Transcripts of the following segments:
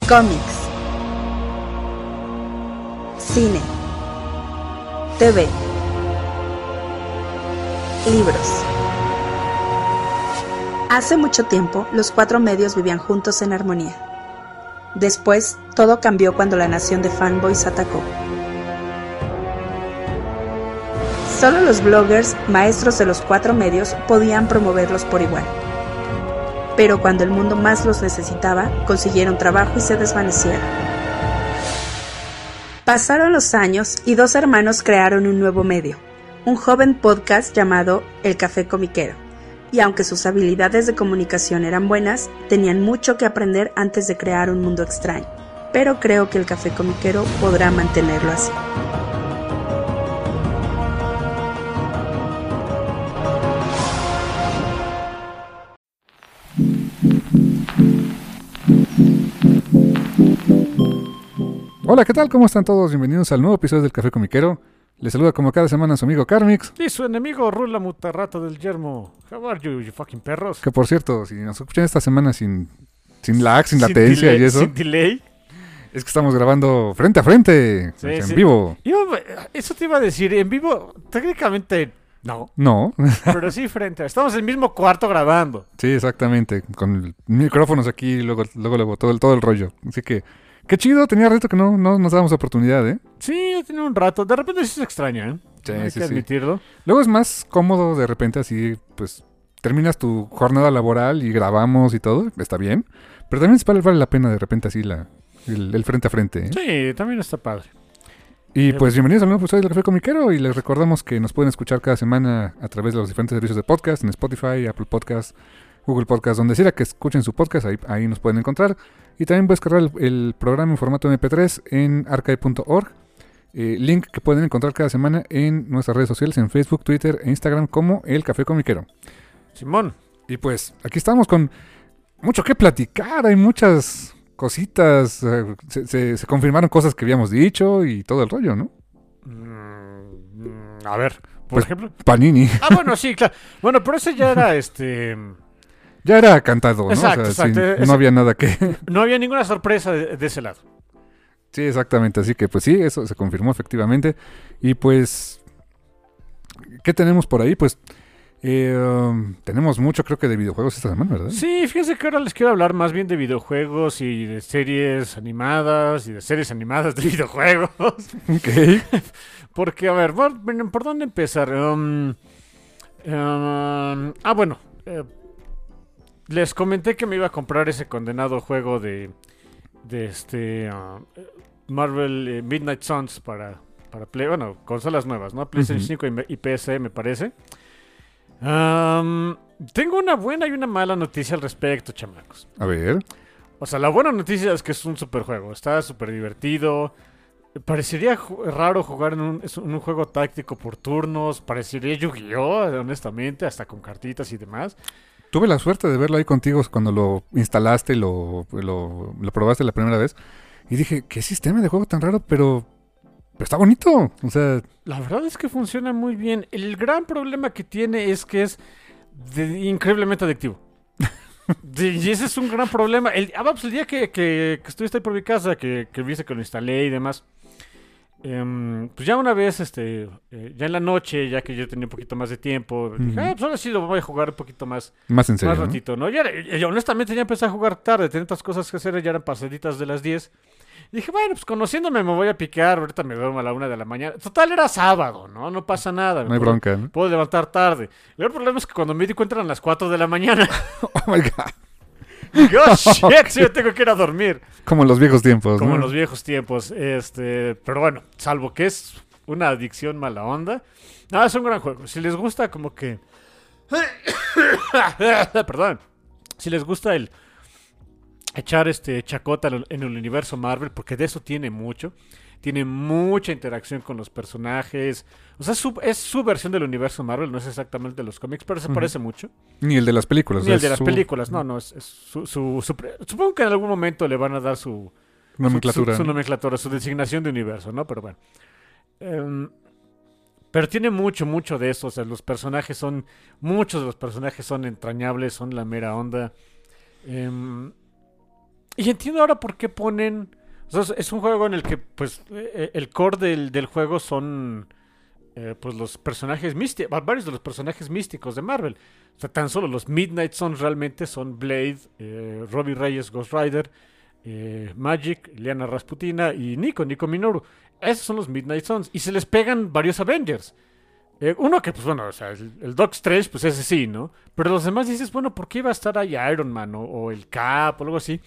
Cómics, cine, TV, libros. Hace mucho tiempo, los 4 medios vivían juntos en armonía. Después, todo cambió cuando la nación de fanboys atacó. Solo los bloggers, maestros de los 4 medios, podían promoverlos por igual. Pero cuando el mundo más los necesitaba, consiguieron trabajo y se desvanecieron. Pasaron los años y 2 hermanos crearon un nuevo medio, un joven podcast llamado El Café Comiquero. Y aunque sus habilidades de comunicación eran buenas, tenían mucho que aprender antes de crear un mundo extraño. Pero creo que El Café Comiquero podrá mantenerlo así. Hola, ¿qué tal? ¿Cómo están todos? Bienvenidos al nuevo episodio del Café Comiquero. Les saluda como cada semana su amigo Carmix. Y su enemigo Rula Mutarrata del Yermo. How are you fucking perros? Que por cierto, si nos escuchan esta semana sin lag, sin latencia delay, y eso, sin delay, es que estamos grabando frente a frente, sí, en sí. vivo. Eso te iba a decir, en vivo, técnicamente no, No, pero sí frente. Estamos en el mismo cuarto grabando. sí, exactamente, con micrófonos aquí, luego todo el rollo. Así que, qué chido, tenía rato que no nos dábamos oportunidad, ¿eh? Sí, ya tiene un rato. De repente sí se extraña, ¿eh? Sí, Hay sí, que sí. admitirlo. Luego es más cómodo de repente así, pues, terminas tu jornada laboral y grabamos y todo, está bien. Pero también vale la pena de repente así el frente a frente, ¿eh? Sí, también está padre. Y pues bienvenidos al nuevo episodio del Café Comiquero y les recordamos que nos pueden escuchar cada semana a través de los diferentes servicios de podcast, en Spotify, Apple Podcast, Google Podcast, donde sea que escuchen su podcast, ahí nos pueden encontrar. Y también puedes cargar el programa en formato MP3 en archive.org, link que pueden encontrar cada semana en nuestras redes sociales, en Facebook, Twitter e Instagram como El Café Comiquero. Simón. Y pues aquí estamos con mucho que platicar, hay muchas cositas, se confirmaron cosas que habíamos dicho y todo el rollo, ¿no? A ver, por Pues, ejemplo. Panini. Ah, bueno, sí, claro. Bueno, pero ese ya era Ya era cantado, ¿no? Exacto, O sea, exacto. no había nada que... No había ninguna sorpresa de ese lado. Sí, exactamente. Así que pues sí, eso se confirmó efectivamente. Y pues, ¿qué tenemos por ahí? Pues tenemos mucho, creo que de videojuegos esta semana, ¿verdad? Sí, fíjense que ahora les quiero hablar más bien de videojuegos y de series animadas y de series animadas de videojuegos. Ok. Porque, a ver, bueno, ¿por dónde empezar? Bueno, les comenté que me iba a comprar ese condenado juego de Marvel Midnight Suns para Play, bueno, consolas nuevas, ¿no? PlayStation 5 y PC, me parece. Tengo una buena y una mala noticia al respecto, chamacos. A ver. O sea, la buena noticia es que es un super juego. Está súper divertido. Parecería raro jugar en un juego táctico por turnos. Parecería Yu-Gi-Oh, honestamente, hasta con cartitas y demás. Tuve la suerte de verlo ahí contigo cuando lo instalaste y lo probaste la primera vez. Y dije, ¿qué sistema de juego tan raro? Pero está bonito. O sea... La verdad es que funciona muy bien. El gran problema que tiene es que es increíblemente adictivo. Y ese es un gran problema. Pues el día que estuviste ahí por mi casa, que viste que lo instalé y demás, pues ya una vez, ya en la noche, ya que yo tenía un poquito más de tiempo, dije, pues ahora sí lo voy a jugar un poquito más Más en serio, más ¿no? ratito, ¿no? Y honestamente ya empecé a jugar tarde, tenía tantas cosas que hacer, ya eran pasaditas de las 10. Y dije, bueno, pues conociéndome me voy a picar, ahorita me duermo a la 1 de la mañana. Total, era sábado, ¿no? No pasa nada. No hay bronca, ¿no? Puedo levantar tarde. El problema es que cuando me di cuenta eran las 4 de la mañana. Oh my God. Dije, oh, shit, sí, yo tengo que ir a dormir. Como en los viejos tiempos, Como ¿no? en los viejos tiempos. Pero bueno, salvo que es una adicción mala onda. No, es un gran juego. Si les gusta como que... Perdón. Si les gusta el echar chacota en el universo Marvel, porque de eso tiene mucho. Tiene mucha interacción con los personajes. O sea, es su versión del universo Marvel, no es exactamente de los cómics, pero se parece mucho. Ni el de las películas. Ni el de las películas, no, es supongo que en algún momento le van a dar su nomenclatura. Su nomenclatura, su designación de universo, ¿no? Pero bueno. Pero tiene mucho de eso. O sea, muchos de los personajes son entrañables, son la mera onda. Y entiendo ahora por qué ponen... O sea, es un juego en el que, pues, el core del juego son... pues los personajes místicos, varios de los personajes místicos de Marvel. O sea, tan solo los Midnight Suns realmente son Blade, Robbie Reyes, Ghost Rider, Magic, Liana Rasputina y Nico Minoru. Esos son los Midnight Suns. Y se les pegan varios Avengers. Uno que, pues bueno, o sea, el Doc Strange, pues ese sí, ¿no? Pero los demás dices, bueno, ¿por qué iba a estar ahí Iron Man o el Cap o algo así?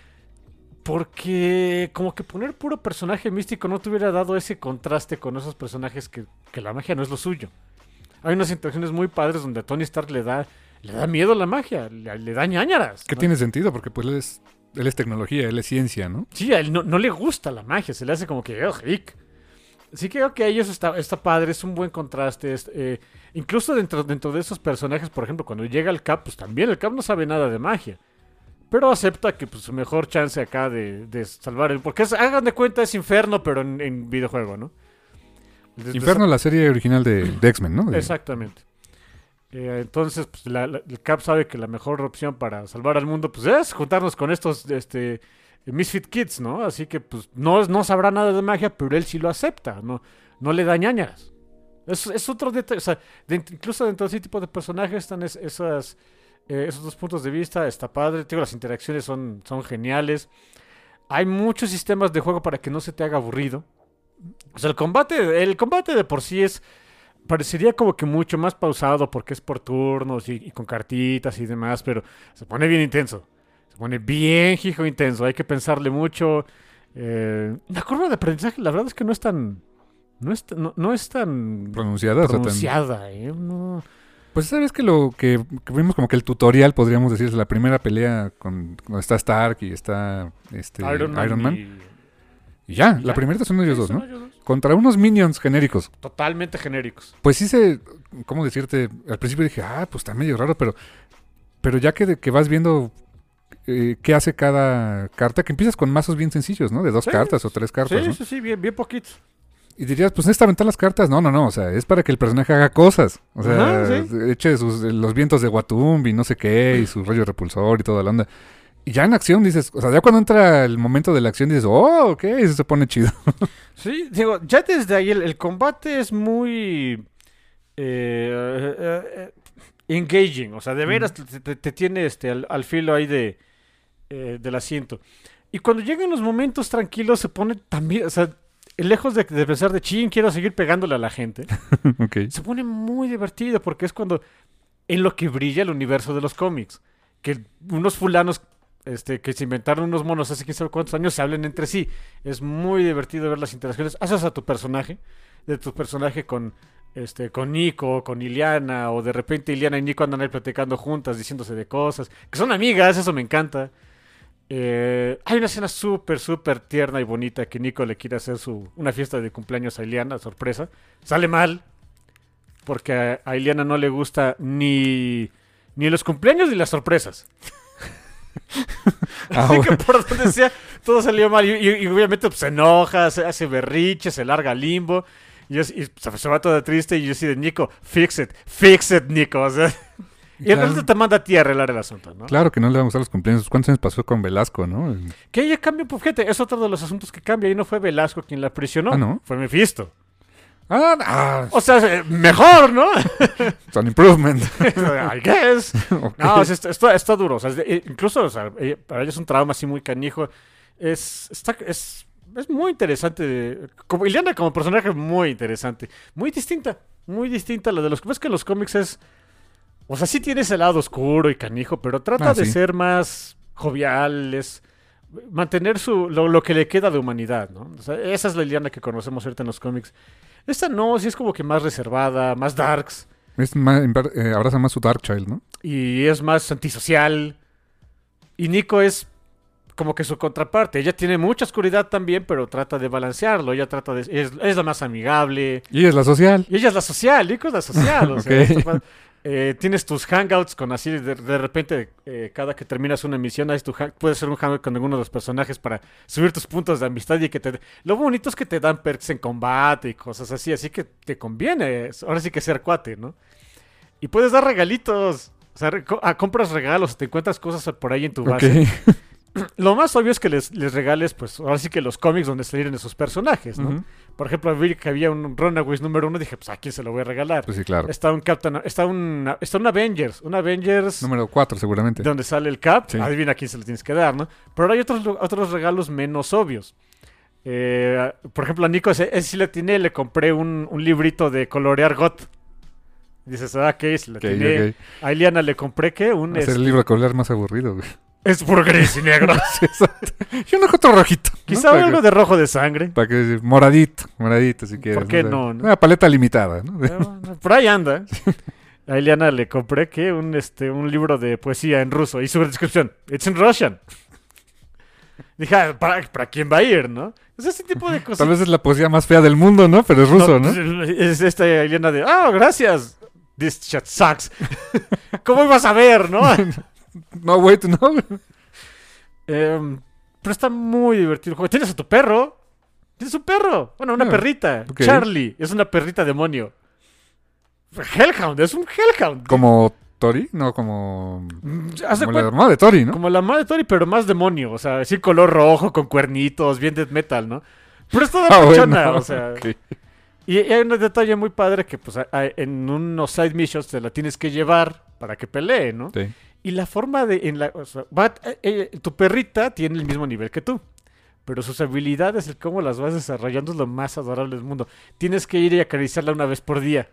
Porque como que poner puro personaje místico no te hubiera dado ese contraste con esos personajes que la magia no es lo suyo. Hay unas interacciones muy padres donde a Tony Stark le da miedo a la magia, le da ñáñaras. Que ¿no? tiene sentido, porque pues él es tecnología, él es ciencia, ¿no? Sí, a él no le gusta la magia, se le hace como que, ick. Así que creo que ellos está padre, es un buen contraste. Incluso dentro de esos personajes, por ejemplo, cuando llega el Cap, pues también el Cap no sabe nada de magia. Pero acepta que pues, su mejor chance acá de salvar el... Porque hagan de cuenta es Inferno, pero en videojuego, ¿no? Inferno, la serie original de X-Men, ¿no? Exactamente. Entonces, pues, el Cap sabe que la mejor opción para salvar al mundo pues es juntarnos con estos Misfit Kids, ¿no? Así que pues no sabrá nada de magia, pero él sí lo acepta, no le da ñañaras. Es otro detalle, o sea, incluso dentro de ese tipo de personajes están esos dos puntos de vista, está padre. Digo, las interacciones son geniales. Hay muchos sistemas de juego para que no se te haga aburrido. O sea, el combate de por sí parecería como que mucho más pausado porque es por turnos y con cartitas y demás, pero se pone bien intenso. Se pone bien hijo intenso. Hay que pensarle mucho. La curva de aprendizaje, la verdad es que no es tan pronunciada. No. Pues sabes que lo que vimos como que el tutorial, podríamos decir, es la primera pelea cuando está Stark y está Iron Man. Y ya, la primera son ellos dos, ¿no? Contra unos minions genéricos. Totalmente genéricos. Pues sí ¿cómo decirte? Al principio dije, pues está medio raro, pero ya que vas viendo qué hace cada carta, que empiezas con mazos bien sencillos, ¿no? De 2 cartas o 3 cartas, ¿no? Sí, bien poquitos. Y dirías, pues necesita aventar las cartas. No, o sea, es para que el personaje haga cosas. O sea, eche los vientos de Watumb y no sé qué, y su rayo repulsor y toda la onda. Y ya en acción dices, o sea, ya cuando entra el momento de la acción dices, ok, eso se pone chido. Sí, digo, ya desde ahí el combate es muy engaging, o sea, de veras te tiene al filo ahí del asiento. Y cuando llegan los momentos tranquilos se pone también, o sea, lejos de pensar de ching, quiero seguir pegándole a la gente, Okay. Se pone muy divertido porque es cuando en lo que brilla el universo de los cómics, que unos fulanos que se inventaron unos monos hace quién sabe cuántos años se hablen entre sí. Es muy divertido ver las interacciones. Haces a tu personaje con Nico, con Iliana, o de repente Iliana y Nico andan ahí platicando juntas, diciéndose de cosas, que son amigas, eso me encanta. Hay una escena súper tierna y bonita que Nico le quiere hacer una fiesta de cumpleaños a Iliana, sorpresa. Sale mal, porque a Iliana no le gusta ni los cumpleaños ni las sorpresas. Así que por donde sea, todo salió mal. Y obviamente pues, se enoja, se hace berriche, se larga al limbo. Y se va toda triste. Y yo así de Nico, fix it, Nico. O sea, y el resto te manda a ti a arreglar el asunto, ¿no? Claro que no le van a gustar los cumpleaños. ¿Cuántos años pasó con Velasco, no? Que ella cambia, pues fíjate, es otro de los asuntos que cambia. Y no fue Velasco quien la aprisionó, ¿no? Fue Mephisto. O sea, mejor, ¿no? It's an improvement. I guess. Okay. No, está duro. O sea, incluso, o sea, para ella es un trauma así muy canijo. Es muy interesante. Como Iliana como personaje muy interesante. Muy distinta a la de los... Ves que los cómics es... O sea, sí tiene ese lado oscuro y canijo, pero trata de ser más jovial, mantener lo que le queda de humanidad, ¿no? O sea, esa es la Iliana que conocemos ahorita en los cómics. Esta no, sí es como que más reservada, más darks. Abraza más su Dark Child, ¿no? Y es más antisocial. Y Nico es como que su contraparte. Ella tiene mucha oscuridad también, pero trata de balancearlo. Ella es la más amigable. Y es la social. Y ella es la social, Nico es la social. O Okay. sea, tienes tus hangouts con así, de repente, cada que terminas una misión, puedes hacer un hangout con alguno de los personajes para subir tus puntos de amistad y lo bonito es que te dan perks en combate y cosas así que te conviene, ahora sí que ser cuate, ¿no? Y puedes dar regalitos, o sea, compras regalos, te encuentras cosas por ahí en tu base. Okay. lo más obvio es que les regales, pues, ahora sí que los cómics donde salieron esos personajes, ¿no? Ujú. Por ejemplo, vi que había un Runaways número 1, dije, pues, ¿a quién se lo voy a regalar? Pues sí, claro. Está un Avengers, Número 4 seguramente. donde sale el Cap, Sí. adivina a quién se lo tienes que dar, ¿no? Pero hay otros regalos menos obvios. Por ejemplo, a Nico, ese sí le atiné, le compré un librito de colorear GOT. Dices, ¿qué es? Le Ok, atiné. ok. A Eliana le compré, ¿qué? Hacer el libro de colorear más aburrido, güey. Es puro gris y negro. Sí, exacto. Y un otro rojito. ¿no? Quizá Para algo que- de rojo de sangre. Para que moradito si quieres. ¿Por qué O sea, no, no? Una paleta limitada, ¿no? Por ahí anda. A Eliana le compré, ¿qué? Un libro de poesía en ruso. Y su descripción, it's in Russian. Dije, ¿para quién va a ir, no? Es ese tipo de cosas. Tal vez es la poesía más fea del mundo, ¿no? Pero es ruso, ¿no? Es esta Eliana de, gracias. This shit sucks. ¿Cómo ibas a ver, no? No, wait, no. Pero está muy divertido el juego. ¿Tienes a tu perro? ¿Tienes un perro? Bueno, una Ah, perrita. ok. Charlie. Es una perrita demonio. Hellhound. Es un Hellhound. Como Tori, no como... Haz de Como la cuenta- hermana de Tori, ¿no? Como la madre de Tori, pero más demonio. O sea, así color rojo, con cuernitos, bien death metal, ¿no? Pero es toda pachona, bueno, o sea. ok. Y hay un detalle muy padre que, pues, en unos side missions te la tienes que llevar para que pelee, ¿no? Sí. Y la forma de... o sea, tu perrita tiene el mismo nivel que tú. Pero sus habilidades, el cómo las vas desarrollando es lo más adorable del mundo. Tienes que ir y acariciarla una vez por día.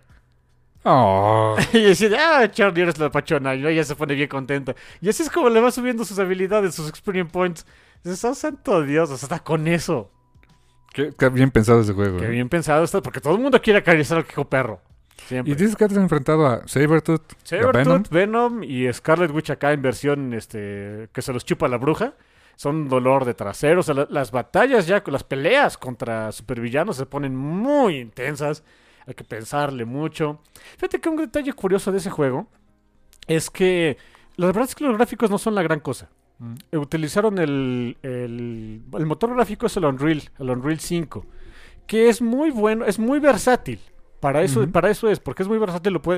Oh, Y decir, Charlie, eres la pachona. Y ella se pone bien contenta. Y así es como le va subiendo sus habilidades, sus experience points. Dices, santo Dios, o sea, está con eso. qué bien pensado ese juego. Qué ¿eh? bien pensado está, porque todo el mundo quiere acariciar al hijo perro. Siempre. Y dices que te has enfrentado a Sabertooth, y a Venom. Sabertooth, Venom y Scarlet Witch acá en versión que se los chupa la bruja. Son dolor de trasero. O sea, las batallas ya, las peleas contra supervillanos se ponen muy intensas. Hay que pensarle mucho. Fíjate que un detalle curioso de ese juego es que la verdad es que los gráficos no son la gran cosa. Utilizaron el motor gráfico es el Unreal 5, que es muy bueno, es muy versátil. Para eso, Ujú. porque es muy versátil, lo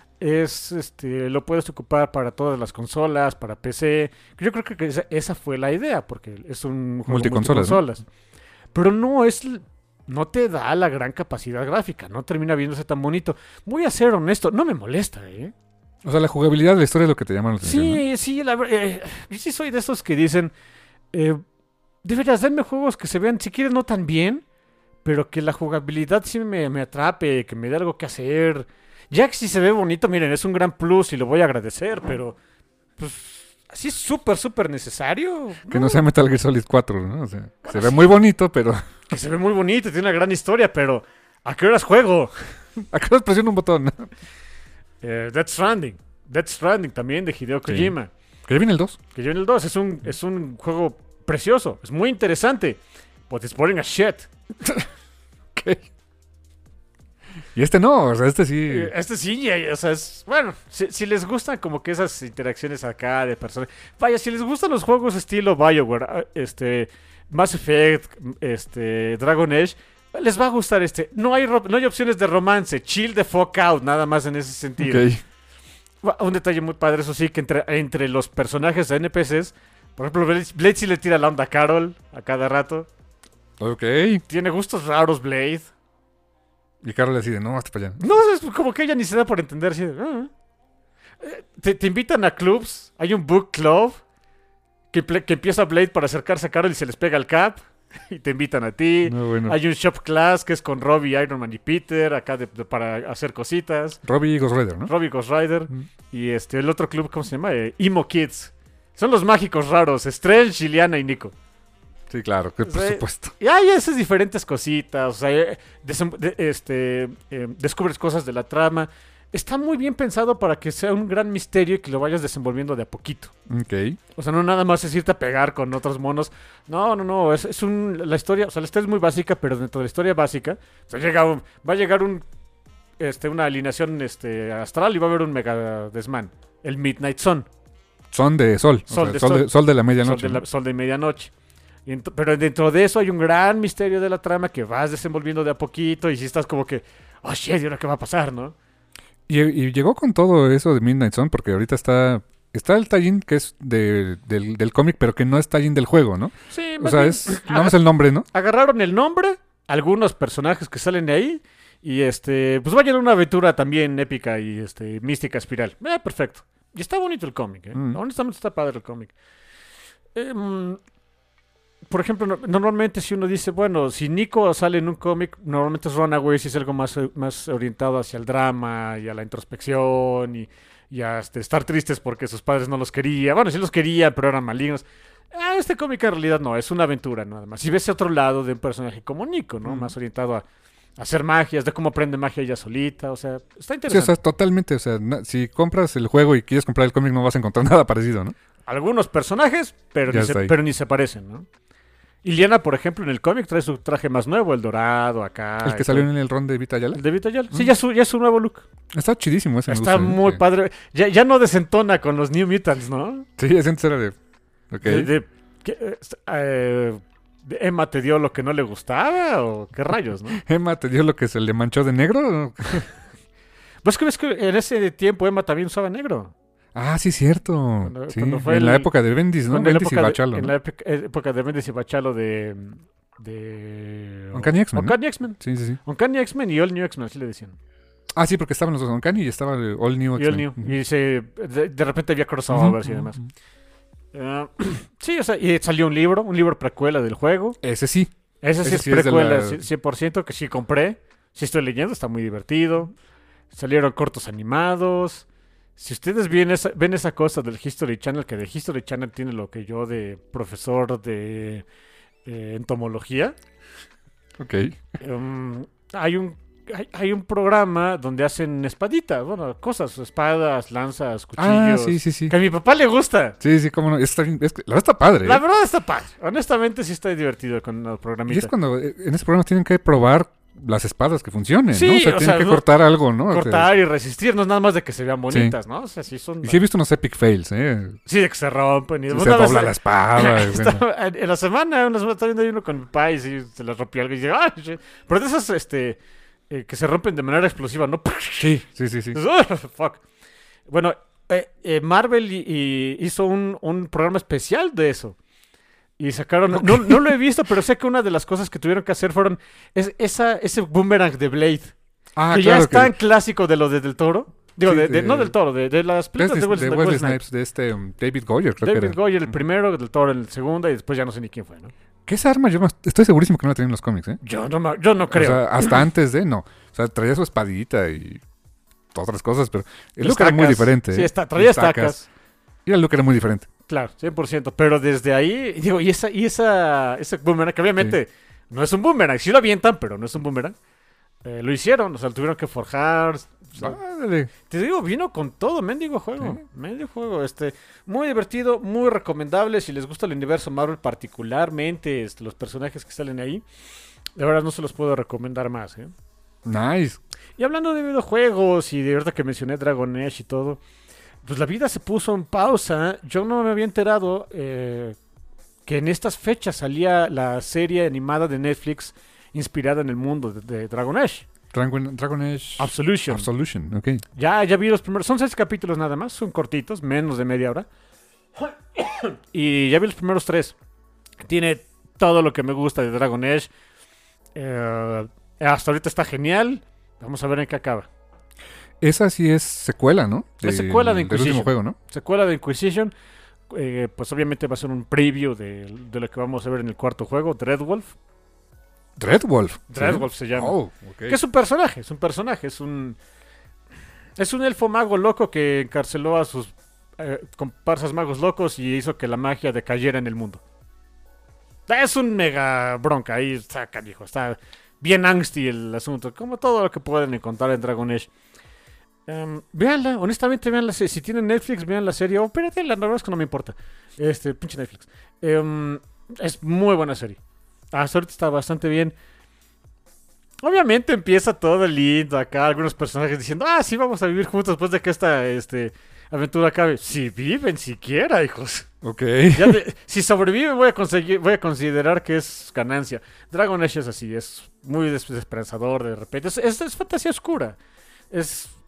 puedes ocupar para todas las consolas, para PC. Yo creo que esa fue la idea, porque es un juego Multiconsolas, ¿no? multiconsolas. Pero no te da la gran capacidad gráfica, no termina viéndose tan bonito. Voy a ser honesto, no me molesta, ¿eh? O sea, la jugabilidad de la historia es lo que te llama la atención. ¿no? Sí, yo sí soy de esos que dicen, deberías darme juegos que se vean, si quieres, no tan bien, pero que la jugabilidad sí me atrape, que me dé algo que hacer. Ya que si se ve bonito, miren, es un gran plus y lo voy a agradecer, pero pues así es súper necesario. Que no sea Metal Gear Solid 4, ¿no? O sea, se ve muy bonito, pero... Que se ve muy bonito, tiene una gran historia, pero ¿a qué horas juego? Acá presiona un botón, ¿no? Death Stranding también de Hideo Sí. Kojima. Que ya viene el 2. Que yo en el 2 es un juego precioso, es muy interesante, but it's boring as shit. Ok. Y este no, o sea, este sí... Este sí, o sea, bueno, si les gustan como que esas interacciones acá de personas, vaya, si les gustan los juegos estilo BioWare, Mass Effect, Dragon Age, les va a gustar este. No hay opciones de romance, chill the fuck out, nada más en ese sentido. Ok. Un detalle muy padre, eso sí, que entre los personajes de NPCs, por ejemplo, Blade sí le tira la onda a Carol a cada rato. Ok. Tiene gustos raros, Blade. Y Carol decide, no, hasta para allá. No, es como que ella ni se da por entender. Así de, te invitan a clubs, hay un book club que empieza Blade para acercarse a Carol y se les pega el cap. Y te invitan a ti. No, bueno. Hay un shop class que es con Robbie, Iron Man y Peter, acá para hacer cositas. Robbie y Ghost Rider, ¿no? Robbie Ghost Rider. Mm. Y el otro club, ¿cómo se llama? Emo Kids. Son los mágicos raros, Strange, Liliana y Nico. Sí, claro, que por Sí. supuesto. Y hay esas diferentes cositas, o sea, descubres cosas de la trama. Está muy bien pensado para que sea un gran misterio y que lo vayas desenvolviendo de a poquito. Ok. O sea, no nada más es irte a pegar con otros monos. No, la historia, o sea, la historia es muy básica, pero dentro de la historia básica, o sea, va a llegar una alineación astral y va a haber un mega desmán. El Midnight Sun. Son de sol. Sol O sea, de sol, sol. sol de la medianoche. ¿no? Sol de medianoche. Pero dentro de eso hay un gran misterio de la trama que vas desenvolviendo de a poquito y si estás como que, oh shit, ¿y ahora qué va a pasar, no? Y llegó con todo eso de Midnight Sun, porque ahorita está está el tie-in que es del cómic, pero que no es tie-in del juego, ¿no? Sí, O sea, es nada más el nombre, ¿no? agarraron el nombre, algunos personajes que salen de ahí, y pues vayan a una aventura también épica y mística espiral. Perfecto. Y está bonito el cómic, ¿eh? Honestamente está padre el cómic. Por ejemplo, normalmente si uno dice, bueno, si Nico sale en un cómic, normalmente es Runaways y es algo más orientado hacia el drama y a la introspección y a estar tristes porque sus padres no los querían. Bueno, sí los querían, pero eran malignos. Este cómic en realidad no, es una aventura nada más. Si ves otro lado de un personaje como Nico, ¿no? Más orientado a hacer magias, de cómo aprende magia ella solita, o sea, está interesante. Sí, o sea, totalmente, o sea, si compras el juego y quieres comprar el cómic no vas a encontrar nada parecido, ¿no? Algunos personajes, pero ni se parecen, ¿no? Iliana, por ejemplo, en el cómic trae su traje más nuevo, el dorado, acá. El que salió en el ron de Vita Ayala. El de Vita Ayala. Sí, ya es su nuevo look. Está chidísimo ese. Está muy padre. Ya no desentona con los New Mutants, ¿no? Sí, antes era de... Okay. ¿Emma te dio lo que no le gustaba o qué rayos, no? ¿Emma te dio lo que se le manchó de negro? Pues que ves que en ese tiempo Emma también usaba negro. Ah, sí, cierto. Cuando fue en la época de Bendis, ¿no? Bendis y Bachalo. En la época de Bendis y Bachalo de Uncanny X-Men. Uncanny X-Men. Sí. Uncanny X-Men y All New X-Men, así le decían. Ah, sí, porque estaban los dos Uncanny y estaba All New X-Men. Y All New. Y de repente había crossovers y demás. Sí, o sea, y salió un libro precuela del juego. Ese sí. Ese sí es precuela, 100%, que sí compré. Sí estoy leyendo, está muy divertido. Salieron cortos animados. Si ustedes ven esa cosa del History Channel, que de History Channel tiene lo que yo de profesor de entomología. Ok. Hay un programa donde hacen espaditas, bueno, cosas, espadas, lanzas, cuchillos. Ah, sí. Que a mi papá le gusta. Sí, cómo no. La verdad está padre. La verdad está padre. Honestamente sí estoy divertido con los programitas. Y es cuando en ese programa tienen que probar las espadas que funcionen, sí, ¿no? O sea, tienen que cortar algo, ¿no? Cortar y resistir, no es nada más de que se vean bonitas, ¿no? O sea, sí son... Y sí he visto unos epic fails, ¿eh? Sí, de que se rompen. Y se dobla la espada. En la semana estaba viendo uno con mi papá y sí, se le rompió algo y dice, ¡ay! Pero de esas, que se rompen de manera explosiva, ¿no? Sí. Fuck. Bueno, Marvel hizo un programa especial de eso. Y sacaron... Okay. No lo he visto, pero sé que una de las cosas que tuvieron que hacer fueron ese boomerang de Blade. Que ya es tan clásico de lo del Toro. Digo, sí, no del Toro, de las películas de Wesley Snipes. De David Goyer, creo David que era. Goyer, el primero, del Toro el segundo, y después ya no sé ni quién fue, ¿no? Que esa arma yo estoy segurísimo que no la tenía en los cómics, ¿eh? Yo no creo. O sea, hasta antes de, no. O sea, traía su espadita y otras cosas, pero el look era muy diferente. Sí, traía estacas. Y el look era muy diferente. Claro, 100%. Pero desde ahí, digo, ese boomerang, que obviamente no es un boomerang. Sí lo avientan, pero no es un boomerang. Lo hicieron, o sea, lo tuvieron que forjar. O sea, te digo, vino con todo, mendigo juego. ¿Sí? Mendigo juego, muy divertido, muy recomendable. Si les gusta el universo Marvel, particularmente los personajes que salen ahí, de verdad no se los puedo recomendar más, ¿eh? Nice. Y hablando de videojuegos y de verdad que mencioné Dragon Age y todo, pues la vida se puso en pausa. Yo no me había enterado que en estas fechas salía la serie animada de Netflix inspirada en el mundo de Dragon Age. Dragon Age Absolution, ok. Ya vi los primeros, son 6 capítulos nada más, son cortitos, menos de media hora. Y ya vi los primeros 3. Tiene todo lo que me gusta de Dragon Age. Hasta ahorita está genial. Vamos a ver en qué acaba. Esa sí es secuela, ¿no? Es secuela de Inquisition. Del último juego, ¿no? Secuela de Inquisition. Pues obviamente va a ser un preview de lo que vamos a ver en el cuarto juego, Dreadwolf. Dreadwolf se llama. Oh, okay. Que es un personaje. Es un elfo mago loco que encarceló a sus comparsas magos locos y hizo que la magia decayera en el mundo. Es un mega bronca. Ahí está, canijo. Está bien angsty el asunto. Como todo lo que pueden encontrar en Dragon Age. Véanla, honestamente véanla. Si tienen Netflix, vean la serie. O píratela, la verdad es que no me importa. Pinche Netflix. Es muy buena serie. Hasta ahorita está bastante bien. Obviamente empieza todo lindo acá. Algunos personajes diciendo, sí, vamos a vivir juntos después de que esta aventura acabe. Si viven siquiera, hijos. Ok. Si sobreviven voy a considerar que es ganancia. Dragon Age es así, es muy desesperanzador de repente. Es fantasía oscura. Es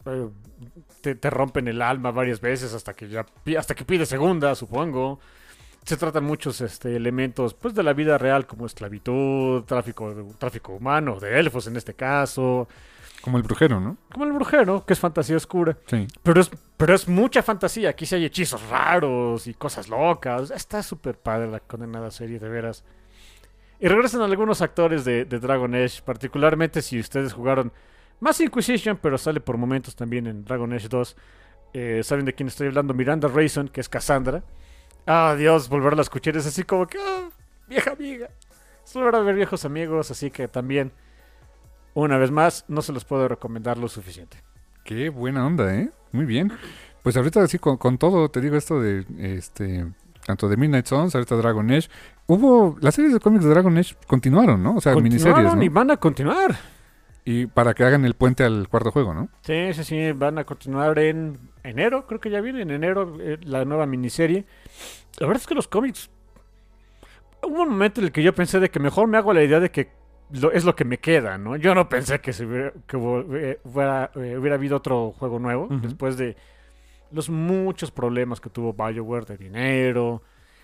te rompen el alma varias veces hasta que pide segunda, supongo. Se tratan muchos elementos pues de la vida real, como esclavitud, tráfico humano, de elfos en este caso. Como el brujero, ¿no? Como el brujero, que es fantasía oscura. Sí. Pero es mucha fantasía. Aquí sí hay hechizos raros y cosas locas. Está súper padre la condenada serie, de veras. Y regresan algunos actores de Dragon Age, particularmente si ustedes jugaron más Inquisition, pero sale por momentos también en Dragon Age 2. ¿Saben de quién estoy hablando? Miranda Rayson, que es Cassandra. Dios, volverla a escuchar es así como que, vieja amiga. Es volver a ver viejos amigos, así que también, una vez más, no se los puedo recomendar lo suficiente. Qué buena onda, ¿eh? Muy bien. Pues ahorita sí, con todo, te digo esto de, tanto de Midnight Suns, ahorita Dragon Age. Las series de cómics de Dragon Age continuaron, ¿no? O sea, miniseries, ¿no? Y van a continuar. Y para que hagan el puente al cuarto juego, ¿no? Sí, van a continuar en enero, creo que ya viene en enero la nueva miniserie. La verdad es que los cómics... Hubo un momento en el que yo pensé de que mejor me hago la idea de que es lo que me queda, ¿no? Yo no pensé que hubiera habido otro juego nuevo, después de los muchos problemas que tuvo BioWare de dinero,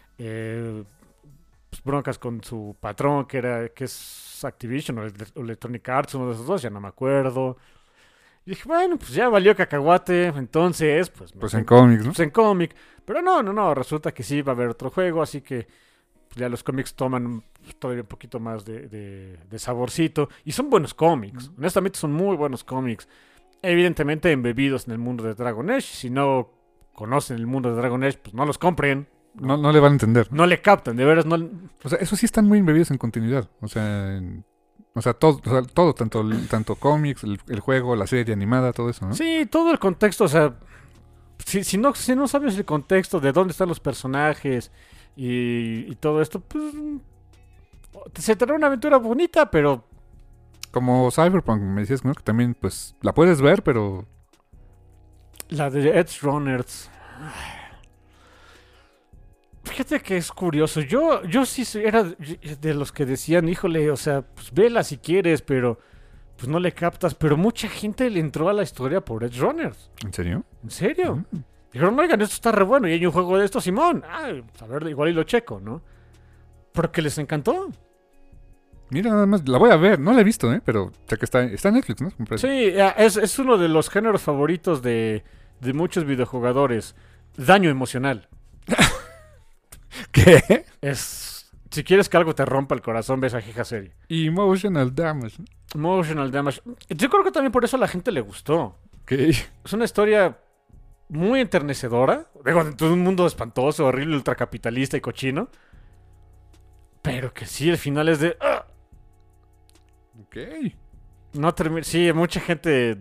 pues broncas con su patrón, que es Activision o Electronic Arts, uno de esos dos, ya no me acuerdo. Y dije, bueno, pues ya valió cacahuate, entonces, pues en cómics, ¿no? Pues en cómic. Pero no, resulta que sí va a haber otro juego, así que pues ya los cómics toman todavía un poquito más de saborcito. Y son buenos cómics, honestamente son muy buenos cómics. Evidentemente embebidos en el mundo de Dragon Age. Si no conocen el mundo de Dragon Age, pues no los compren. No le van a entender. No le captan, de veras no. O sea, eso sí están muy embebidos en continuidad. O sea, todo, tanto cómics, el juego, la serie animada, todo eso, ¿no? Sí, todo el contexto, o sea, si no sabes el contexto de dónde están los personajes y todo esto, pues se trae una aventura bonita, pero... Como Cyberpunk, me decías, ¿no? Que también, pues, la puedes ver, pero... La de Edge Runners... Fíjate que es curioso. Yo sí era de los que decían, híjole, o sea, pues vela si quieres, pero pues no le captas. Pero mucha gente le entró a la historia por Edge Runners. ¿En serio? ¿En serio? Dijeron, oigan, esto está re bueno y hay un juego de esto, Simón. Pues a ver, igual y lo checo, ¿no? Porque les encantó. Mira, nada más, la voy a ver. No la he visto, pero sé que está en Netflix, ¿no? Sí, es uno de los géneros favoritos de muchos videojugadores. Daño emocional. ¿Qué? Si quieres que algo te rompa el corazón, ves a Jija serie. Emotional damage. Emotional damage. Yo creo que también por eso a la gente le gustó. ¿Qué? Es una historia muy enternecedora. Digo, de todo un mundo espantoso, horrible, ultracapitalista y cochino. Pero que sí, el final es de... Ok. No termina... Sí, mucha gente...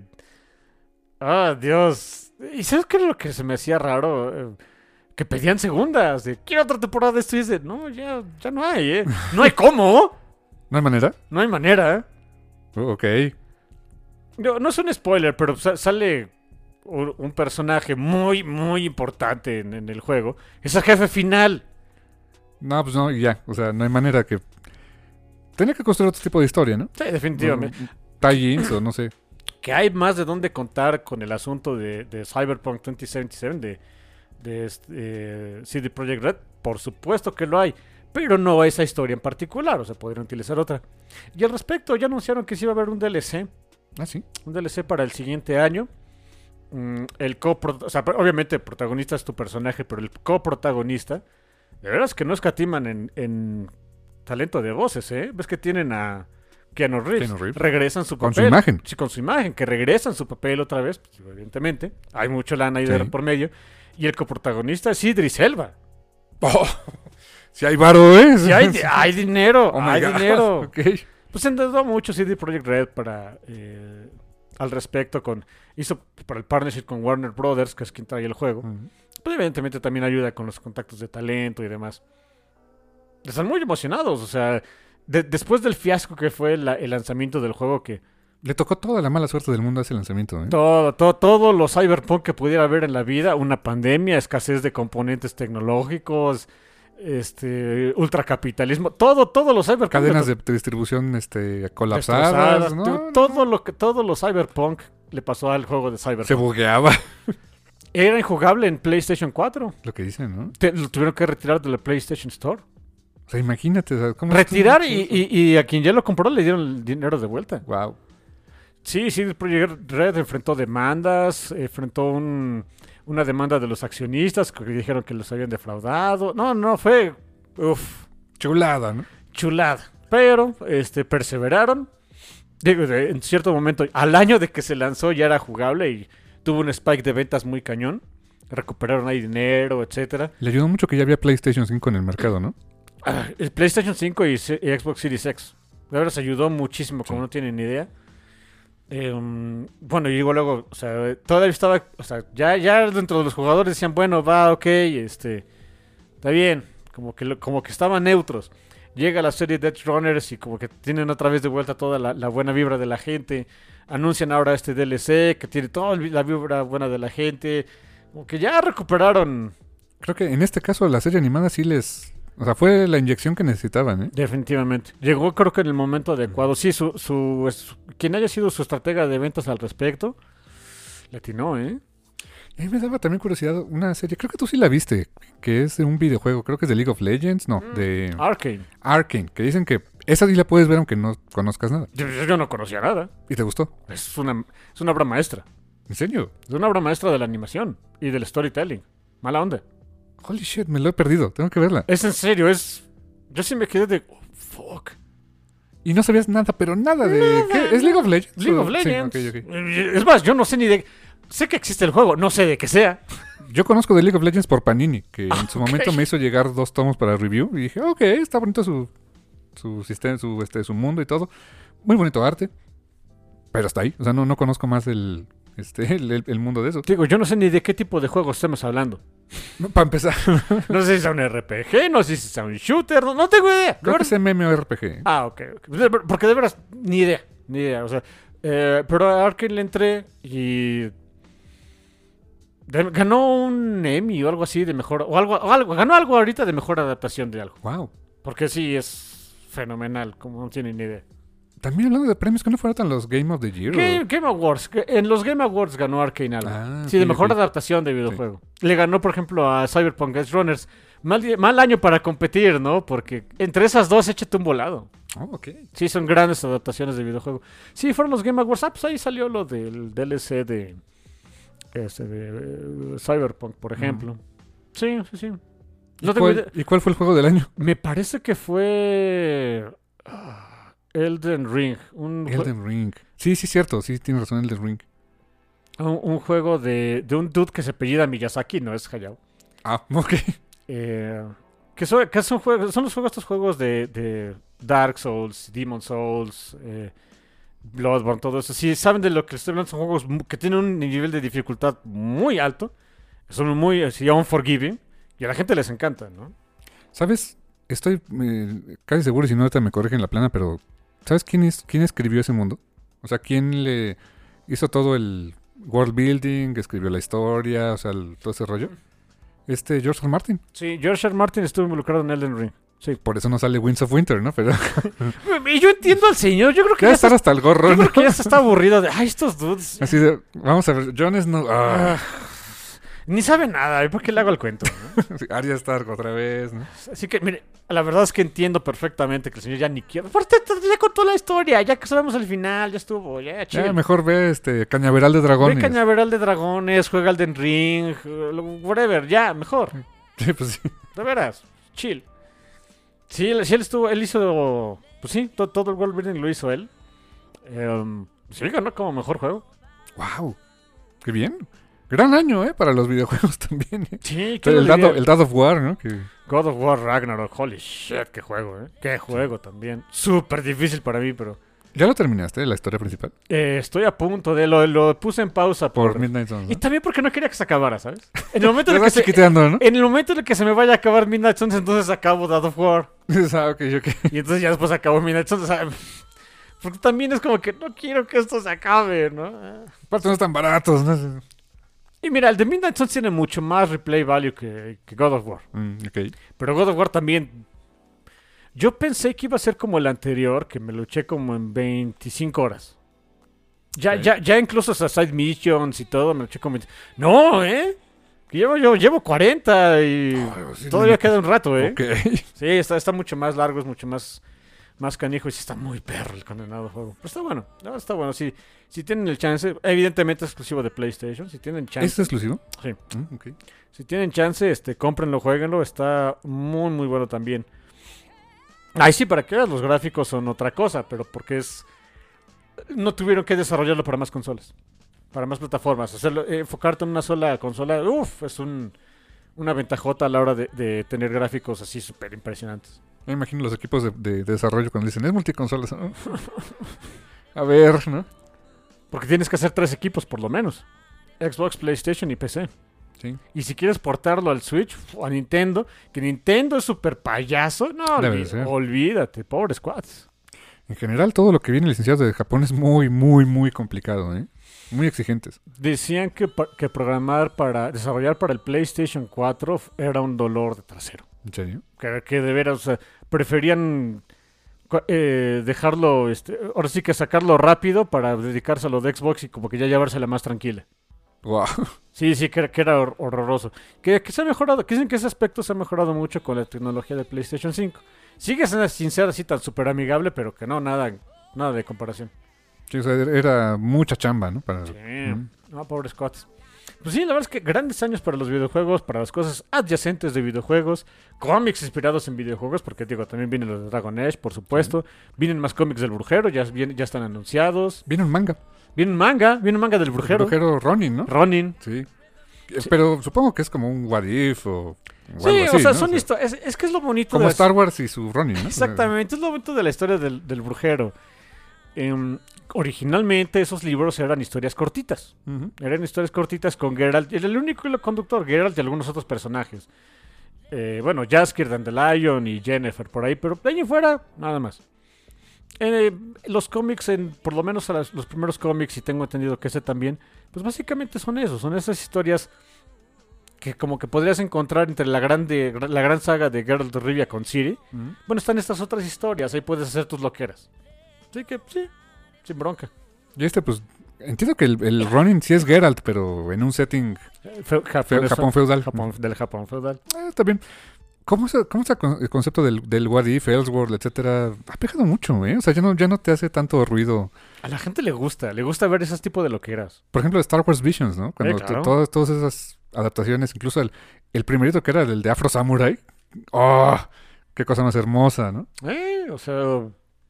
Dios. ¿Y sabes qué es lo que se me hacía raro? Que pedían segundas. Quiero otra temporada de esto. Y dice, no, ya no hay, No hay cómo. ¿No hay manera? No hay manera. Ok. No es un spoiler, pero sale un personaje muy, muy importante en el juego. Es el jefe final. No, pues no, ya. O sea, no hay manera que... Tenía que construir otro tipo de historia, ¿no? Sí, definitivamente. Tie-ins o no sé. Que hay más de dónde contar con el asunto de Cyberpunk 2077, de CD Projekt Red. Por supuesto que lo hay. Pero no esa historia en particular. O sea, podrían utilizar otra. Y al respecto, ya anunciaron que sí va a haber un DLC. Ah, sí. Un DLC para el siguiente año. O sea, obviamente el protagonista es tu personaje, pero el coprotagonista, de veras que no escatiman en talento de voces, Ves que tienen a Keanu Reeves. Regresan su papel. Con su imagen. Sí, con su imagen, que regresan su papel otra vez, pues, evidentemente. Hay mucho lana ahí por medio. Y el coprotagonista es Idris Elba. Oh, si hay varo, Si hay dinero, hay dinero. Okay. Pues se endeudó mucho CD Projekt Red para... al respecto hizo para el partnership con Warner Brothers, que es quien trae el juego. Pues evidentemente también ayuda con los contactos de talento y demás. Están muy emocionados, o sea, después del fiasco que fue el lanzamiento del juego, que le tocó toda la mala suerte del mundo a ese lanzamiento, todo lo cyberpunk que pudiera haber en la vida, una pandemia, escasez de componentes tecnológicos, ultracapitalismo, todo lo cyberpunk. Cadenas de distribución colapsadas, ¿no? Todo lo cyberpunk le pasó al juego de Cyberpunk. Se bugueaba. Era injugable en PlayStation 4. Lo que dicen, ¿no? Lo tuvieron que retirar de la PlayStation Store. O sea, imagínate. O sea, ¿cómo Retirar y a quien ya lo compró le dieron el dinero de vuelta. Wow. Sí, Projekt Red enfrentó demandas, enfrentó una demanda de los accionistas que dijeron que los habían defraudado. No, fue Chulada, ¿no? chulada. Pero perseveraron. Digo, en cierto momento, al año de que se lanzó ya era jugable y tuvo un spike de ventas muy cañón. Recuperaron ahí dinero, etcétera. Le ayudó mucho que ya había PlayStation 5 en el mercado, ¿no? El PlayStation 5 y Xbox Series X. De verdad se ayudó muchísimo, como Sí. no tienen ni idea. Bueno, y luego, o sea, todavía estaba, o sea, ya dentro de los jugadores decían, bueno, va, ok, está bien, como que estaban neutros. Llega la serie Death Runners y como que tienen otra vez de vuelta toda la buena vibra de la gente. Anuncian ahora este DLC que tiene toda la vibra buena de la gente. Como que ya recuperaron. Creo que en este caso la serie animada sí les... O sea, fue la inyección que necesitaban, ¿eh? Definitivamente. Llegó creo que en el momento adecuado. Sí, quien haya sido su estratega de ventas al respecto, le atinó, ¿eh? Y a mí me daba también curiosidad una serie, creo que tú sí la viste, que es de un videojuego, creo que es de League of Legends, no, de Arcane. Arcane, que dicen que esa sí la puedes ver aunque no conozcas nada. Yo no conocía nada. ¿Y te gustó? Es una obra maestra. ¿En serio? Es una obra maestra de la animación y del storytelling. Mala onda. Holy shit, me lo he perdido, tengo que verla. Es en serio, yo sí me quedé de... Oh, fuck. Y no sabías nada, pero nada de... ¿Qué? ¿Es League of Legends? League of Sí, Legends. ok, ok. Es más, yo no sé ni de... Sé que existe el juego, no sé de qué sea. Yo conozco de League of Legends por Panini, que en su ok. momento me hizo llegar 2 tomos para review. Y dije, ok, está bonito su sistema, su mundo y todo. Muy bonito arte. Pero hasta ahí. O sea, no conozco más el mundo de eso. Digo, yo no sé ni de qué tipo de juego estamos hablando. No, para empezar, No sé si es un RPG, no sé si es un shooter, no tengo idea. creo que es MMORPG. Ok. Porque de veras, ni idea. O sea, pero a Arcane le entré y... ganó un Emmy o algo así de mejor... ganó algo ahorita de mejor adaptación de algo. Wow. Porque sí, es fenomenal, como no tienen ni idea. También hablando de premios, ¿que no fueron los Game of the Year? Game Awards. En los Game Awards ganó Arcane algo. Ah, Sí, ok, de mejor ok. adaptación de videojuego. Le ganó, por ejemplo, a Cyberpunk Edge Runners. Mal año para competir, ¿no? Porque entre esas dos, échate un volado. Oh, ok. Sí, son grandes adaptaciones de videojuego. Sí, fueron los Game Awards. Pues ahí salió lo del DLC de Cyberpunk, por ejemplo. Sí. No tengo idea. ¿Y cuál fue el juego del año? Me parece que fue Elden Ring. Elden Ring. Sí, cierto. Sí, tienes razón, Elden Ring. Un juego de un dude que se apellida Miyazaki, no es Hayao. Ah, ok. Que son estos juegos de Dark Souls, Demon Souls, Bloodborne, todo eso. Si saben de lo que estoy hablando, son juegos que tienen un nivel de dificultad muy alto. Son muy unforgiving. Y a la gente les encanta, ¿no? ¿Sabes? Estoy casi seguro, y si no ahorita me corrigen la plana, pero ¿sabes quién escribió ese mundo? O sea, ¿quién le hizo todo el world building, escribió la historia, o sea, todo ese rollo? George R. Martin. Sí, George R. Martin estuvo involucrado en Elden Ring. Sí. Por eso no sale Winds of Winter, ¿no? Pero Y yo entiendo al señor, yo creo que ya estar hasta el gorro, yo ¿no? creo que ya se está aburrido de, estos dudes. Así de, vamos a ver, Jon Snow. Ni sabe nada, ¿por qué le hago el cuento? ¿no? Arya Stark otra vez, ¿no? Así que, mire, la verdad es que entiendo perfectamente que el señor ya ni quiere. Aparte, ya contó la historia, ya que sabemos el final, ya estuvo, ya chill. Ya, mejor ve Cañaveral de Ve Dragones. Cañaveral de Dragones, juega Elden Ring, whatever, ya, mejor. Sí, pues sí. De veras, chill. Sí, él hizo, pues sí, todo el world building lo hizo él. Sí, ganó como mejor juego. Wow. Qué bien. Gran año, para los videojuegos también, Sí, Pero el God of War, ¿no? Que... God of War Ragnarok, holy shit, qué juego, Qué juego también. Súper difícil para mí, pero... ¿Ya lo terminaste, la historia principal? Estoy a punto de... Lo puse en pausa Por Midnight Suns, Y ¿no? también porque no quería que se acabara, ¿sabes? En el momento Te en el vas que chiquiteando, ¿no? en el momento en el que se me vaya a acabar Midnight Suns, entonces acabo God of War. Ok. Y entonces ya después acabo Midnight Suns, ¿sabes? Porque también es como que no quiero que esto se acabe, ¿no? Aparte no están baratos, ¿no? Y mira, el de Midnight Suns tiene mucho más replay value que God of War. Ok. Pero God of War también... Yo pensé que iba a ser como el anterior, que me lo eché como en 25 horas. Ya incluso esas side missions y todo, me lo checo. No, que yo llevo 40 y sí, todavía queda un rato, Ok. Sí, está mucho más largo, es mucho más canijo y sí está muy perro el condenado juego. Pero está bueno, no, está bueno. Si tienen el chance, evidentemente es exclusivo de PlayStation. Si tienen chance, ¿Es exclusivo? Sí. Ok. Si tienen chance, cómprenlo, jueguenlo. Está muy, muy bueno también. Ahí sí, para que veas, los gráficos son otra cosa, pero porque no tuvieron que desarrollarlo para más consolas, para más plataformas. Enfocarte en una sola consola, es una ventajota a la hora de tener gráficos así súper impresionantes. Me imagino los equipos de desarrollo cuando dicen, es multiconsolas. A ver, ¿no? Porque tienes que hacer 3 equipos por lo menos. Xbox, PlayStation y PC. Sí. Y si quieres portarlo al Switch o a Nintendo, que Nintendo es súper payaso, no, Debe ser. olvídate, pobres squads. En general, todo lo que viene licenciado de Japón es muy, muy, muy complicado, ¿eh? Muy exigentes. Decían que desarrollar para el PlayStation 4 era un dolor de trasero. ¿En serio? Que de veras, o sea, preferían dejarlo, ahora sí que sacarlo rápido para dedicarse a lo de Xbox y como que ya llevársela más tranquila. Wow. Sí, que era horroroso. Que se ha mejorado, que dicen que ese aspecto se ha mejorado mucho con la tecnología de PlayStation 5. Sigue sin ser así tan súper amigable, pero que no, nada de comparación. Sí, o sea, era mucha chamba, ¿no? Sí, no, pobres cuates. Pues sí, la verdad es que grandes años para los videojuegos, para las cosas adyacentes de videojuegos, cómics inspirados en videojuegos, porque digo, también vienen los de Dragon Age, por supuesto. Vienen más cómics del Brujero, ya están anunciados. Viene un manga. Viene un manga del Brujero. El Brujero Ronin, ¿no? Ronin. Sí. Pero supongo que es como un What If o Sí, algo así, o sea, ¿no? son historias. Es que es lo bonito como Star Wars y su Ronin, ¿no? Exactamente, es lo bonito de la historia del Brujero. Originalmente esos libros eran historias cortitas. Uh-huh. Eran historias cortitas con Geralt. Era el único conductor, Geralt y algunos otros personajes. Bueno, Jaskier, Dandelion y Yennefer por ahí, pero de ahí en fuera, nada más. Los cómics, por lo menos los primeros cómics, y tengo entendido que ese también, pues básicamente son esas historias que como que podrías encontrar entre la gran saga de Geralt de Rivia con Ciri. Uh-huh. Bueno, están estas otras historias, ahí puedes hacer tus loqueras. Así que sí, sin bronca. Y pues entiendo que el Ronin sí es Geralt, pero en un setting Japón feudal. Del Japón feudal. Está bien. ¿Cómo es el concepto del What If, Elseworld, etcétera? Ha pegado mucho, ¿eh? O sea, ya no te hace tanto ruido. A la gente le gusta ver ese tipo de loqueras. Por ejemplo, Star Wars Visions, ¿no? Cuando claro. todas esas adaptaciones, incluso el primerito que era el de Afro Samurai. ¡Oh! ¡Qué cosa más hermosa!, ¿no? O sea,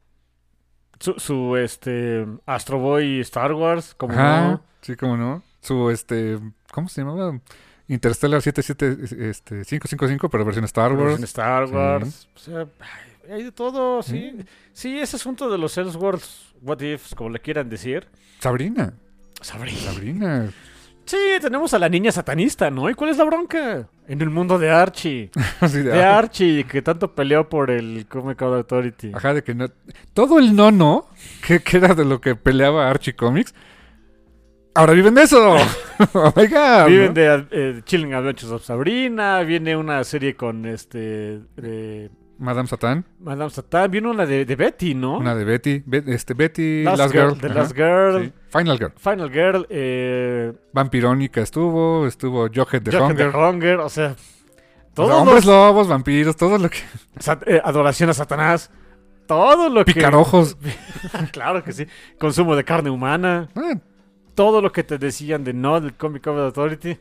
su Astro Boy Star Wars, como no. Sí, como no. Su ¿cómo se llamaba? Interstellar 555, pero versión Star Wars. Versión Star Wars. Sí. O sea, hay de todo, sí. Sí, ese asunto de los Elseworlds, What Ifs, como le quieran decir. Sabrina. Sí, tenemos a la niña satanista, ¿no? ¿Y cuál es la bronca? En el mundo de Archie. Sí, de Archie, que tanto peleó por el Comic Code Authority. Ajá, de que no... Todo el nono, que era de lo que peleaba Archie Comics, ahora viven de eso. Oh my God, viven ¿no? de Chilling Adventures of Sabrina, viene una serie con Madame Satán. Madame Satán, viene una de Betty, ¿no? Una de Betty. Betty, Last Girl. The Last Girl. Sí. Final Girl. Vampirónica estuvo Jughead the Hunger. O sea, todos hombres lobos, vampiros, todo lo que... adoración a Satanás. Todo lo Picarojos. Claro que sí. Consumo de carne humana. Todo lo que te decían del Comic Code Authority.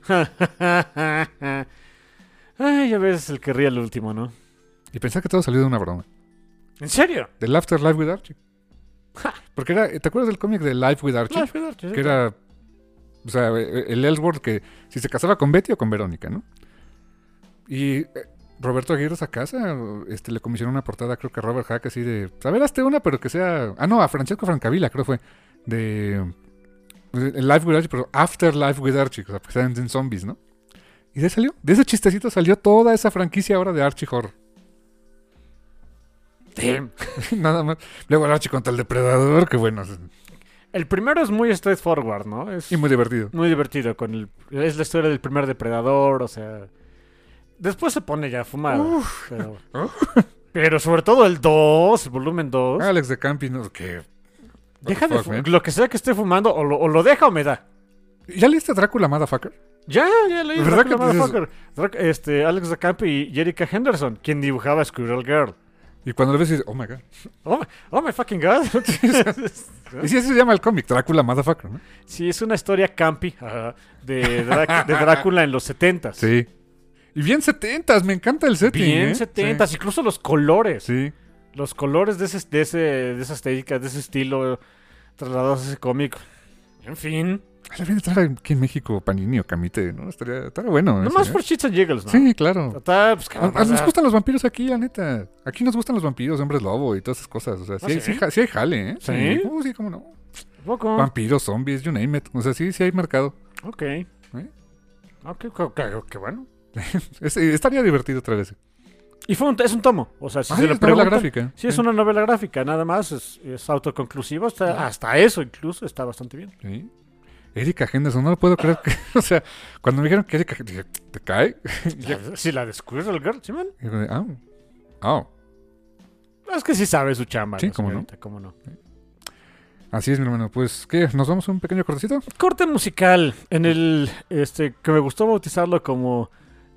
Ay, a veces el que ríe el último, ¿no? Y pensé que todo salió de una broma. ¿En serio? Del Afterlife with Archie. Porque ¿te acuerdas del cómic de Life with Archie? Life with Archie, sí. Que era, o sea, el Elseworld que si se casaba con Betty o con Verónica, ¿no? Y Roberto Aguirre Sacasa le comisionó una portada, creo que a Robert Hack, así de, a ver, hazte una, pero que sea... a Francesco Francavilla, creo fue, de... El Life with Archie, pero Afterlife with Archie, o sea, pues eran en zombies, ¿no? Y de ahí salió, de ese chistecito salió toda esa franquicia ahora de Archie Horror. Damn. Nada más. Luego el Archie contra el depredador, que bueno. El primero es muy straightforward, ¿no? Y muy divertido. Muy divertido. Es la historia del primer depredador, o sea... Después se pone ya fumado. Pero sobre todo el 2, el volumen 2. Alex de Campi, ¿no? Que Deja de fuck, man? lo que sea que esté fumando, o lo deja o me da. ¿Ya leíste Drácula, motherfucker? Ya leí ¿Verdad Drácula, que dices- motherfucker. Alex de Campo y Erika Henderson, quien dibujaba Squirrel Girl. Y cuando lo ves dices, oh my god. Oh my fucking god. Y si así se llama el cómic, Drácula, motherfucker, ¿no? Sí, es una historia campi de Drácula en los 70s. Sí. Y bien 70s, me encanta el setting, Bien 70s, incluso los colores. Sí. Los colores de esa estética, de ese estilo, trasladados a ese cómic. En fin. Le viene a estar aquí en México Panini o Camite, ¿no? Estaría bueno. Nomás ese, por shits and giggles, ¿no? Sí, claro. Total, pues, ¿qué va a Nos pasar? gustan los vampiros aquí, la neta. Aquí nos gustan los vampiros, hombres lobo y todas esas cosas. O sea, sí, ¿sí? sí hay jale, ¿eh? ¿Sí? Sí, cómo no. Poco. Vampiros, zombies, you name it. O sea, sí hay mercado. Ok. Ok, bueno. Estaría divertido otra vez. Y es un tomo. O sea, si se Es le novela pregunta... gráfica. Sí, es una novela gráfica, nada más. Es autoconclusivo. Hasta eso incluso está bastante bien. Sí. Erika Henderson, no lo puedo creer. O sea, cuando me dijeron que Erika dije, ¿te cae? Sí, la de Squirrel Girl, ¿sí, man? Y yo, oh. Es que sí sabe su chamba. Sí, la cómo no. señorita, cómo no. Así es, mi hermano. Pues, ¿qué? ¿Nos vamos a un pequeño cortecito? Corte musical en el que me gustó bautizarlo como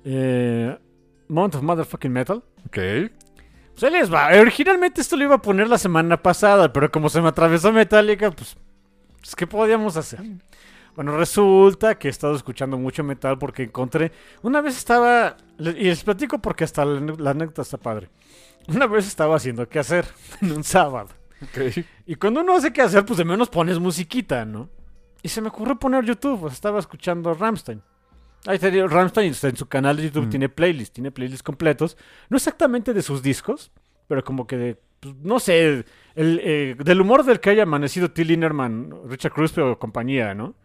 Month of Motherfucking Metal. Ok. Pues ahí les va. Originalmente esto lo iba a poner la semana pasada, pero como se me atravesó Metallica, pues ¿qué podíamos hacer? Bueno, resulta que he estado escuchando mucho metal porque encontré... Una vez estaba... Y les platico porque hasta la anécdota está padre. Una vez estaba haciendo qué hacer en un sábado. Ok. Y cuando uno hace qué hacer, pues de menos pones musiquita, ¿no? Y se me ocurrió poner YouTube, pues estaba escuchando Rammstein. Ahí te digo, Rammstein está en su canal de YouTube, tiene playlists completos. No exactamente de sus discos, pero como que de, pues, no sé, del humor del que haya amanecido Till Lindemann, Richard Kruspe o compañía, ¿no?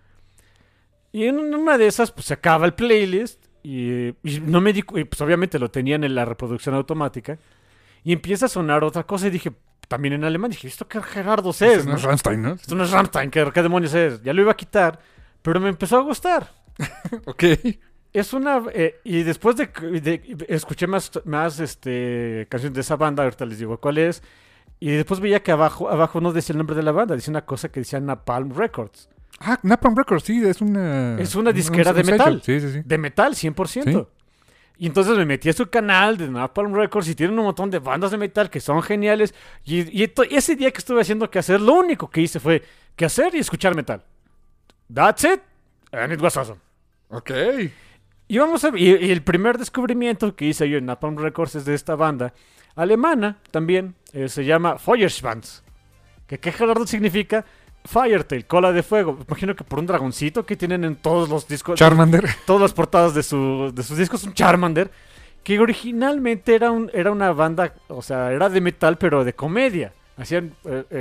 Y en una de esas, pues se acaba el playlist y no me di y pues obviamente lo tenían en la reproducción automática y empieza a sonar otra cosa y dije, también en alemán, dije, ¿esto qué Gerardo es? Este no es Rammstein, ¿no? Esto no es Rammstein, ¿qué demonios es? Ya lo iba a quitar, pero me empezó a gustar. Ok. Es una... y después escuché más canciones de esa banda, ahorita les digo cuál es, y después veía que abajo no decía el nombre de la banda, decía una cosa que decía Napalm Records. Ah, Napalm Records, sí, es una... Es una disquera de sello. metal. Sí, sí, sí. De metal, 100%. Sí. Y entonces me metí a su canal de Napalm Records y tienen un montón de bandas de metal que son geniales. Y ese día que estuve haciendo que hacer, lo único que hice fue que hacer y escuchar metal. That's it. And it was awesome. Ok. Y vamos a ver, y el primer descubrimiento que hice yo en Napalm Records es de esta banda alemana también, se llama Feuerschwanz. ¿Qué Gerardo significa? Firetail, cola de fuego. Imagino que por un dragoncito que tienen en todos los discos, Charmander. todas las portadas de sus discos, un Charmander, que originalmente era una banda, o sea, era de metal pero de comedia. Hacían,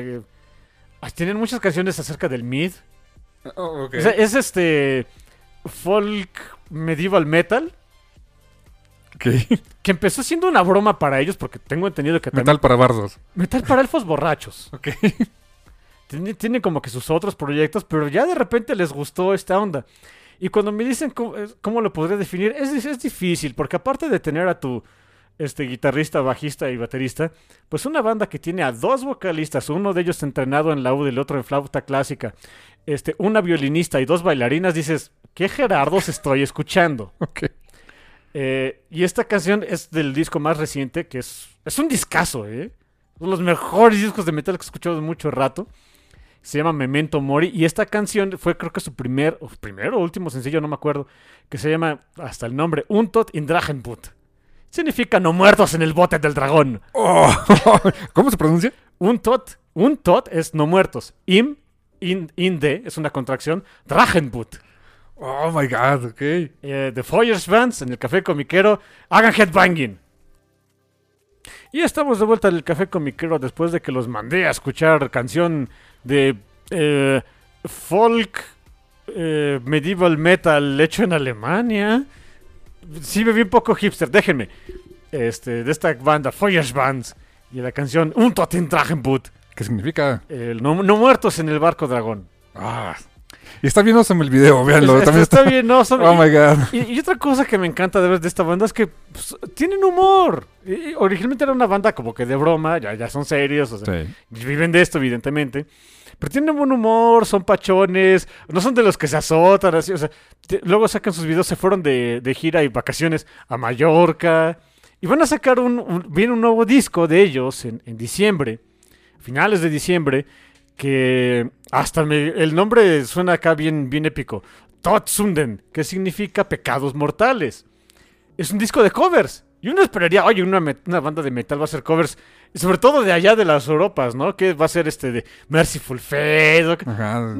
tienen muchas canciones acerca del Mid. Oh, ok. O sea, es folk medieval metal. Ok. Que empezó siendo una broma para ellos, porque tengo entendido que también... Metal para bardos. Metal para elfos borrachos. Ok. Tiene como que sus otros proyectos, pero ya de repente les gustó esta onda. Y cuando me dicen cómo lo podría definir, es difícil, porque aparte de tener a tu guitarrista, bajista y baterista, pues una banda que tiene a dos vocalistas, uno de ellos entrenado en laúd y el otro en flauta clásica, una violinista y dos bailarinas, dices, ¿qué Gerardos estoy escuchando? Ok. Y esta canción es del disco más reciente, que es un discazo, Uno de los mejores discos de metal que he escuchado en mucho rato. Se llama Memento Mori. Y esta canción fue, creo que su primer o último sencillo, no me acuerdo. Que se llama, hasta el nombre, Untot in Dragenboot. Significa no muertos en el bote del dragón. Oh, ¿cómo se pronuncia? Untot es no muertos. Inde es una contracción. Dragenboot. Oh my god, ok. The Feuerschwanz en el Café Comiquero. Hagan headbanging. Y estamos de vuelta en el Café Comiquero después de que los mandé a escuchar canción de folk medieval metal hecho en Alemania. Sí, me vi un poco hipster, déjenme. De esta banda Feuerschwanz y la canción Untot in Dragenboot. ¿Qué significa? No muertos en el barco dragón. Ah. Y está bien awesome el video, véanlo. También Está bien awesome. Oh my God. Y otra cosa que me encanta de esta banda es que pues, tienen humor. Originalmente era una banda como que de broma, ya son serios, o sea, Sí. viven de esto, evidentemente. Pero tienen buen humor, son pachones, no son de los que se azotan, así, o sea, luego sacan sus videos, se fueron de gira y vacaciones a Mallorca. Y van a sacar viene un nuevo disco de ellos en diciembre, finales de diciembre, que hasta el nombre suena acá bien, bien épico. Todsünden, que significa pecados mortales. Es un disco de covers. Y uno esperaría, oye, una banda de metal va a hacer covers, sobre todo de allá de las Europas, ¿no? Que va a ser de Merciful Fate. Ajá.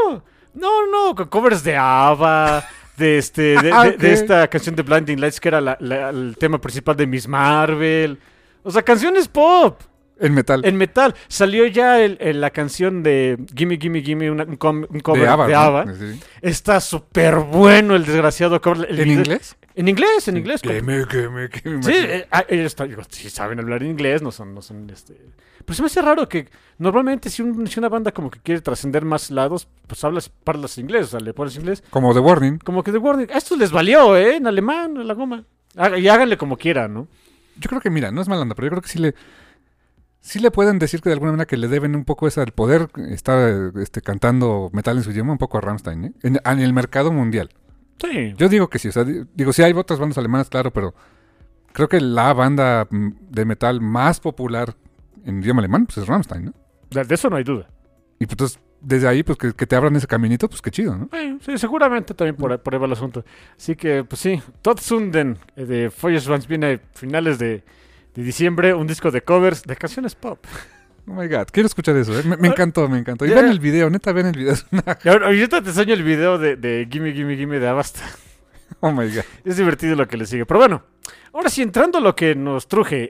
No, con covers de ABBA, de esta canción de Blinding Lights, que era el tema principal de Miss Marvel. O sea, canciones pop. En metal. En metal. Salió ya la canción de Gimme, Gimme, Gimme, un cover de ABBA. de ABBA. ¿No? Sí. Está súper bueno el desgraciado cover. ¿En inglés? En inglés. Gimme. Sí, ellos sí saben hablar inglés, no son. Pero se me hace raro que normalmente si una banda como que quiere trascender más lados, pues parlas inglés, o sea, le pones inglés. Como The Warning. Como que The Warning. A estos les valió, en alemán, en la goma. Y háganle como quieran, ¿no? Yo creo que, mira, no es mala onda, pero yo creo que sí le pueden decir que de alguna manera que le deben un poco el poder estar cantando metal en su idioma un poco a Rammstein, ¿eh? En el mercado mundial. Sí. Yo digo que sí, o sea, digo, sí hay otras bandas alemanas, claro, pero creo que la banda de metal más popular en idioma alemán, pues es Rammstein, ¿no? De eso no hay duda. Y pues entonces, desde ahí, pues que te abran ese caminito, pues qué chido, ¿no? Sí, seguramente también por ahí va el asunto. Así que, pues sí, Todsünden de Feuerswands viene a finales de diciembre, un disco de covers de canciones pop. Oh my God, quiero escuchar eso, ¿eh? Me encantó. Y vean el video, neta, vean el video. Y ahorita te enseño el video de Gimme, Gimme, Gimme de Avast. Oh my God. Es divertido lo que le sigue. Pero bueno, ahora sí, entrando a lo que nos truje,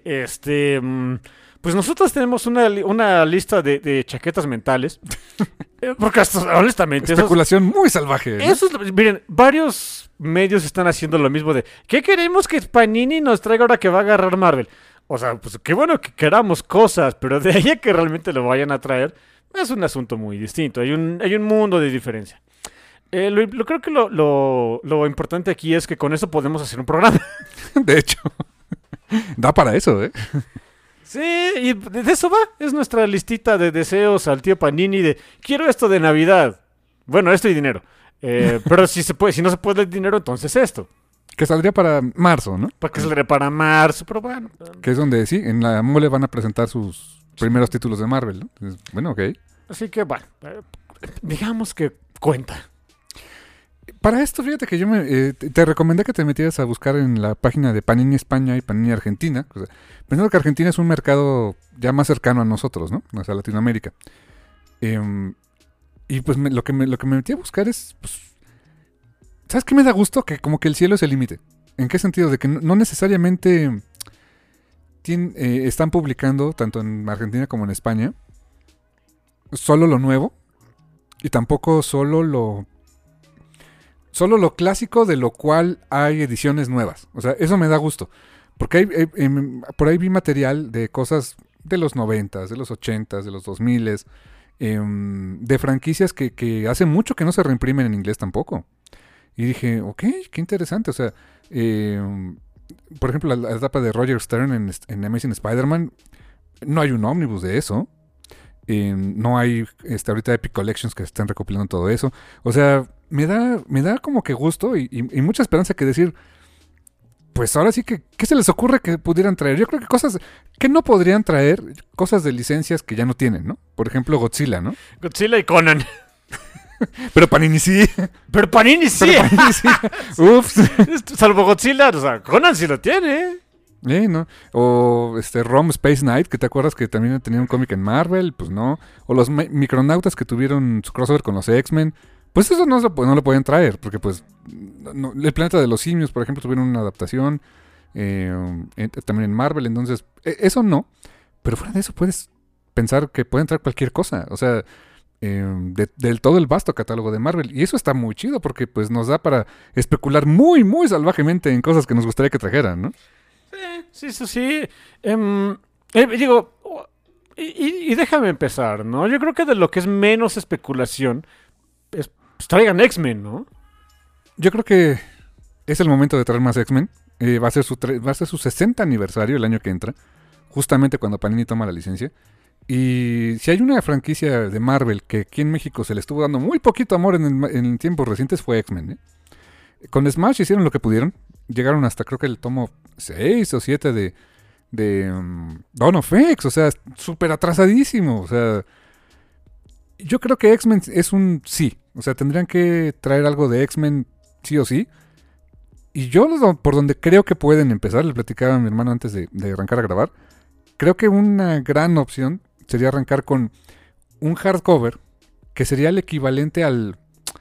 pues nosotros tenemos una lista de chaquetas mentales. Porque honestamente... Especulación muy salvaje, ¿no? Miren, varios medios están haciendo lo mismo de... ¿Qué queremos que Panini nos traiga ahora que va a agarrar Marvel? O sea, pues qué bueno que queramos cosas, pero de ahí a que realmente lo vayan a traer, es un asunto muy distinto. Hay un mundo de diferencia. Creo que lo importante aquí es que con eso podemos hacer un programa. De hecho, da para eso, ¿eh? Sí, y de eso va. Es nuestra listita de deseos al tío Panini de quiero esto de Navidad. Bueno, esto y dinero. Pero si no se puede el dinero, entonces esto. Que saldría para marzo, ¿no? Para que saldría para marzo, pero bueno. Que es donde sí, en la mole van a presentar sus primeros títulos de Marvel, ¿no? Entonces, bueno, ok. Así que bueno, digamos que cuenta. Para esto, fíjate que yo te recomendé que te metieras a buscar en la página de Panini España y Panini Argentina. O sea, pensando que Argentina es un mercado ya más cercano a nosotros, ¿no? O sea, Latinoamérica. Y pues lo que me metí a buscar es... Pues, ¿sabes qué me da gusto? Que como que el cielo es el límite. ¿En qué sentido? De que no necesariamente están publicando, tanto en Argentina como en España, solo lo nuevo. Y tampoco solo lo clásico, de lo cual hay ediciones nuevas. O sea, eso me da gusto. Porque por ahí vi material de cosas de los 90s, de los 80s, de los 2000s, de franquicias que hace mucho que no se reimprimen en inglés tampoco. Y dije, ok, qué interesante. O sea, por ejemplo, la etapa de Roger Stern en Amazing Spider-Man, no hay un ómnibus de eso. No hay ahorita Epic Collections que estén recopilando todo eso. O sea, me da como que gusto y mucha esperanza que decir, pues ahora sí que, ¿qué se les ocurre que pudieran traer? Yo creo que cosas que no podrían traer, cosas de licencias que ya no tienen, ¿no? Por ejemplo, Godzilla, ¿no? Godzilla y Conan. Pero Panini sí. Pero Panini sí. Ups. Salvo Godzilla, o sea, Conan sí lo tiene. ¿No? O Rome Space Knight, que te acuerdas que también tenía un cómic en Marvel, pues no. O los Micronautas que tuvieron su crossover con los X-Men. Pues eso no lo pueden traer, porque pues el planeta de los simios, por ejemplo, tuvieron una adaptación también en Marvel, entonces eso no. Pero fuera de eso puedes pensar que pueden traer cualquier cosa, o sea, del todo el vasto catálogo de Marvel. Y eso está muy chido porque pues nos da para especular muy, muy salvajemente en cosas que nos gustaría que trajeran, ¿no? Sí, eso sí. Digo, y déjame empezar, ¿no? Yo creo que de lo que es menos especulación es pues traigan X-Men, ¿no? Yo creo que es el momento de traer más X-Men. Va a ser su 60 aniversario el año que entra, justamente cuando Panini toma la licencia. Y si hay una franquicia de Marvel que aquí en México se le estuvo dando muy poquito amor en tiempos recientes, fue X-Men, ¿eh? Con Smash hicieron lo que pudieron. Llegaron hasta creo que el tomo 6 o 7 de Dawn of X. O sea, súper atrasadísimo. O sea, yo creo que X-Men es un sí. O sea, tendrían que traer algo de X-Men sí o sí. Y yo por donde creo que pueden empezar, le platicaba a mi hermano antes de arrancar a grabar, creo que una gran opción sería arrancar con un hardcover que sería el equivalente al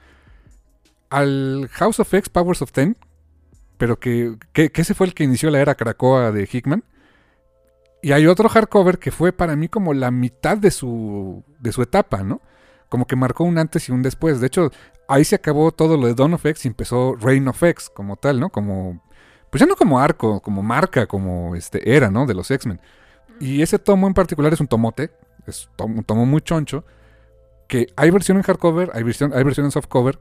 House of X Powers of Ten, pero que ese fue el que inició la era Krakoa de Hickman. Y hay otro hardcover que fue para mí como la mitad de su etapa, ¿no? Como que marcó un antes y un después. De hecho, ahí se acabó todo lo de Dawn of X y empezó Reign of X como tal, ¿no? Como, pues ya no como arco, como marca, como era, ¿no? De los X-Men. Y ese tomo en particular es un tomote, es un tomo muy choncho, que hay versión en hardcover, hay versión en softcover,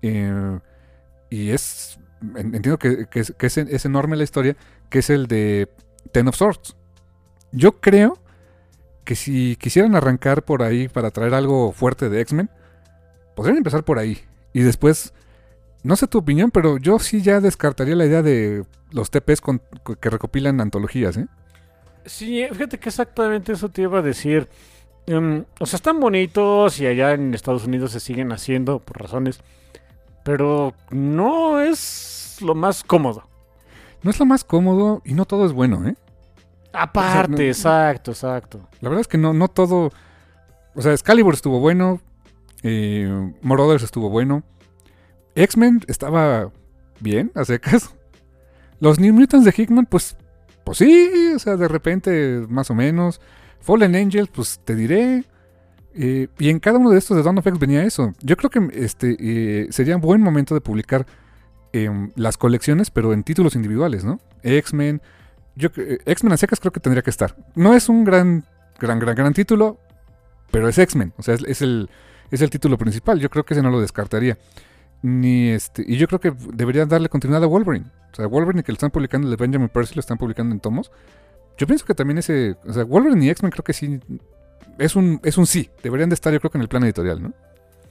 y entiendo que es enorme la historia, que es el de Ten of Swords. Yo creo que si quisieran arrancar por ahí para traer algo fuerte de X-Men, podrían empezar por ahí. Y después, no sé tu opinión, pero yo sí ya descartaría la idea de los TPs que recopilan antologías, ¿eh? Sí, fíjate que exactamente eso te iba a decir. O sea, están bonitos y allá en Estados Unidos se siguen haciendo por razones, pero no es lo más cómodo. No es lo más cómodo y no todo es bueno, ¿eh? Aparte, o sea, exacto. La verdad es que no todo... O sea, Excalibur estuvo bueno, Marauders estuvo bueno, X-Men estaba bien, a secas. Los New Mutants de Hickman, pues sí, o sea, de repente más o menos. Fallen Angels, pues te diré. Y en cada uno de estos de Dawn of X venía eso. Yo creo que sería un buen momento de publicar las colecciones, pero en títulos individuales, ¿no? X-Men. X-Men a secas creo que tendría que estar. No es un gran título, pero es X-Men. O sea, es el título principal. Yo creo que ese no lo descartaría. Y yo creo que deberían darle continuidad a Wolverine. O sea, Wolverine que lo están publicando, el de Benjamin Percy, lo están publicando en tomos. Yo pienso que también o sea, Wolverine y X-Men creo que sí es un sí. Deberían de estar, yo creo que en el plan editorial, ¿no?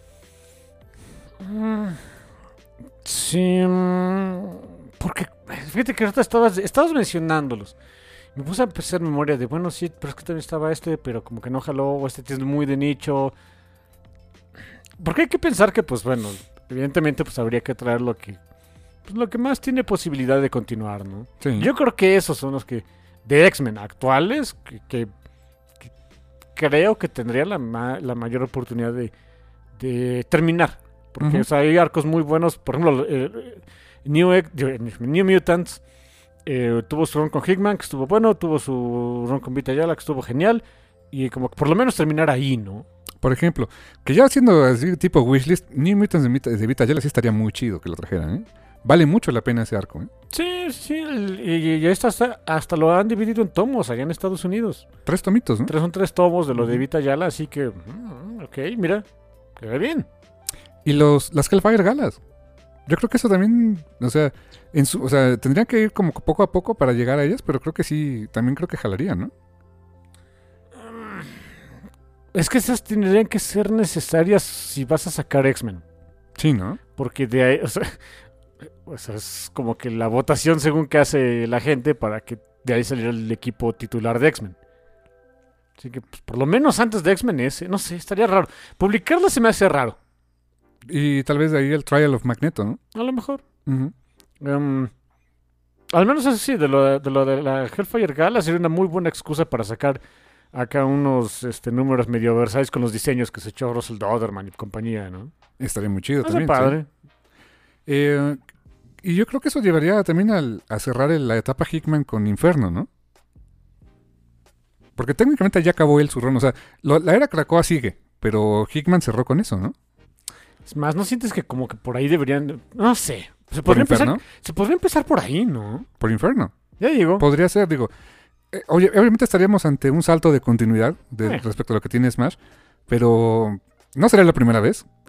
Sí, porque fíjate que ahorita estabas mencionándolos. Me puse a empezar memoria de, bueno, sí, pero es que también estaba pero como que no jaló, o es muy de nicho. Porque hay que pensar que, pues bueno, evidentemente pues habría que traer lo que más tiene posibilidad de continuar, ¿no? Sí. Yo creo que esos son los que de X-Men actuales que creo que tendría la mayor oportunidad de terminar. Porque o sea, hay arcos muy buenos. Por ejemplo, New Mutants tuvo su run con Hickman, que estuvo bueno. Tuvo su run con Vita Ayala, que estuvo genial. Y como que por lo menos terminar ahí, ¿no? Por ejemplo, que ya haciendo así tipo wishlist, New Mutants de Vita Ayala sí estaría muy chido que lo trajeran, ¿eh? Vale mucho la pena ese arco, ¿eh? Sí, y hasta lo han dividido en tomos allá en Estados Unidos. 3 tomitos, ¿no? Son 3 tomos de lo de Vita Ayala, así que, ok, mira, queda bien. Y las Hellfire Galas. Yo creo que eso también, o sea, tendrían que ir como poco a poco para llegar a ellas, pero creo que sí, también creo que jalarían, ¿no? Es que esas tendrían que ser necesarias si vas a sacar X-Men. Sí, ¿no? Porque de ahí, o sea, es como que la votación según que hace la gente para que de ahí saliera el equipo titular de X-Men. Así que, pues, por lo menos antes de X-Men no sé, estaría raro. Publicarlo se me hace raro. Y tal vez de ahí el Trial of Magneto, ¿no? A lo mejor. Uh-huh. Al menos eso sí, de lo de la Hellfire Gala sería una muy buena excusa para sacar acá unos números medio versátiles con los diseños que se echó Russell Doderman y compañía, ¿no? Estaría muy chido también. Padre. Sí. Y yo creo que eso llevaría también a cerrar la etapa Hickman con Inferno, ¿no? Porque técnicamente ya acabó él su run. O sea, la era Krakoa sigue, pero Hickman cerró con eso, ¿no? Es más, ¿no sientes que como que por ahí deberían... No sé. Se podría empezar por ahí, ¿no? Por Inferno. Ya digo. Podría ser, digo... obviamente estaríamos ante un salto de continuidad respecto a lo que tiene Smash, pero no sería la primera vez.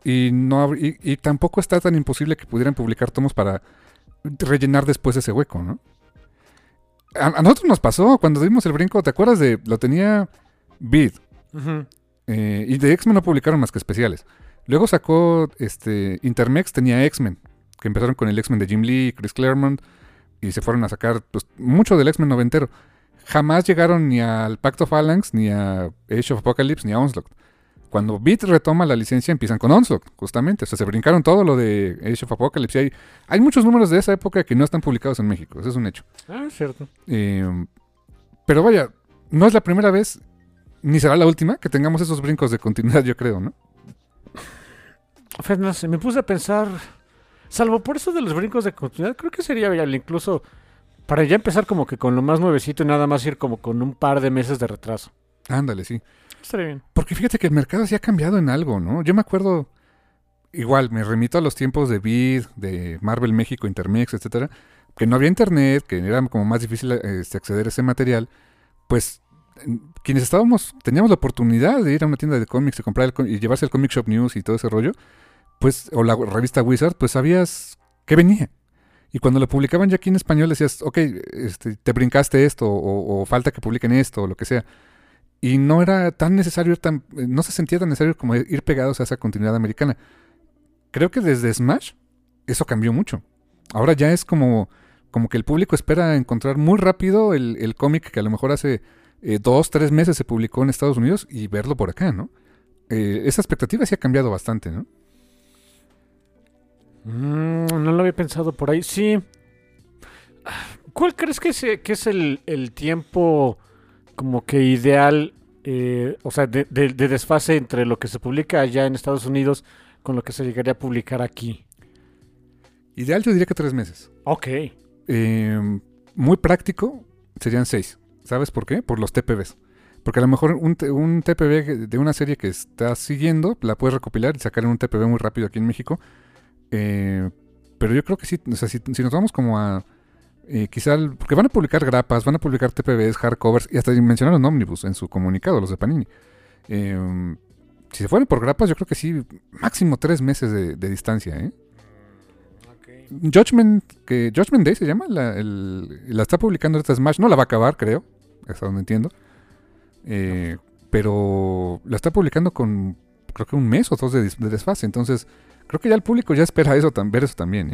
Y tampoco está tan imposible que pudieran publicar tomos para rellenar después ese hueco, ¿no? A nosotros nos pasó cuando dimos el brinco, ¿te acuerdas de...? Lo tenía Vid. Ujú. Y de X-Men no publicaron más que especiales. Luego sacó Intermex, tenía X-Men, que empezaron con el X-Men de Jim Lee, Chris Claremont, y se fueron a sacar pues, mucho del X-Men noventero. Jamás llegaron ni al Pact of Phalanx, ni a Age of Apocalypse, ni a Onslaught. Cuando Beat retoma la licencia, empiezan con Onslaught, justamente. O sea, se brincaron todo lo de Age of Apocalypse. Y hay muchos números de esa época que no están publicados en México. Eso es un hecho. Ah, es cierto. Pero vaya, no es la primera vez, ni será la última, que tengamos esos brincos de continuidad, yo creo, ¿no? No sé, me puse a pensar, salvo por eso de los brincos de continuidad, creo que sería viable incluso para ya empezar como que con lo más nuevecito y nada más ir como con un par de meses de retraso. Ándale, sí. Estaría bien. Porque fíjate que el mercado sí ha cambiado en algo, ¿no? Yo me acuerdo, igual, me remito a los tiempos de Vid, de Marvel México, Intermex, etcétera, que no había internet, que era como más difícil acceder a ese material, pues quienes teníamos la oportunidad de ir a una tienda de cómics y comprar y llevarse el Comic Shop News y todo ese rollo, pues, o la revista Wizard, pues sabías que venía. Y cuando lo publicaban ya aquí en español decías, ok, te brincaste esto, o falta que publiquen esto, o lo que sea. Y no era tan necesario, no se sentía tan necesario como ir pegados a esa continuidad americana. Creo que desde Smash eso cambió mucho. Ahora ya es como que el público espera encontrar muy rápido el cómic que a lo mejor hace 2-3 meses se publicó en Estados Unidos y verlo por acá, ¿no? Esa expectativa sí ha cambiado bastante, ¿no? No lo había pensado por ahí. Sí. ¿Cuál crees que es el tiempo como que ideal, o sea, de desfase entre lo que se publica allá en Estados Unidos con lo que se llegaría a publicar aquí? Ideal yo diría que 3 meses. Ok. Muy práctico serían 6. ¿Sabes por qué? Por los TPBs. Porque a lo mejor un TPB de una serie que estás siguiendo la puedes recopilar y sacar en un TPB muy rápido aquí en México. Pero yo creo que sí, o sea, si nos vamos como a quizá, porque van a publicar grapas, van a publicar TPBs, hardcovers, y hasta mencionaron Omnibus en su comunicado, los de Panini. Si se fueran por grapas, yo creo que sí, máximo 3 meses de distancia, ¿eh? Okay. Judgment Day se llama, la está publicando esta Smash, no la va a acabar, creo, hasta donde entiendo. Pero la está publicando con, creo que 1 mes o 2 de desfase, entonces creo que ya el público ya espera eso, ver eso también, ¿eh?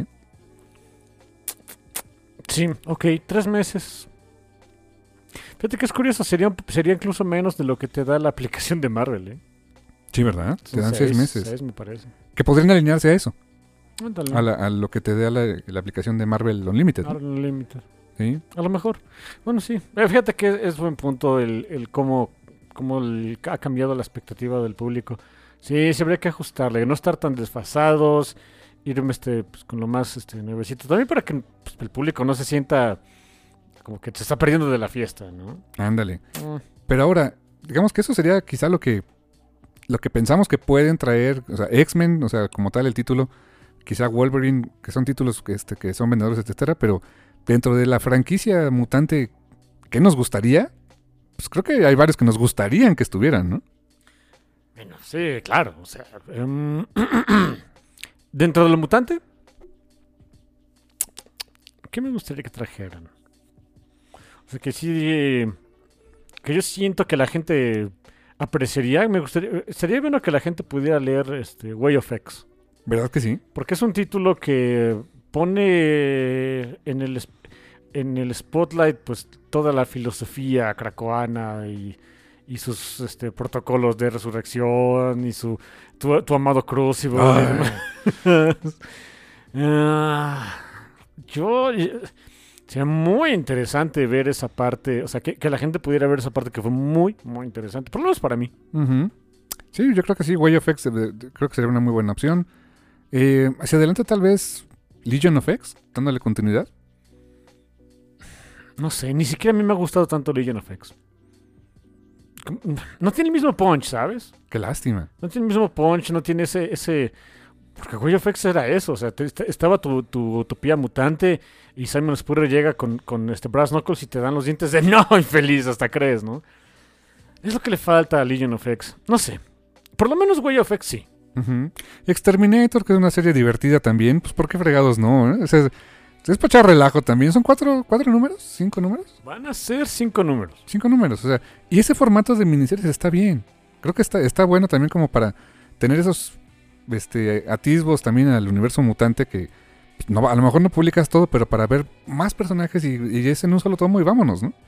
Sí, ok, 3 meses. Fíjate que es curioso, sería incluso menos de lo que te da la aplicación de Marvel, ¿eh? Sí, ¿verdad? Te dan 6 meses. 6 me parece. Que podrían alinearse a eso. Ándale. A lo que te da la aplicación de Marvel Unlimited, ¿no? Marvel Unlimited. Sí. A lo mejor. Bueno, sí. Fíjate que es buen punto el cómo ha cambiado la expectativa del público. Sí, se habría que ajustarle, no estar tan desfasados, irme pues, con lo más nuevecito. También para que pues, el público no se sienta como que se está perdiendo de la fiesta, ¿no? Ándale. Pero ahora, digamos que eso sería quizá lo que pensamos que pueden traer, o sea, X-Men, o sea, como tal el título, quizá Wolverine, que son títulos que son vendedores, etcétera, pero dentro de la franquicia mutante, ¿qué nos gustaría? Pues creo que hay varios que nos gustarían que estuvieran, ¿no? Bueno, sí, claro. O sea, dentro de lo mutante, ¿qué me gustaría que trajeran? O sea, que sí, que yo siento que la gente apreciaría. Sería bueno que la gente pudiera leer Way of X. ¿Verdad que sí? Porque es un título que pone en el spotlight pues toda la filosofía krakoana y sus protocolos de resurrección y tu amado Crucible. Sería muy interesante ver esa parte, o sea, que la gente pudiera ver esa parte que fue muy, muy interesante, por lo menos para mí. Uh-huh. Sí, yo creo que sí, Way of X creo que sería una muy buena opción. Hacia adelante tal vez Legion of X, dándole continuidad. No sé, ni siquiera a mí me ha gustado tanto Legion of X. No tiene el mismo punch, ¿sabes? Qué lástima. No tiene el mismo punch, no tiene ese... Porque Way of X era eso, o sea, estaba tu utopía mutante y Simon Spurrier llega con Brass Knuckles y te dan los dientes de no, infeliz, hasta crees, ¿no? Es lo que le falta a Legion of X. No sé. Por lo menos Way of X sí. Ujú. Exterminator, que es una serie divertida también, pues ¿por qué fregados no? O sea, es para echar relajo también. ¿Son cuatro números? ¿5 números? Van a ser 5 números. 5 números, o sea, y ese formato de miniseries está bien. Creo que está bueno también como para tener esos atisbos también al universo mutante que pues, no, a lo mejor no publicas todo, pero para ver más personajes y es en un solo tomo y vámonos, ¿no?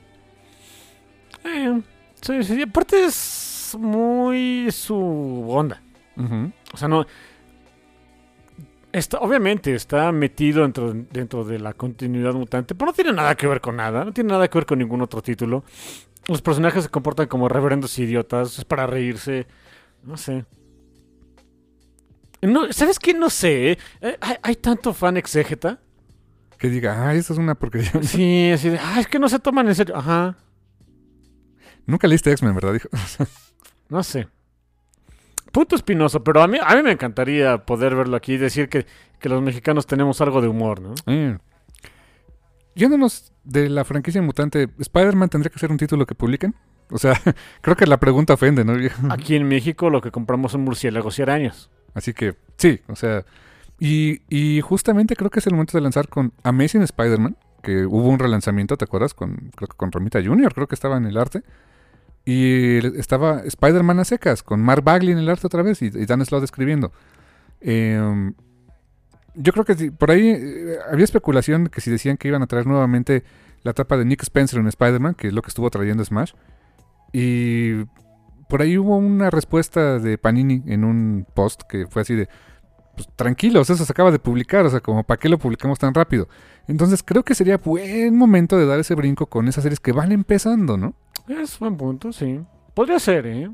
Sí, sí, aparte es muy su onda. Uh-huh. O sea, no... obviamente está metido dentro de la continuidad mutante, pero no tiene nada que ver con nada, no tiene nada que ver con ningún otro título. Los personajes se comportan como reverendos idiotas, es para reírse, no sé. No, ¿sabes qué? No sé, hay tanto fan exégeta. Que diga, eso es una porquería. Sí, así de, es que no se toman en serio. Ajá. Nunca leíste X-Men, ¿verdad? Dijo. No sé. Punto espinoso, pero a mí me encantaría poder verlo aquí y decir que los mexicanos tenemos algo de humor, ¿no? Yéndonos de la franquicia mutante, ¿Spider-Man tendría que ser un título que publiquen? O sea, creo que la pregunta ofende, ¿no? Aquí en México lo que compramos son murciélagos y arañas. Así que, sí, o sea... Y justamente creo que es el momento de lanzar con Amazing Spider-Man, que hubo un relanzamiento, ¿te acuerdas? Creo que con Romita Jr., creo que estaba en el arte. Y estaba Spider-Man a secas, con Mark Bagley en el arte otra vez y Dan Slott escribiendo. Yo creo que por ahí había especulación que si decían que iban a traer nuevamente la etapa de Nick Spencer en Spider-Man, que es lo que estuvo trayendo Smash. Y por ahí hubo una respuesta de Panini en un post que fue así de... Pues tranquilos, eso se acaba de publicar, o sea, como para qué lo publicamos tan rápido. Entonces creo que sería buen momento de dar ese brinco con esas series que van empezando, ¿no? Es buen punto, sí. Podría ser, ¿eh?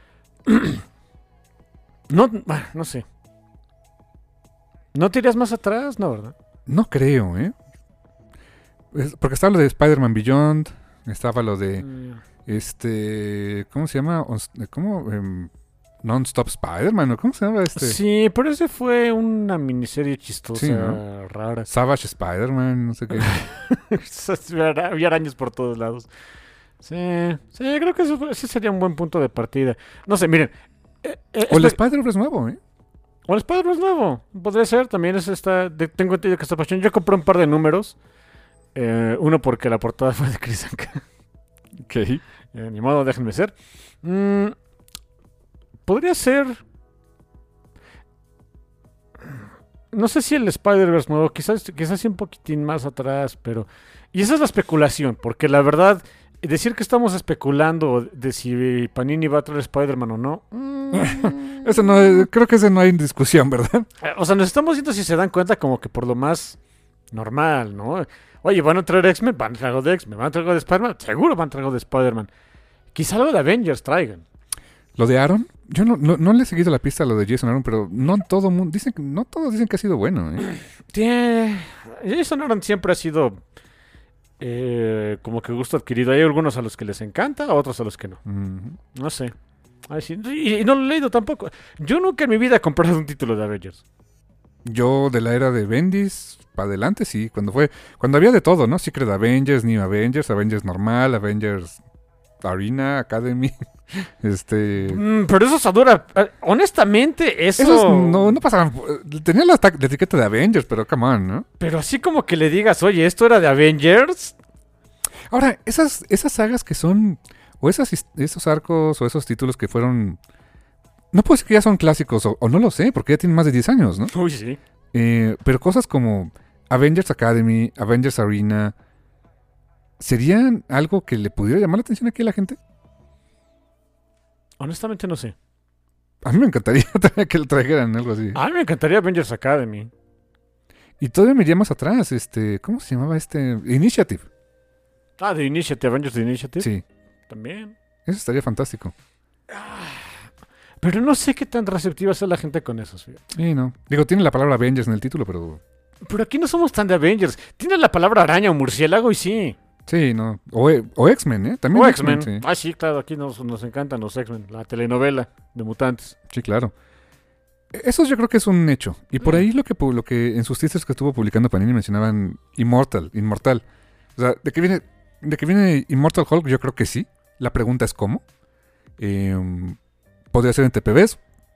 No sé. ¿No te irías más atrás? No, ¿verdad? No creo, ¿eh? Porque estaba lo de Spider-Man Beyond, estaba lo de... ¿cómo se llama? ¿Cómo? Non-Stop Spider-Man, ¿o cómo se llama este? Sí, pero ese fue una miniserie chistosa, Sí, ¿no? rara. Savage Spider-Man, no sé qué. Había arañas por todos lados. Sí, creo que ese sería un buen punto de partida. No sé, miren. O el Spider-Verse nuevo, ¿eh? O el Spider-Verse nuevo. Podría ser, también tengo entendido que está pasión. Yo compré un par de números. Uno porque la portada fue de Chris Anka. Ok. Ni modo, déjenme ser. Podría ser... No sé si el Spider-Verse nuevo, quizás sí un poquitín más atrás, pero... Y esa es la especulación, porque la verdad, decir que estamos especulando de si Panini va a traer Spider-Man o no... Eso no, creo que ese no hay discusión, ¿verdad? O sea, nos estamos viendo si se dan cuenta como que por lo más normal, ¿no? Oye, ¿van a traer X-Men? Van a traer algo de X-Men. ¿Van a traer algo de Spider-Man? Seguro van a traer algo de Spider-Man. Quizá algo de Avengers traigan. Lo de Aaron, yo no le he seguido la pista a lo de Jason Aaron, pero no todo mundo no todos dicen que ha sido bueno, ¿eh? Jason Aaron siempre ha sido como que gusto adquirido. Hay algunos a los que les encanta, otros a los que no. Uh-huh. No sé. Ay, sí. Y no lo he leído tampoco. Yo nunca en mi vida he comprado un título de Avengers. Yo de la era de Bendis para adelante, sí, cuando había de todo, ¿no? Secret Avengers, New Avengers, Avengers normal, Avengers Arena, Academy. Pero eso dura. Honestamente, eso. Esos no pasaban. Tenía la etiqueta de Avengers, pero come on, ¿no? Pero así como que le digas, oye, esto era de Avengers. Ahora, esas sagas que son. O esos arcos o esos títulos que fueron. No puedo decir que ya son clásicos, o no lo sé, porque ya tienen más de 10 años, ¿no? Uy, sí. Pero cosas como Avengers Academy, Avengers Arena. ¿Serían algo que le pudiera llamar la atención aquí a la gente? Honestamente no sé. A mí me encantaría que lo trajeran, algo así. A mí me encantaría Avengers Academy. Y todavía me iría más atrás, ¿cómo se llamaba Initiative. The Initiative, Avengers The Initiative. Sí. También. Eso estaría fantástico. Pero no sé qué tan receptiva sea la gente con eso. Sí, no. Digo, tiene la palabra Avengers en el título, pero... Pero aquí no somos tan de Avengers. Tiene la palabra araña o murciélago y sí. Sí, no. O X-Men, ¿eh? También o X-Men. Sí. Sí, claro, aquí nos encantan los X-Men. La telenovela de mutantes. Sí, claro. Eso yo creo que es un hecho. Y por ahí lo que en sus títulos que estuvo publicando Panini mencionaban Inmortal. O sea, de que viene Immortal Hulk, yo creo que sí. La pregunta es cómo. Podría ser en TPBs.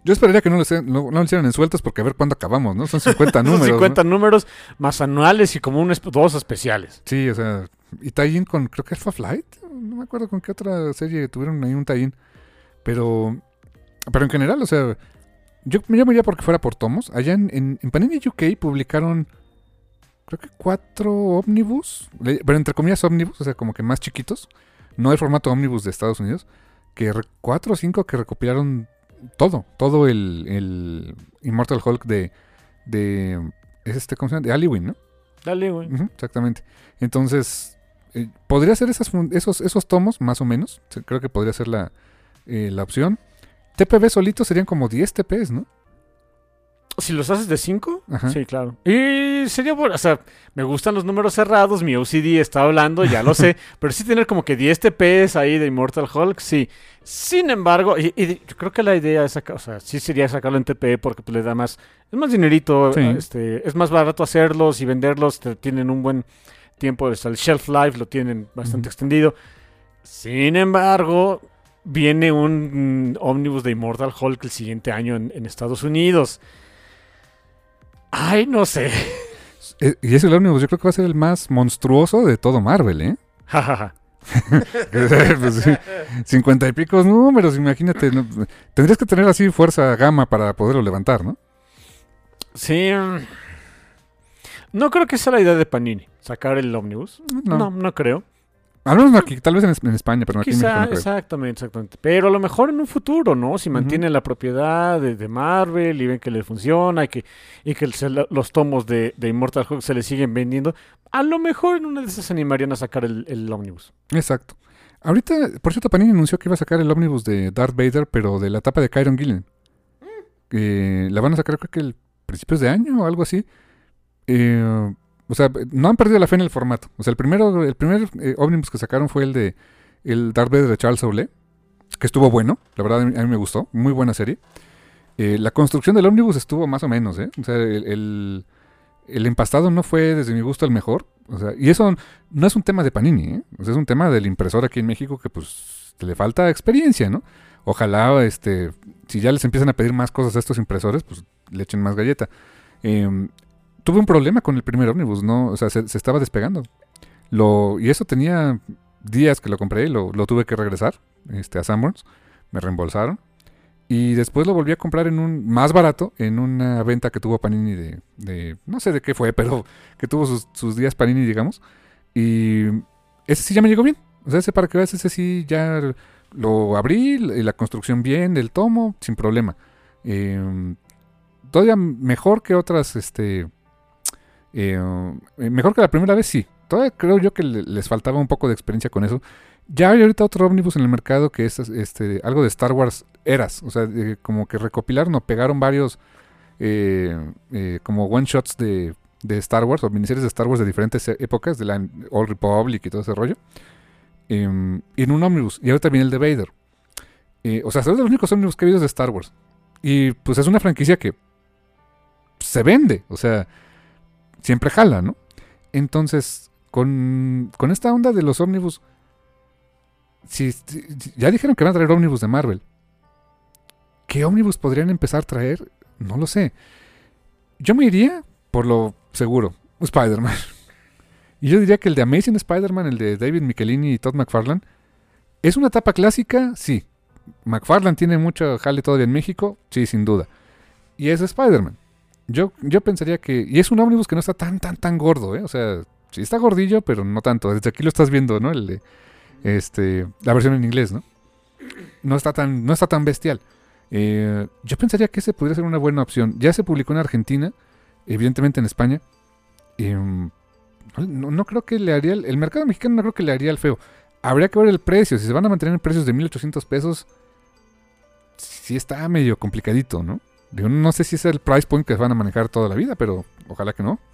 Yo esperaría que no lo hicieran en sueltos porque a ver cuándo acabamos, ¿no? Son 50 números. Son 50 ¿no? números más anuales y como dos especiales. Sí, o sea, y tie-in con, creo que Alpha Flight. No me acuerdo con qué otra serie tuvieron ahí un tie-in. Pero en general, o sea, yo me iría porque fuera por tomos. Allá en Panini UK publicaron, creo que 4 ómnibus, pero entre comillas ómnibus, o sea, como que más chiquitos. No el formato ómnibus de Estados Unidos. Que 4 o 5 que recopilaron todo el Immortal Hulk de ¿cómo se llama? De Aliwin, ¿no? Dale, güey. Exactamente. Entonces, podría ser esos tomos, más o menos. Creo que podría ser la opción. TPB solitos serían como 10 TPs, ¿no? Si los haces de 5, Ajá. sí, claro. Y sería bueno, o sea, me gustan los números cerrados, mi OCD está hablando, ya lo sé, pero sí tener como que 10 TPs ahí de Immortal Hulk, sí. Sin embargo, y yo creo que la idea es o sea, sí sería sacarlo en TP porque pues, le da más, es más dinerito, Sí. Es más barato hacerlos y venderlos, tienen un buen tiempo, o sea, el shelf life lo tienen bastante extendido. Sin embargo, viene un ómnibus de Immortal Hulk el siguiente año en Estados Unidos. Ay, no sé. Y ese ómnibus yo creo que va a ser el más monstruoso de todo Marvel, ¿eh? Jajaja. Pues, sí, 50 y picos números, imagínate. ¿No? Tendrías que tener así fuerza gamma para poderlo levantar, ¿no? Sí. No creo que sea la idea de Panini, sacar el ómnibus. No creo. Al menos no aquí, tal vez en España, pero no aquí en México Quizá, no creo. exactamente. Pero a lo mejor en un futuro, ¿no? Si mantienen la propiedad de Marvel y ven que les funciona y que los tomos de Immortal Hulk se les siguen vendiendo, a lo mejor en una de esas se animarían a sacar el ómnibus. Exacto. Ahorita, por cierto, Panini anunció que iba a sacar el ómnibus de Darth Vader, pero de la etapa de Kyron Gillen. La van a sacar creo que el principios de año o algo así. O sea, no han perdido la fe en el formato. O sea, el primer ómnibus que sacaron fue el Darth Vader de Charles Soule, que estuvo bueno. La verdad, a mí me gustó. Muy buena serie. La construcción del ómnibus estuvo más o menos, ¿eh? O sea, el empastado no fue, desde mi gusto, el mejor. O sea, y eso no es un tema de Panini, ¿eh? O sea, es un tema del impresor aquí en México que, pues, le falta experiencia, ¿no? Ojalá, si ya les empiezan a pedir más cosas a estos impresores, pues, le echen más galleta. Tuve un problema con el primer ómnibus, ¿no? O sea, se estaba despegando. Y eso tenía días que lo compré y lo tuve que regresar a Sanborns. Me reembolsaron. Y después lo volví a comprar más barato en una venta que tuvo Panini de no sé de qué fue, pero que tuvo sus días Panini, digamos. Y ese sí ya me llegó bien. O sea, ese para que veas, ese sí ya lo abrí, la construcción bien del tomo, sin problema. Todavía mejor que otras, mejor que la primera vez, sí. Todavía creo yo que les faltaba un poco de experiencia con eso. Ya hay ahorita otro ómnibus en el mercado que es algo de Star Wars Eras. O sea, como que recopilaron o pegaron varios como one-shots de Star Wars o miniseries de Star Wars de diferentes épocas, de la Old Republic y todo ese rollo. En un ómnibus. Y ahorita viene el de Vader. O sea, son de los únicos ómnibus que he habido de Star Wars. Y pues es una franquicia que se vende. O sea, siempre jala, ¿no? Entonces, con esta onda de los ómnibus, si ya dijeron que van a traer ómnibus de Marvel, ¿qué ómnibus podrían empezar a traer? No lo sé. Yo me iría por lo seguro, Spider-Man. Y yo diría que el de Amazing Spider-Man, el de David Michelini y Todd McFarlane, es una etapa clásica, sí. McFarlane tiene mucho jale todavía en México, sí, sin duda. Y es Spider-Man. Yo pensaría que... Y es un ómnibus que no está tan gordo, ¿eh? O sea, sí está gordillo, pero no tanto. Desde aquí lo estás viendo, ¿no? La versión en inglés, ¿no? No está tan bestial. Yo pensaría que ese podría ser una buena opción. Ya se publicó en Argentina, evidentemente en España. No creo que le haría... El mercado mexicano no creo que le haría el feo. Habría que ver el precio. Si se van a mantener en precios de 1,800 pesos, sí está medio complicadito, ¿no? Digo, no sé si es el price point que van a manejar toda la vida, pero ojalá que no.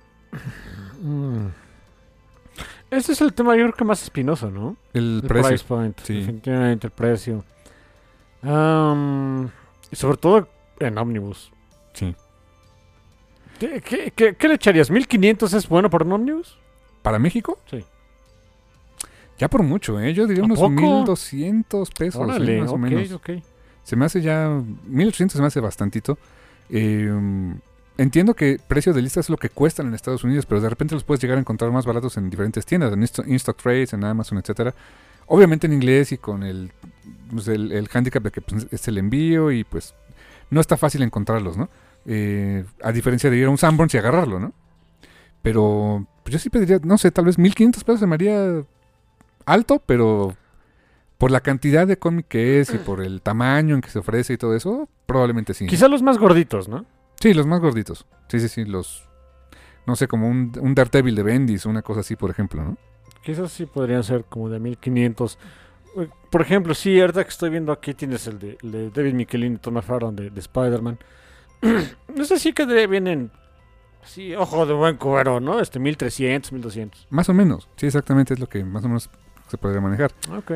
Ese es el tema, yo creo que más espinoso, ¿no? El price precio. point, Sí. definitivamente el precio. Y sobre todo en ómnibus. Sí. ¿Qué le echarías? ¿1,500 es bueno para un ómnibus? ¿Para México? Sí. Ya por mucho, ¿eh? Yo diría ¿A unos poco? 1,200 pesos, Órale, más o menos. ok. Se me hace ya... 1800 se me hace bastantito. Entiendo que precio de lista es lo que cuestan en Estados Unidos, pero de repente los puedes llegar a encontrar más baratos en diferentes tiendas, en InStock Trades, en Amazon, etcétera. Obviamente en inglés y con el handicap de que pues, es el envío y pues no está fácil encontrarlos, ¿no? A diferencia de ir a un Sanborns y agarrarlo, ¿no? Pero pues yo sí pediría, no sé, tal vez $1,500 se me haría alto, pero por la cantidad de cómic que es y por el tamaño en que se ofrece y todo eso, probablemente sí. Quizá los más gorditos, ¿no? Sí, los más gorditos. Sí, los... No sé, como un Daredevil de Bendis, una cosa así, por ejemplo, ¿no? Quizás sí podrían ser como de 1500. Por ejemplo, sí, ahorita que estoy viendo aquí tienes el de David Michelin y Tom McFarlane de Spider-Man. No sé si que vienen... Sí, ojo de buen cubero, ¿no? 1300, 1200. Más o menos. Sí, exactamente es lo que más o menos se podría manejar. Ok.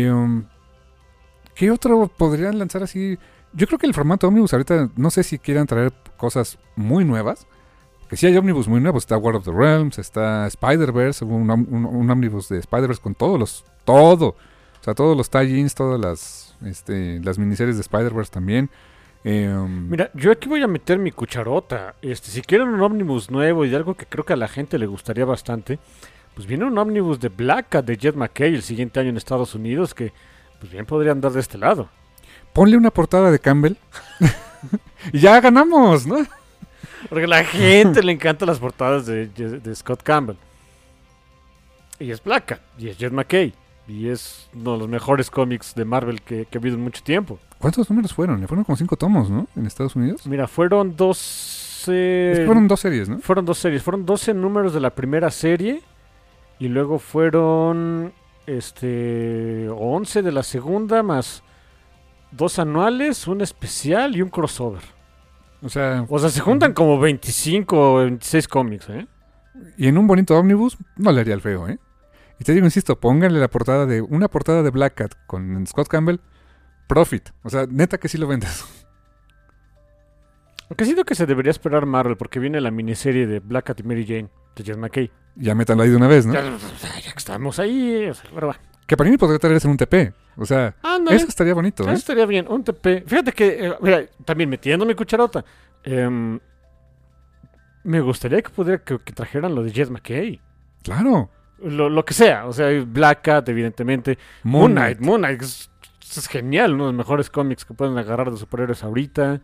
¿Qué otro podrían lanzar así? Yo creo que el formato Omnibus ahorita, no sé si quieran traer cosas muy nuevas. Que sí hay Omnibus muy nuevos. Está War of the Realms, está Spider-Verse, un Omnibus de Spider-Verse con todos los... Todo. O sea, todos los tie-ins, todas las miniseries de Spider-Verse también. Mira, yo aquí voy a meter mi cucharota. Si quieren un Omnibus nuevo y de algo que creo que a la gente le gustaría bastante, pues viene un Omnibus de Black Cat de Jed McKay el siguiente año en Estados Unidos que pues bien podría andar de este lado. Ponle una portada de Campbell y ya ganamos, ¿no? Porque a la gente le encantan las portadas de Scott Campbell. Y es Black Cat, y es Jed McKay, y es uno de los mejores cómics de Marvel que ha habido en mucho tiempo. ¿Cuántos números fueron? Le fueron como 5 tomos, ¿no? En Estados Unidos. Mira, fueron 12... Es que fueron 2 series, ¿no? Fueron 2 series. Fueron 12 números de la primera serie. Y luego fueron 11 de la segunda, más 2 anuales, un especial y un crossover. O sea, se juntan como 25 o 26 cómics, ¿eh? Y en un bonito ómnibus no le haría el feo, ¿eh? Y te digo, insisto, pónganle una portada de Black Cat con Scott Campbell, profit. O sea, neta que sí lo vendes. Aunque siento que se debería esperar Marvel porque viene la miniserie de Black Cat y Mary Jane de Jed McKay. Ya métanlo ahí de una vez, ¿no? Ya que estamos ahí, pero va. Que para mí podría traerse un TP. O sea, Ándale. Eso estaría bonito, ¿eh? Eso estaría bien, un TP. Fíjate que, mira, también metiendo mi cucharota, me gustaría que trajeran lo de Jed McKay. Claro. Lo que sea, o sea, Black Cat, evidentemente. Moon Knight es genial, uno de los mejores cómics que pueden agarrar de superhéroes ahorita.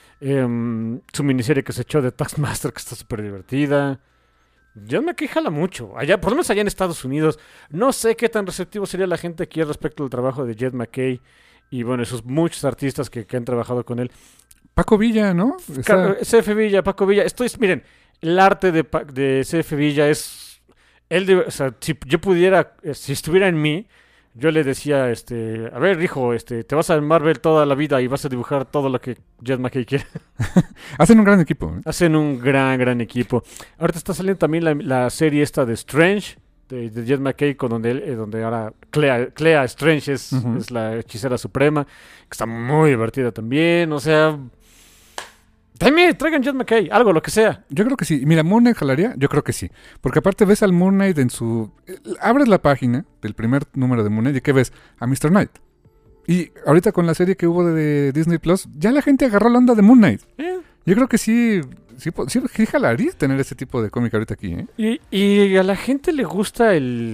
Su miniserie que se echó de Taskmaster, que está súper divertida. Jed McKay jala mucho. Allá, por lo menos allá en Estados Unidos. No sé qué tan receptivo sería la gente aquí respecto al trabajo de Jed McKay. Y bueno, esos muchos artistas que han trabajado con él. Paco Villa, ¿no? CF Villa, Paco Villa. Miren, el arte de CF Villa es... o sea, si yo pudiera, si estuviera en mí, yo le decía, a ver, hijo, te vas a Marvel toda la vida y vas a dibujar todo lo que Jed McKay quiere. Hacen un gran equipo. ¿Eh? Hacen un gran equipo. Ahorita está saliendo también la serie esta de Strange, de Jed McKay, donde ahora Clea Strange es la hechicera suprema, que está muy divertida también, o sea... También traigan Jed McKay, algo, lo que sea. Yo creo que sí. Mira, Moon Knight jalaría, yo creo que sí. Porque aparte ves al Moon Knight en su... Abres la página del primer número de Moon Knight y ¿qué ves? A Mr. Knight. Y ahorita con la serie que hubo de Disney Plus, ya la gente agarró la onda de Moon Knight. Yo creo que sí jalaría tener ese tipo de cómic ahorita aquí, ¿eh? Y a la gente le gusta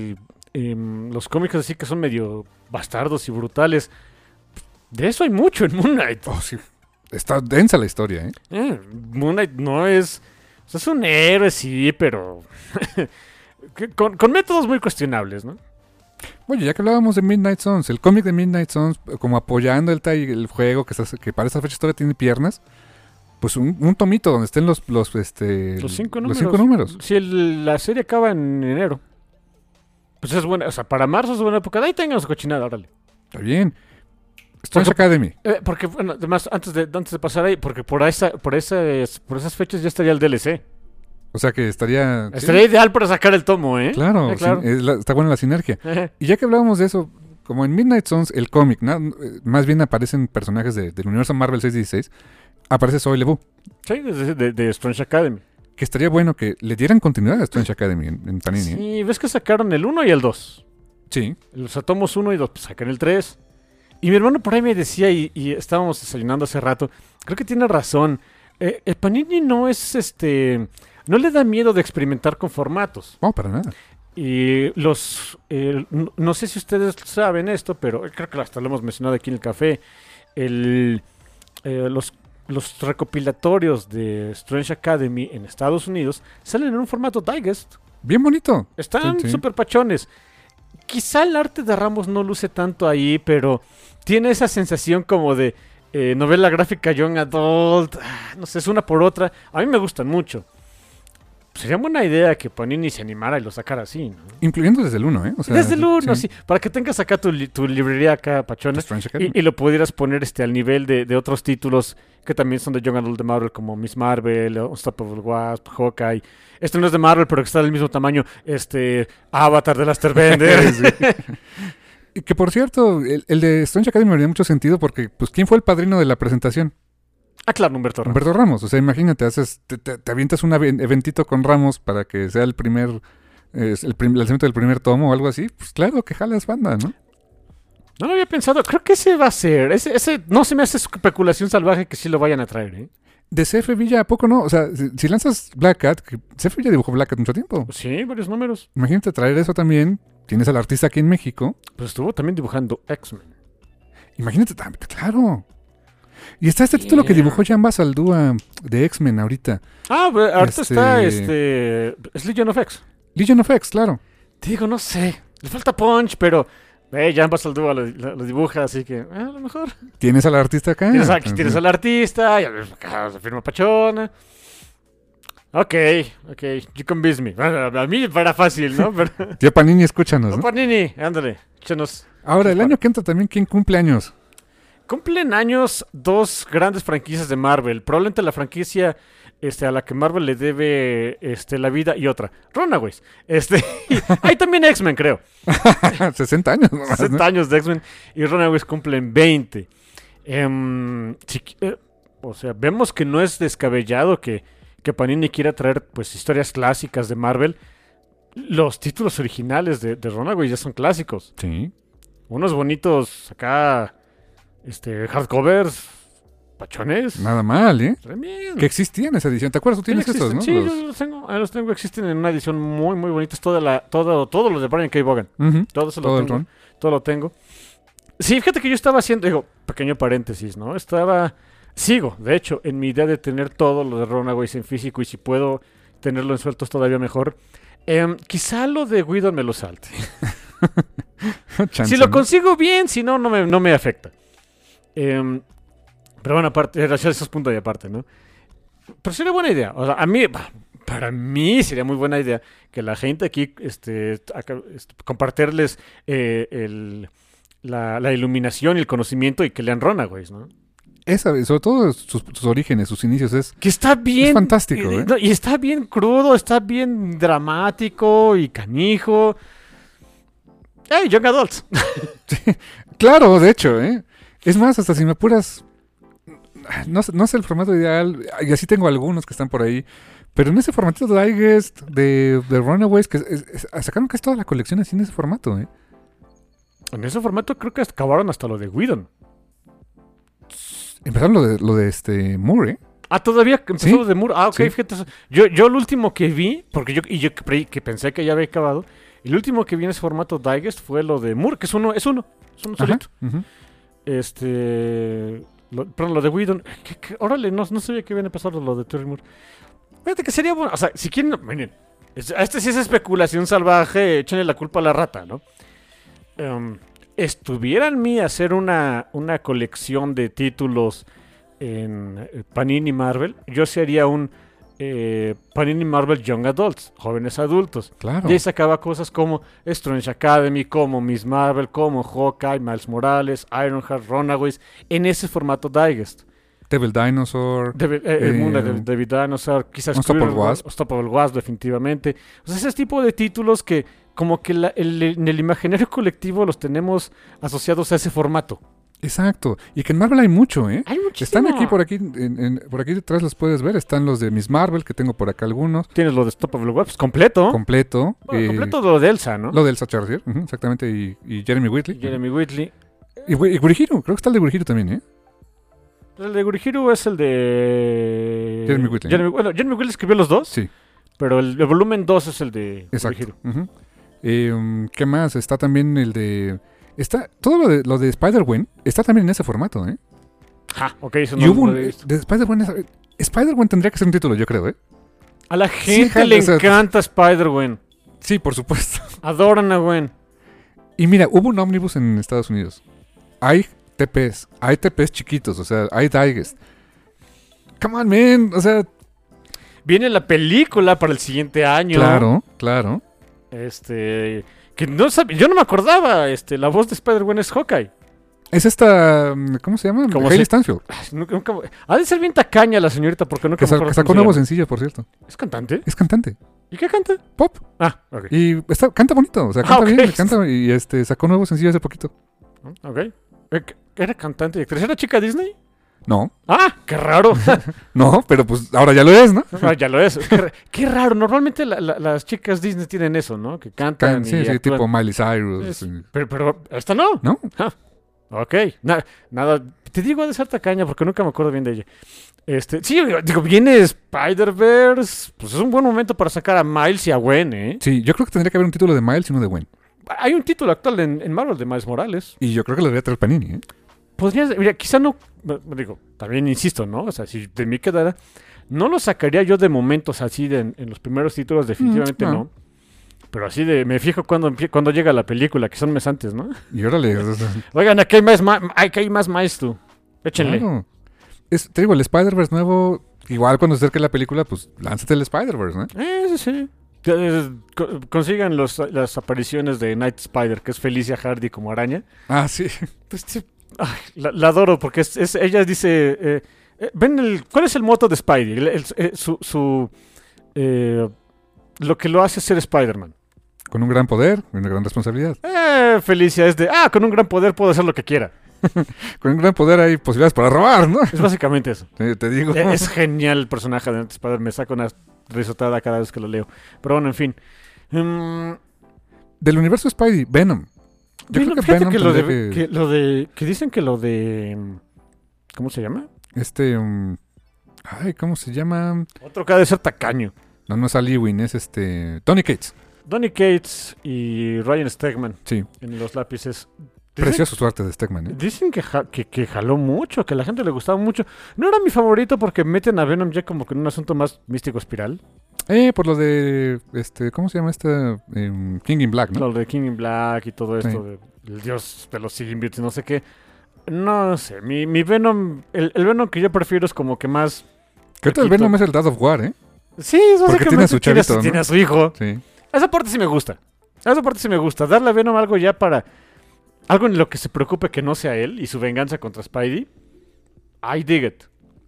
los cómics así que son medio bastardos y brutales. De eso hay mucho en Moon Knight. Oh, sí. Está densa la historia, ¿eh? Moon Knight no es... O sea, es un héroe, sí, pero... con métodos muy cuestionables, ¿no? Oye, ya que hablábamos de Midnight Suns, el cómic de Midnight Suns, como apoyando el juego, que para esa fecha todavía tiene piernas, pues un tomito donde estén los 5 números. Si la serie acaba en enero. Pues es buena, o sea, para marzo es buena época. De ahí tengan su cochinada, órale. Está bien. Strange Academy. Porque, bueno, además, antes de pasar ahí, porque por esas fechas ya estaría el DLC. O sea que estaría ideal para sacar el tomo, ¿eh? Claro. Claro. Está buena la sinergia. Y ya que hablábamos de eso, como en Midnight Suns, el cómic, más bien aparecen personajes del universo Marvel 616, aparece Zoe Lebu. Sí, de Strange Academy. Que estaría bueno que le dieran continuidad a Strange Academy en Panini. Sí, ves que sacaron el 1 y el 2. Sí. Los tomos 1 y 2, pues sacan el 3. Y mi hermano por ahí me decía, y estábamos desayunando hace rato, creo que tiene razón. El Panini no es no le da miedo de experimentar con formatos. No, para nada. Y no sé si ustedes saben esto, pero creo que hasta lo hemos mencionado aquí en el café. Los recopilatorios de Strange Academy en Estados Unidos salen en un formato digest. Bien bonito. Están Sí. súper pachones. Quizá el arte de Ramos no luce tanto ahí, pero tiene esa sensación como de novela gráfica young adult. No sé, es una por otra. A mí me gustan mucho. Sería buena idea que Panini se animara y lo sacara así, ¿no? Incluyendo desde el 1, ¿eh? O sea, Desde el 1, sí. Para que tengas acá tu librería acá, pachona, Strange Academy. y lo pudieras poner al nivel de otros títulos que también son de Young Adult de Marvel, como Miss Marvel, Unstoppable Wasp, Hawkeye. Este no es de Marvel, pero que está del mismo tamaño. Avatar de Last Airbender. Y que por cierto, el de Strange Academy me haría mucho sentido porque, pues, ¿quién fue el padrino de la presentación? Ah, claro, Humberto Ramos. Humberto Ramos. O sea, imagínate, te avientas un eventito con Ramos para que sea el lanzamiento del primer tomo o algo así. Pues claro que jalas banda, ¿no? No lo había pensado. Creo que ese va a ser. Ese no se me hace especulación salvaje que sí lo vayan a traer, ¿eh? De CF Villa, ¿a poco no? O sea, si lanzas Black Cat, que CF Villa dibujó Black Cat mucho tiempo. Sí, varios números. Imagínate traer eso también. Tienes al artista aquí en México. Pues estuvo también dibujando X-Men. Imagínate también, claro. Y está este título que dibujó Jan Basaldúa de X-Men ahorita. Ah, ahorita está es Legion of X. Legion of X, claro. Te digo, no sé. Le falta punch, pero Jan Basaldúa lo dibuja, así que a lo mejor. Tienes al artista acá. Tienes al artista, y acá se firma pachona. Ok, you convince me. Bueno, a mí era fácil, ¿no? Pero... Tía Panini, escúchanos, ¿no? Panini, ándale, échanos. Ahora, el año que entra también, ¿quién cumple años? Cumplen años dos grandes franquicias de Marvel. Probablemente la franquicia a la que Marvel le debe la vida y otra. Runaways. Hay también X-Men, creo. 60 años nomás, 60 ¿no? años de X-Men y Runaways cumplen 20. O sea, vemos que no es descabellado que Panini quiera traer pues historias clásicas de Marvel. Los títulos originales de Runaways ya son clásicos. Sí. Unos bonitos acá... hardcovers, pachones. Nada mal, ¿eh? Tremendo. Que existía en esa edición. ¿Te acuerdas? Tú tienes estos, ¿no? Sí, yo los tengo. Los tengo. Existen en una edición muy, muy bonita. Es todo lo de Brian K. Vaughan. Ujú. Todo eso Todo lo el tengo. ron. Todo lo tengo. Sí, fíjate que yo estaba haciendo, digo, pequeño paréntesis, ¿no? Sigo, de hecho, en mi idea de tener todo lo de Runaways en físico y si puedo tenerlo en sueltos todavía mejor. Quizá lo de Whedon me lo salte. Chance, Si lo ¿no? consigo bien, si no, no me afecta. Pero bueno, aparte, esos puntos de aparte, ¿no? Pero sería buena idea. O sea, para mí sería muy buena idea que la gente aquí, compartirles la iluminación y el conocimiento y que lean Runaways, ¿no? Sobre todo sus orígenes, sus inicios, Que está bien. Es fantástico, ¿eh? Y está bien crudo, está bien dramático y canijo. ¡Hey, Young Adults! Claro, de hecho, ¿eh? Es más, hasta si me apuras, no es el formato ideal, y así tengo algunos que están por ahí, pero en ese formatito de Digest, de Runaways, que sacaron casi toda la colección así en ese formato, ¿eh? En ese formato creo que acabaron hasta lo de Whedon. Empezaron lo de Moore, ¿eh? Ah, todavía empezó ¿Sí? lo de Moore. Ah, ok, Sí. fíjate. Yo lo último que vi, porque yo creí que pensé que ya había acabado, el último que vi en ese formato Digest fue lo de Moore, que es uno Ajá, solito. ujú. Perdón, lo de Whedon. Órale, no sabía que iban a pasar lo de Terry Moore. Fíjate que sería bueno. O sea, si quieren. Miren, sí es especulación salvaje. Échenle la culpa a la rata, ¿no? Estuvieran mí a hacer una colección de títulos en Panini Marvel, yo sería un Panini Marvel Young Adults, jóvenes adultos. Claro. Y ahí sacaba cosas como Strange Academy, como Miss Marvel, como Hawkeye, Miles Morales, Ironheart, Runaways, en ese formato Digest. Devil Dinosaur. El mundo de David Dinosaur, quizás Unstoppable Wasp, definitivamente. O sea, ese tipo de títulos que como que en el imaginario colectivo los tenemos asociados a ese formato. Exacto. Y que en Marvel hay mucho, ¿eh? Hay muchísimo. Están aquí, por aquí detrás los puedes ver. Están los de Miss Marvel, que tengo por acá algunos. Tienes lo de Unstoppable Wasp, completo. Completo. Bueno, completo lo de Elsa, ¿no? Lo de Elsa Chartier, exactamente. Y Jeremy Whitley. Jeremy Whitley. Y Gurihiro, creo que está el de Gurihiro también, ¿eh? El de Gurihiro es el de... Jeremy Whittle. Bueno, Jeremy Whittle escribió los dos, Sí, pero el volumen 2 es el de exacto. Gurihiro. Ujú. ¿Qué más? Está también el de... Todo lo de Spider-Gwen está también en ese formato, ¿eh? Ok, eso Y no hubo lo he visto. de Spider-Gwen... Spider-Gwen tendría que ser un título, yo creo, ¿eh? A la gente Sí, le o sea, encanta Spider-Gwen. Sí, por supuesto. Adoran a Gwen. Y mira, hubo un ómnibus en Estados Unidos. Hay TPs chiquitos, o sea, hay digest. Come on, man, o sea... Viene la película para el siguiente año. Claro. Que no sabía, yo no me acordaba, la voz de Spider-Gwen es Hawkeye. Es esta... ¿Cómo se llama? ¿Cómo Hailey se- Stanfield. Ay, ha de ser bien tacaña la señorita porque nunca Que me acuerdo sacó cómo se nuevo llama. sencillo, por cierto. ¿Es cantante? Es cantante. ¿Y qué canta? Pop. Ok. Y canta bonito. O sea, canta ok. bien. Canta, y sacó nuevo sencillo hace poquito. Ok. ¿Era cantante y actriz? ¿Era chica Disney? No. ¡Qué raro! No, pero pues ahora ya lo es, ¿no? Ya lo es. Qué raro. Normalmente las chicas Disney tienen eso, ¿no? Que cantan y Sí, actúan. tipo Miley Cyrus. Es- y- Pero esta no. ¿No? Ok. Nada. Te digo de ser tacaña porque nunca me acuerdo bien de ella. Sí, digo, viene Spider-Verse. Pues es un buen momento para sacar a Miles y a Gwen, ¿eh? Sí, yo creo que tendría que haber un título de Miles y uno de Gwen. Hay un título actual en Marvel de Miles Morales. Y yo creo que lo debería traer Panini, ¿eh? Podría, mira, quizá no, digo, también insisto, ¿no? O sea, si de mí quedara, no lo sacaría yo de momentos así en los primeros títulos, definitivamente no. no. Pero así me fijo cuando llega la película, que son meses antes, ¿no? Y órale. Oigan, aquí hay más Miles tú. Échenle. Claro. Te digo, el Spider-Verse nuevo, igual cuando se acerque la película, pues lánzate el Spider-Verse, ¿no? Sí. Consigan las apariciones de Night Spider, que es Felicia Hardy como araña. Ah, sí. Pues, sí, la adoro porque ella dice, ¿cuál es el moto de Spidey? Lo que lo hace ser Spider-Man. Con un gran poder y una gran responsabilidad. Felicia es con un gran poder puedo hacer lo que quiera. Con un gran poder hay posibilidades para robar, ¿no? Es básicamente eso. Te digo. Es genial el personaje de Night Spider, me saca una risotada cada vez que lo leo. Pero bueno, en fin. Del universo Spidey, Venom. Yo creo que Fíjate Venom que tendría que dicen que lo de... ¿Cómo se llama? ¿cómo se llama? Otro que ha de ser tacaño. No es Ali Win, es Tony Cates. Donny Cates y Ryan Stegman Sí. en los lápices. Precioso su arte de Stegman, ¿eh? Dicen que jaló mucho, que a la gente le gustaba mucho. No era mi favorito porque meten a Venom ya como que en un asunto más místico espiral. Por lo de, ¿cómo se llama King in Black, ¿no? Lo de King in Black y todo esto, Sí. el dios de los symbiotes y no sé qué. No sé, mi Venom, el Venom que yo prefiero es como que más... Que ahorita el Poquito. Venom es el God of War, ¿eh? Sí, es Porque tiene a su chavito, ¿no? tiene a su hijo. Sí. Esa parte sí me gusta. Darle a Venom algo ya para... Algo en lo que se preocupe que no sea él y su venganza contra Spidey. I dig it.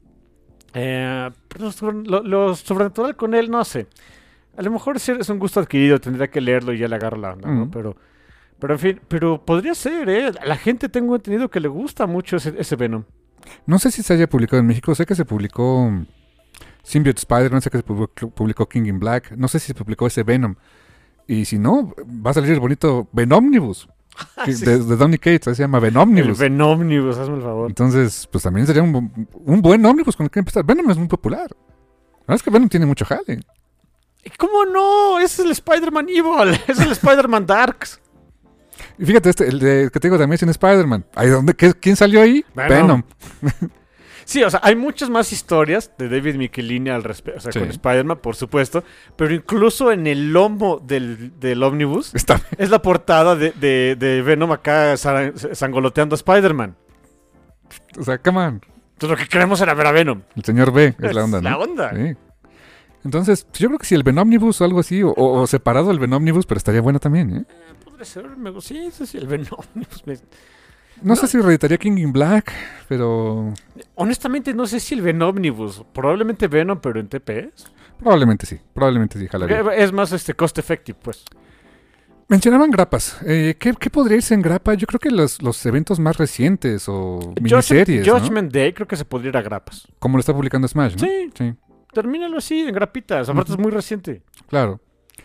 Lo sobrenatural con él, no sé. A lo mejor es un gusto adquirido, tendría que leerlo y ya le agarro la onda, ¿no? Mm. Pero en fin, pero podría ser, ¿eh? A la gente tengo entendido que le gusta mucho ese Venom. No sé si se haya publicado en México. Sé que se publicó Symbiote Spider-Man. Sé que se publicó King in Black. No sé si se publicó ese Venom. Y si no, va a salir el bonito Venomnibus. Sí. De Donny Cates. Ahí se llama El Venomnibus. Venomnibus, hazme el favor. Entonces, pues también sería un buen ómnibus con el que empezar. Venom es muy popular. La verdad es que Venom tiene mucho jale. ¿Cómo no? Ese es el Spider-Man Evil. Es el Spider-Man Darks. Y fíjate, el que te digo también es en Spider-Man. ¿Quién salió ahí? Venom. Sí, o sea, hay muchas más historias de David Michelini al respecto, o sea, Sí. con Spider-Man, por supuesto, pero incluso en el lomo del ómnibus Está es la portada de Venom acá sangoloteando a Spider-Man. O sea, come on. Entonces lo que queremos era ver a Venom. El señor B es la onda, ¿no? La onda. Sí. Entonces, yo creo que si el Venomnibus o algo así, o separado el Venomnibus, pero estaría bueno también, ¿eh? Podría ser, sí, el Venomnibus. No sé si reeditaría King in Black, pero Honestamente, no sé si el Venomnibus, probablemente Venom, pero en TPS. probablemente sí, jalaría. Es más cost effective, pues. Mencionaban grapas. ¿Qué podría irse en grapa? Yo creo que los eventos más recientes o miniseries, ¿no? Judgment Day creo que se podría ir a grapas. Como lo está publicando Smash, ¿no? Sí. Sí, Termínalo así, en grapitas. Aparte es muy reciente. claro.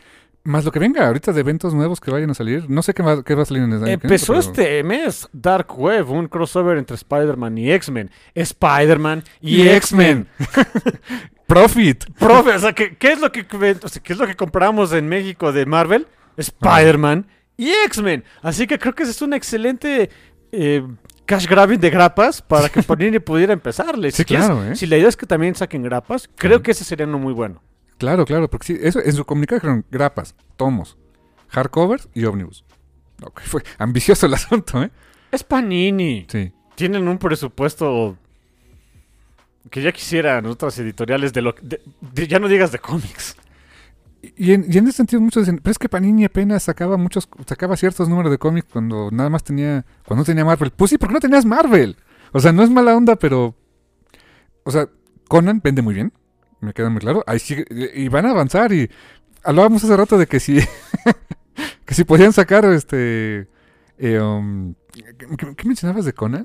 Más lo que venga ahorita de eventos nuevos que vayan a salir. No sé qué va a salir en el año. Empezó este mes Dark Web, un crossover entre Spider-Man y X-Men. Spider-Man y X-Men. Profit. Profe, o sea, ¿qué es lo que, o sea, ¿qué es lo que compramos en México de Marvel? Spider-Man y X-Men. Así que creo que ese es un excelente cash grabbing de grapas para que Panini pudiera empezarle. Sí, claro, Si la idea es que también saquen grapas, creo que ese sería uno muy bueno. Claro, porque sí, eso en su comunicado dijeron grapas, tomos, hardcovers y ómnibus. Okay, fue ambicioso el asunto, ¿eh? Es Panini. Sí. Tienen un presupuesto que ya quisieran otras editoriales ya no digas de cómics. Y en ese sentido muchos dicen, pero es que Panini apenas sacaba ciertos números de cómics cuando no tenía Marvel. Pues sí, porque no tenías Marvel. O sea, no es mala onda, pero... O sea, Conan vende muy bien. Me queda muy claro. Ahí sí, y van a avanzar. Y hablábamos hace rato de que si que si podían sacar ¿qué mencionabas de Conan?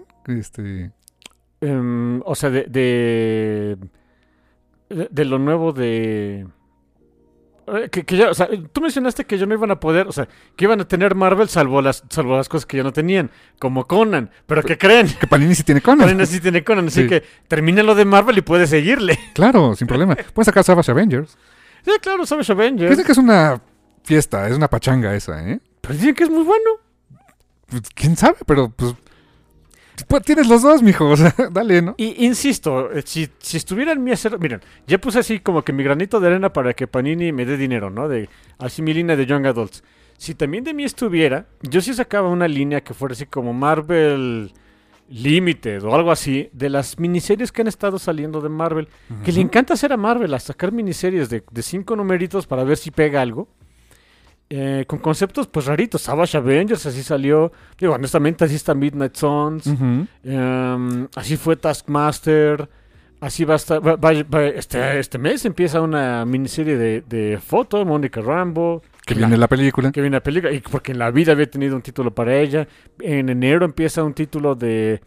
O sea, de lo nuevo de... Que ya, o sea, tú mencionaste que ya no iban a poder, o sea, que iban a tener Marvel salvo las cosas que ya no tenían, como Conan. ¿Pero qué creen? Que Panini sí tiene Conan. Panini sí tiene Conan, así Sí. que termina lo de Marvel y puede seguirle. Claro, sin problema. Pueden sacar Savage Avengers. Sí, claro, Savage Avengers. Dicen que es una fiesta, es una pachanga esa, ¿eh? Pero dicen que es muy bueno. Pues, quién sabe, pero pues tienes los dos, mijo, o sea, dale, ¿no? Y insisto, si estuviera en mi hacer... Miren, ya puse así como que mi granito de arena para que Panini me dé dinero, ¿no? Así mi línea de Young Adults. Si también de mí estuviera, yo sí sacaba una línea que fuera así como Marvel Limited o algo así, de las miniseries que han estado saliendo de Marvel, que le encanta hacer a Marvel, a sacar miniseries de 5 numeritos para ver si pega algo. Con conceptos pues raritos. Savage Avengers así salió. Digo, honestamente así está Midnight Suns. Así fue Taskmaster. Así va a estar. Este mes empieza una miniserie de foto, Mónica Rambo. Que viene la película. Que viene la película. Y porque en la vida había tenido un título para ella. En enero empieza un título de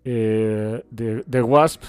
Wasp.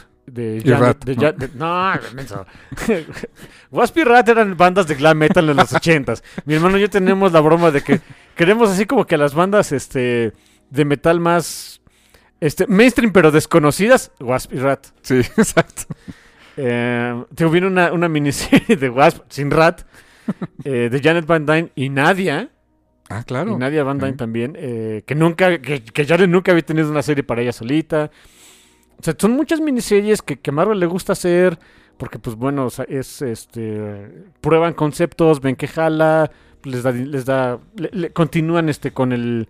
Wasp y Rat eran bandas de glam metal en los 80s. Mi hermano y yo tenemos la broma de que queremos así como que las bandas de metal más mainstream pero desconocidas, Wasp y Rat. Sí, exacto. Viene una miniserie de Wasp sin Rat, de Janet Van Dyne y Nadia. Ah, claro. Y Nadia Van Dyne también, que Janet nunca había tenido una serie para ella solita. O sea, son muchas miniseries que a Marvel le gusta hacer, porque pues bueno, o sea, prueban conceptos, ven que jala, continúan con el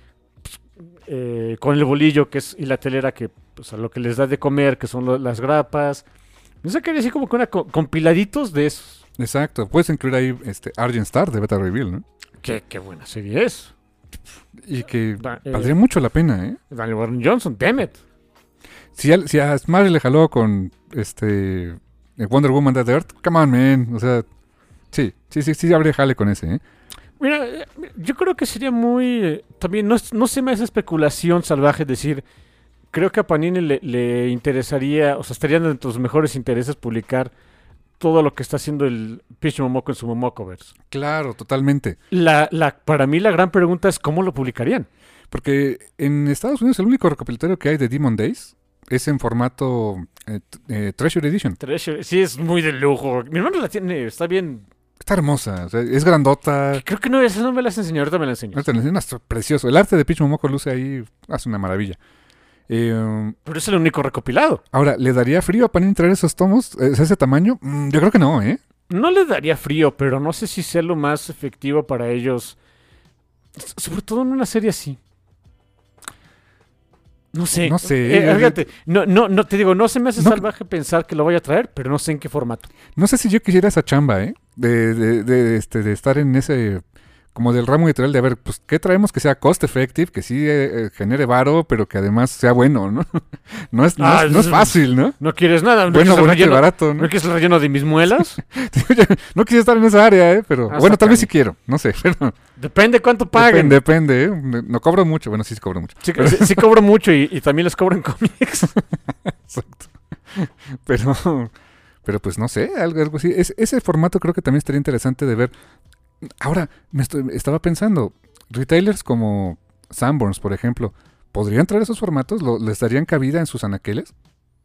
bolillo que y la telera que, o sea, lo que les da de comer, que son las grapas. No sé, quería decir como que compiladitos de esos. Exacto, puedes incluir ahí Argent Star de Beta Reveal, ¿no? Qué buena serie es. Y que valdría mucho la pena, ¿eh? Daniel Warren Johnson, damn it. Si a Marvel le jaló con Wonder Woman Dead Earth, come on, man. O sea, sí habría jale con ese, ¿eh? Mira, yo creo que sería muy... también no se me hace especulación salvaje decir, creo que a Panini le interesaría, o sea, estarían entre sus mejores intereses publicar todo lo que está haciendo el Peach Momoko en su Momokoverse. Claro, totalmente. Para mí la gran pregunta es ¿cómo lo publicarían? Porque en Estados Unidos el único recopilatorio que hay de Demon Days es en formato Treasure Edition. Treasure, sí, es muy de lujo. Mi hermano la tiene, está bien... Está hermosa, o sea, es grandota. Creo que esa no me la has enseñado, ahorita me la enseño. Es precioso. El arte de Peach Momoko luce ahí, hace una maravilla. Pero es el único recopilado. Ahora, ¿le daría frío a Panini traer esos tomos? ¿Ese tamaño? Yo creo que no, ¿eh? No le daría frío, pero no sé si sea lo más efectivo para ellos. Sobre todo en una serie así. No sé. Fíjate, no te digo, no se me hace salvaje pensar que lo voy a traer, pero no sé en qué formato. No sé si yo quisiera esa chamba, ¿eh? De estar en ese... Como del ramo editorial de, a ver, pues, ¿qué traemos que sea cost effective, que sí genere varo, pero que además sea bueno, ¿no? No es fácil, ¿no? No quieres nada. Bueno, bonito y barato, ¿no? ¿No quieres el relleno de mis muelas? No quisiera estar en esa área, pero... bueno, tal vez sí quiero, no sé, pero... Depende cuánto paguen. Depende, ¿eh? No cobro mucho, bueno, sí cobro mucho. Sí cobro mucho y también les cobro en cómics. Exacto. Pero pues no sé, algo así. Ese formato creo que también estaría interesante de ver Ahora, estaba pensando, retailers como Sanborns, por ejemplo, ¿podrían traer esos formatos? ¿Les darían cabida en sus anaqueles?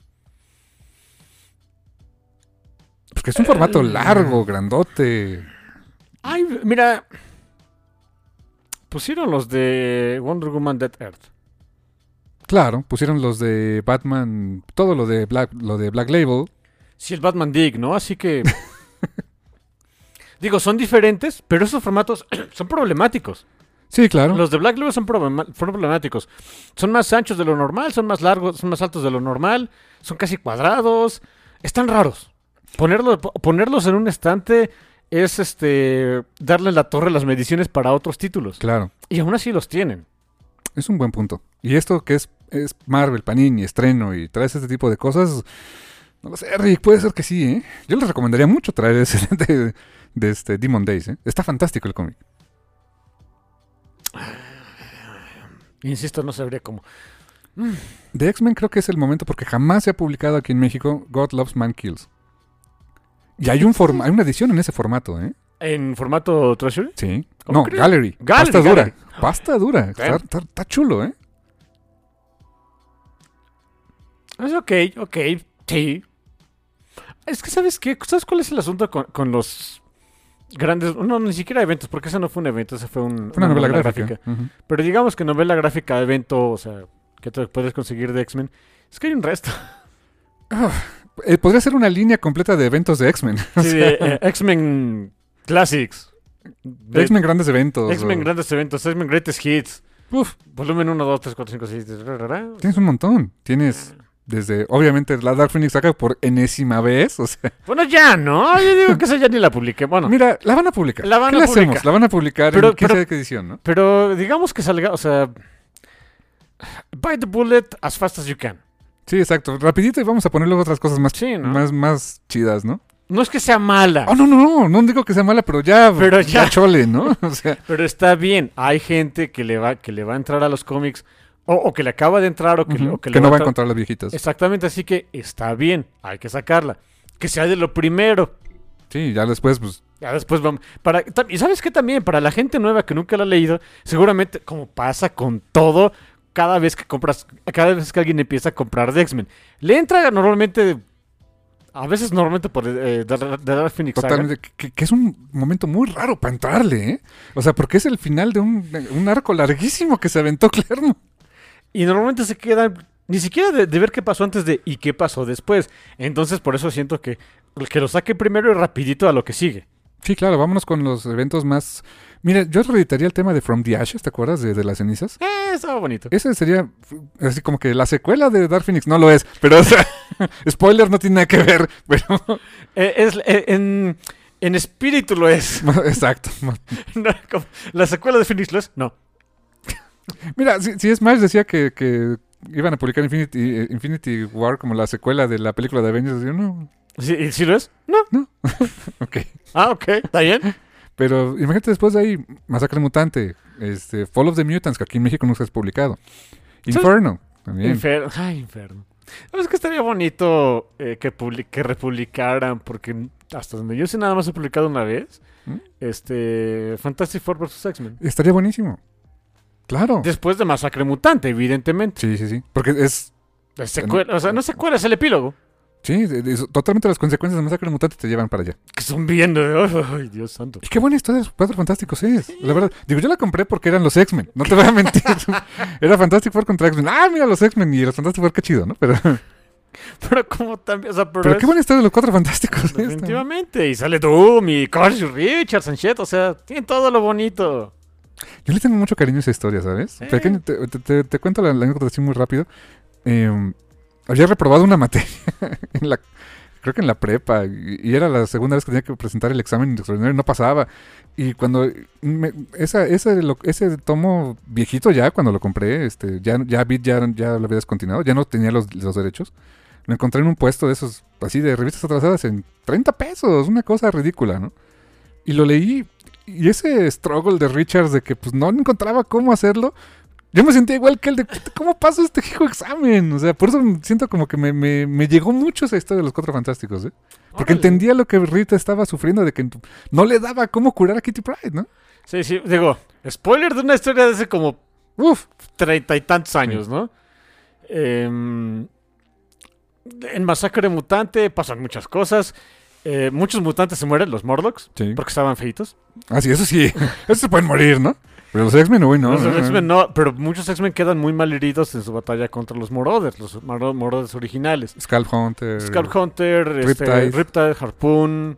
Porque es un formato largo, grandote. Ay, mira. Pusieron los de Wonder Woman Dead Earth. Claro, pusieron los de Batman, todo lo de Black Label. Sí, el Batman Dig, ¿no? Así que... Digo, son diferentes, pero esos formatos son problemáticos. Sí, claro. Los de Black Label son problemáticos. Son más anchos de lo normal, son más largos, son más altos de lo normal, son casi cuadrados. Están raros. Ponerlos en un estante es darle la torre a las mediciones para otros títulos. Claro. Y aún así los tienen. Es un buen punto. Y esto que es Marvel, Panini, estreno y traes este tipo de cosas, no lo sé, Rick, puede ser que sí, ¿eh? Yo les recomendaría mucho traer ese de Demon Days, ¿eh? Está fantástico el cómic. Insisto, no sabría cómo. De X-Men creo que es el momento porque jamás se ha publicado aquí en México God Loves Man Kills. Y hay una edición en ese formato, ¿eh? ¿En formato Treasury? Sí. No, crees? Gallery. Pasta dura. Pasta dura. Está chulo, ¿eh? Es ok, sí. Es que, ¿sabes qué? ¿Sabes cuál es el asunto con los grandes... No, ni siquiera eventos, porque ese no fue un evento, ese fue una novela gráfica. Uh-huh. Pero digamos que novela gráfica, evento, o sea, que te puedes conseguir de X-Men. Es que hay un resto. Podría ser una línea completa de eventos de X-Men. Sí, de X-Men Classics. X-Men Grandes Eventos. X-Men Grandes Eventos, X-Men Greatest Hits. Volumen 1, 2, 3, 4, 5, 6. Tienes un montón. Tienes desde, obviamente, la Dark Phoenix saga por enésima vez. O sea. Bueno, ya, ¿no? Yo digo que esa ya ni la publiqué. Bueno. Mira, la van a publicar. ¿Qué le hacemos? La van a publicar en quién sabe qué edición, ¿no? Pero digamos que salga, o sea... Bite the bullet as fast as you can. Sí, exacto. Rapidito y vamos a poner luego otras cosas más, sí, ¿no? más chidas, ¿no? No es que sea mala. Oh, no digo que sea mala, pero ya chole, ¿no? O sea. Pero está bien. Hay gente que le va a entrar a los cómics o que le acaba de entrar o que no va a encontrar las viejitas. Exactamente, así que está bien. Hay que sacarla. Que sea de lo primero. Sí, ya después, pues... Ya después vamos... Y ¿sabes qué también? Para la gente nueva que nunca la ha leído, seguramente, como pasa con todo... Cada vez que alguien empieza a comprar de X-Men, le entra normalmente, a veces normalmente por de Dark Phoenix Saga. Totalmente, que es un momento muy raro para entrarle, ¿eh? O sea, porque es el final de un arco larguísimo que se aventó Claremont. Y normalmente se queda ni siquiera de ver qué pasó antes de y qué pasó después. Entonces, por eso siento que lo saque primero y rapidito a lo que sigue. Sí, claro, vámonos con los eventos más... Mira, yo reeditaría el tema de From the Ashes, ¿te acuerdas? De las cenizas. Estaba bonito. Ese sería así como que la secuela de Dark Phoenix. No lo es, pero o sea, spoiler, no tiene nada que ver, pero... En espíritu lo es. Exacto. No, ¿la secuela de Phoenix lo es? No. Mira, si Smash decía que iban a publicar Infinity War como la secuela de la película de Avengers, yo no... ¿Sí lo es? No. Ok. Ok, está bien. Pero imagínate después de ahí, Masacre Mutante, Fall of the Mutants, que aquí en México no se ha publicado. Inferno, también. Inferno. ¿Sabes que estaría bonito que republicaran? Porque hasta donde yo sé nada más he publicado una vez. Fantastic Four vs. X-Men. Estaría buenísimo. Claro. Después de Masacre Mutante, evidentemente. Sí. Porque es... secuela, o sea, no secuela, es el epílogo. Sí, totalmente las consecuencias de Masacre Mutante te llevan para allá. Que son bien de... ¡Ay, Dios santo! Y qué buena historia de los Cuatro Fantásticos es. La verdad. Digo, yo la compré porque eran los X-Men. No te voy a mentir. Era Fantastic Four contra X-Men. Mira los X-Men y los Fantastic Four, qué chido, ¿no? Pero como también... O sea, pero qué buena historia de los Cuatro Fantásticos. Definitivamente. Y sale Doom y Carl Richards and shit. O sea, tienen todo lo bonito. Yo le tengo mucho cariño a esa historia, ¿sabes? Pequeño, te cuento la anécdota así muy rápido. Había reprobado una materia creo que en la prepa, y era la segunda vez que tenía que presentar el examen extraordinario y no pasaba. Y cuando ese tomo viejito ya, cuando lo compré, ya lo había descontinuado, ya no tenía los derechos. Lo encontré en un puesto de esos, así de revistas atrasadas, en 30 pesos, una cosa ridícula, ¿no? Y lo leí, y ese struggle de Richards de que pues no encontraba cómo hacerlo, Yo me sentía igual que el de, ¿cómo paso este hijo examen? O sea, por eso siento como que me llegó mucho esa historia de los Cuatro Fantásticos, ¿eh? Porque entendía lo que Rita estaba sufriendo de que no le daba cómo curar a Kitty Pryde, ¿no? Sí, digo, spoiler de una historia de hace como 30 y tantos años, ¿no? En Masacre Mutante pasan muchas cosas. Muchos mutantes se mueren, los Morlocks, porque estaban feitos. Ah, sí, eso sí. Esos se pueden morir, ¿no? Pero los X-Men, uy, no. Los X-Men no, pero muchos X-Men quedan muy mal heridos en su batalla contra los Marauders originales. Scalp Hunter, Riptide, Harpoon,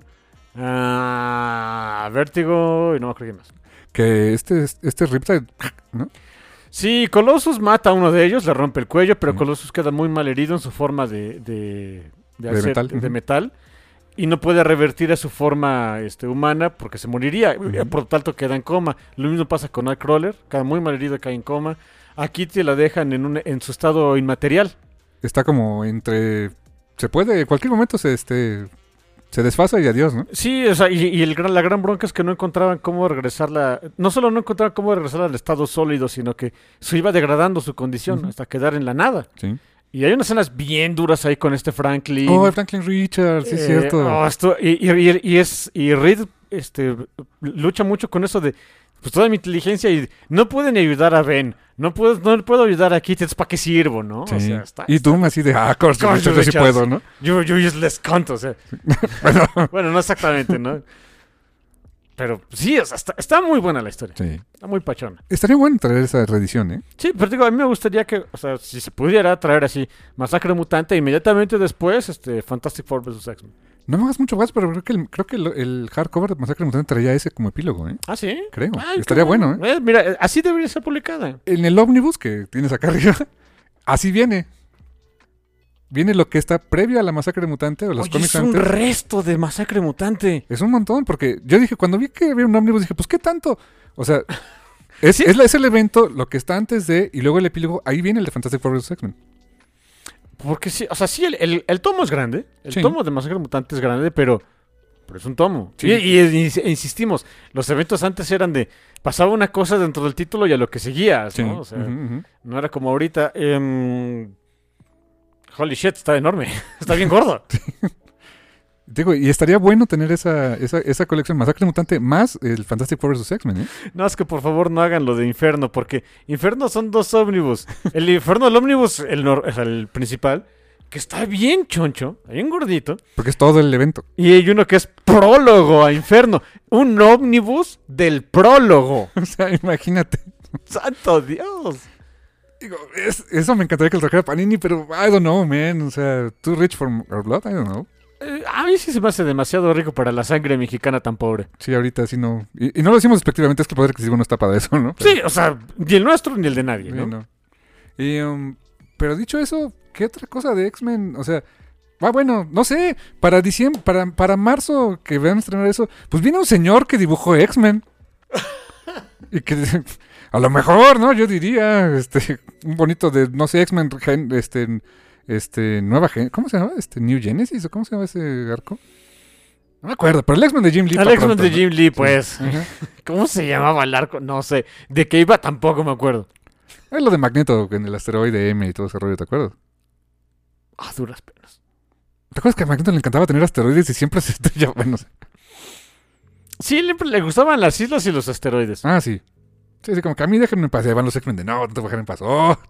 Vértigo y no creo que más. Que este Riptide, ¿no? Sí, Colossus mata a uno de ellos, le rompe el cuello, pero Colossus queda muy mal herido en su forma de metal. Y no puede revertir a su forma humana porque se moriría. Por lo tanto, queda en coma. Lo mismo pasa con Nightcrawler. Queda muy mal herido y cae en coma. A Kitty la dejan en su estado inmaterial. Está como entre... Se puede, en cualquier momento se desfasa y adiós, ¿no? Sí, o sea, la gran bronca es que no encontraban cómo regresarla. No solo no encontraban cómo regresarla al estado sólido, sino que se iba degradando su condición hasta quedar en la nada. Sí. Y hay unas escenas bien duras ahí con Franklin. Oh, Franklin Richards, sí es cierto. Y Reed lucha mucho con eso de pues toda mi inteligencia y no pueden ayudar a Ben. No puedo ayudar a Kitty, ¿para qué sirvo, no? Sí. O sea, y tú así de, Richards, yo sí puedo, ¿no? Yo useless cunt, o sea. Bueno, no exactamente, ¿no? Pero sí, o sea, está muy buena la historia. Sí. Está muy pachona. Estaría bueno traer esa reedición, ¿eh? Sí, pero digo, a mí me gustaría que, o sea, si se pudiera traer así Masacre Mutante, inmediatamente después, Fantastic Four vs. X-Men. No me hagas mucho más, pero creo que el hardcover de Masacre Mutante traía ese como epílogo, ¿eh? ¿Ah, sí? Creo. Estaría bueno, ¿eh? Mira, así debería ser publicada. En el ómnibus que tienes acá arriba, así viene. Viene lo que está previo a la Masacre Mutante o los cómics antes. Es un resto de Masacre Mutante. Es un montón, porque yo dije, cuando vi que había un ómnibus, dije, pues, ¿qué tanto? O sea, es el evento, lo que está antes de, y luego el epílogo, ahí viene el de Fantastic Four vs. X-Men. Porque sí, o sea, sí, el tomo es grande. El tomo de Masacre Mutante es grande, pero es un tomo. Sí. Y insistimos, los eventos antes eran de, pasaba una cosa dentro del título y a lo que seguías, ¿no? O sea, no era como ahorita... Holy shit, está enorme. Está bien gordo. Digo, y estaría bueno tener esa colección Masacre Mutante más el Fantastic Four vs. X-Men, ¿eh? No, es que por favor no hagan lo de Inferno, porque Inferno son 2 ómnibus. El Inferno del ómnibus, el principal, que está bien choncho, bien gordito. Porque es todo el evento. Y hay uno que es prólogo a Inferno. Un ómnibus del prólogo. O sea, imagínate. ¡Santo Dios! Digo, eso me encantaría que lo trajera Panini, pero I don't know, man. O sea, too rich for our blood, I don't know. A mí sí se me hace demasiado rico para la sangre mexicana tan pobre. Sí, ahorita sí no. Y no lo decimos despectivamente, es que el poder adquisitivo no está para eso, ¿no? Pero, sí, o sea, ni el nuestro ni el de nadie, ¿no? No. Pero dicho eso, ¿qué otra cosa de X-Men? O sea, bueno, no sé, para diciembre, para marzo que vean estrenar eso, pues viene un señor que dibujó X-Men. Y que a lo mejor, ¿no? Yo diría, un bonito de, no sé, X-Men, nueva ¿cómo se llama? New Genesis, ¿o cómo se llama ese arco? No me acuerdo, pero el X-Men de Jim Lee. El X-Men de Jim Lee, pues. Sí. ¿Cómo se llamaba el arco? No sé. ¿De qué iba? Tampoco me acuerdo. Es lo de Magneto en el asteroide M y todo ese rollo, ¿te acuerdas? Duras penas. ¿Te acuerdas que a Magneto le encantaba tener asteroides y siempre se estrellaba? Bueno, no sé. Sí, le gustaban las islas y los asteroides. Ah, sí. Sí, como que a mí déjenme en paz. Van los X-Men de no te voy a dejar en paz.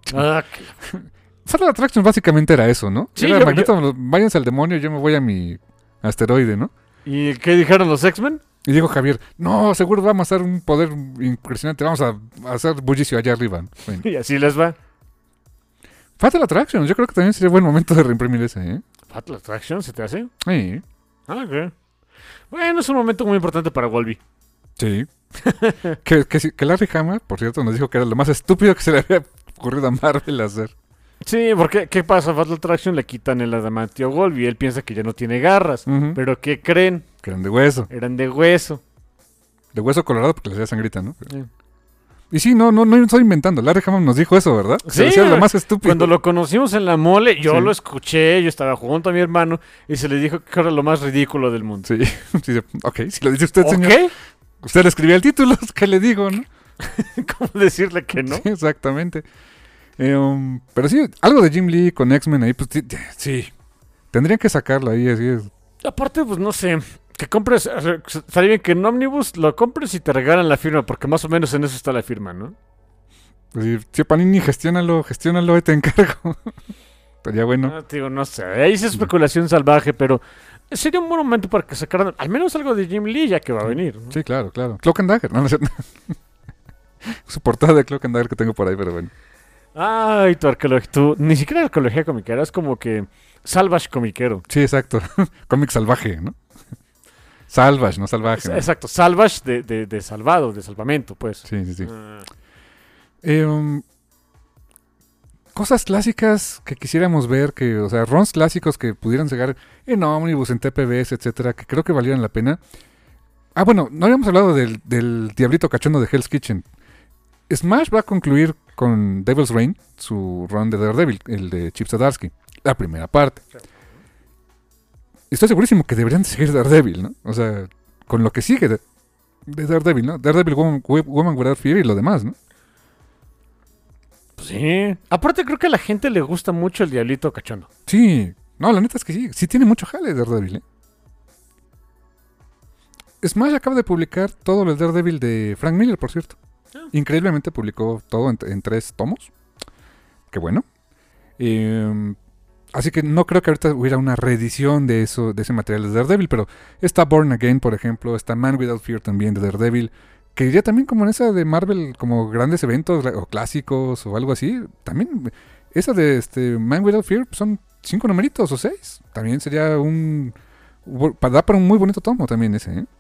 Fatal Attraction básicamente era eso, ¿no? Sí, era Magneto, váyanse al demonio, yo me voy a mi asteroide, ¿no? ¿Y qué dijeron los X-Men? Y dijo Javier, no, seguro vamos a hacer un poder impresionante, vamos a hacer bullicio allá arriba. Bueno. Y así les va. Fatal Attraction, yo creo que también sería buen momento de reimprimir ese, ¿eh? ¿Fatal Attraction se te hace? Sí. Ok. Bueno, es un momento muy importante para Wolby. Sí. que Larry Hama, por cierto, nos dijo que era lo más estúpido que se le había ocurrido a Marvel hacer. Sí, porque ¿qué pasa? Fatal Attraction le quitan el adamantio a Wolby. Él piensa que ya no tiene garras. Pero ¿qué creen? Que eran de hueso. Eran de hueso. De hueso colorado porque les hacía sangrita, ¿no? Sí. Y sí, no estoy inventando. Larry Hama nos dijo eso, ¿verdad? Sí, decía lo más estúpido. Cuando lo conocimos en la mole, yo lo escuché, yo estaba junto a mi hermano y se le dijo que era lo más ridículo del mundo. Sí, sí, ok, si lo dice usted, señor. Usted le escribía el título, ¿qué le digo, no? ¿Cómo decirle que no? Sí, exactamente. Pero sí, algo de Jim Lee con X-Men ahí, pues sí. Tendrían que sacarlo ahí, así es. Aparte, pues no sé, que compres, estaría bien que en Omnibus lo compres y te regalan la firma, porque más o menos en eso está la firma, ¿no? Pues sí, Panini, gestiónalo, ahí te encargo. Estaría bueno. Ah, digo, no sé, ahí es especulación salvaje, pero sería un buen momento para que sacaran al menos algo de Jim Lee, ya que va a venir, ¿no? Sí, claro. Cloak and Dagger, no es cierto. Su portada de Cloak and Dagger que tengo por ahí, pero bueno. Ay, tu arqueología, tú, ni siquiera arqueología comiquera, es como que salvage comiquero. Sí, exacto. Cómic salvaje, ¿no? Salvage, no salvaje. ¿no? Exacto, salvage de salvado, de salvamento, pues. Sí. Cosas clásicas que quisiéramos ver, o sea, runs clásicos que pudieran llegar en Omnibus, en TPBs, etcétera, que creo que valieran la pena. Ah, bueno, no habíamos hablado del Diablito Cachondo de Hell's Kitchen. Smash va a concluir con Devil's Reign, su run de Daredevil, el de Chip Zdarsky, la primera parte. Estoy segurísimo que deberían seguir Daredevil, ¿no? O sea, con lo que sigue de Daredevil, ¿no? Daredevil, Woman Without Fear y lo demás, ¿no? Pues sí. Aparte creo que a la gente le gusta mucho el Diablito Cachondo. Sí. No, la neta es que sí. Sí tiene mucho jale Daredevil, ¿eh? Smash acaba de publicar todo el Daredevil de Frank Miller, por cierto. Increíblemente publicó todo en 3 tomos. Qué bueno. Así que no creo que ahorita hubiera una reedición de ese material de Daredevil, pero está Born Again, por ejemplo, está Man Without Fear también de Daredevil, que iría también como en esa de Marvel, como grandes eventos o clásicos o algo así. También esa de Man Without Fear son 5 numeritos o 6. También sería da para un muy bonito tomo también ese, ¿eh?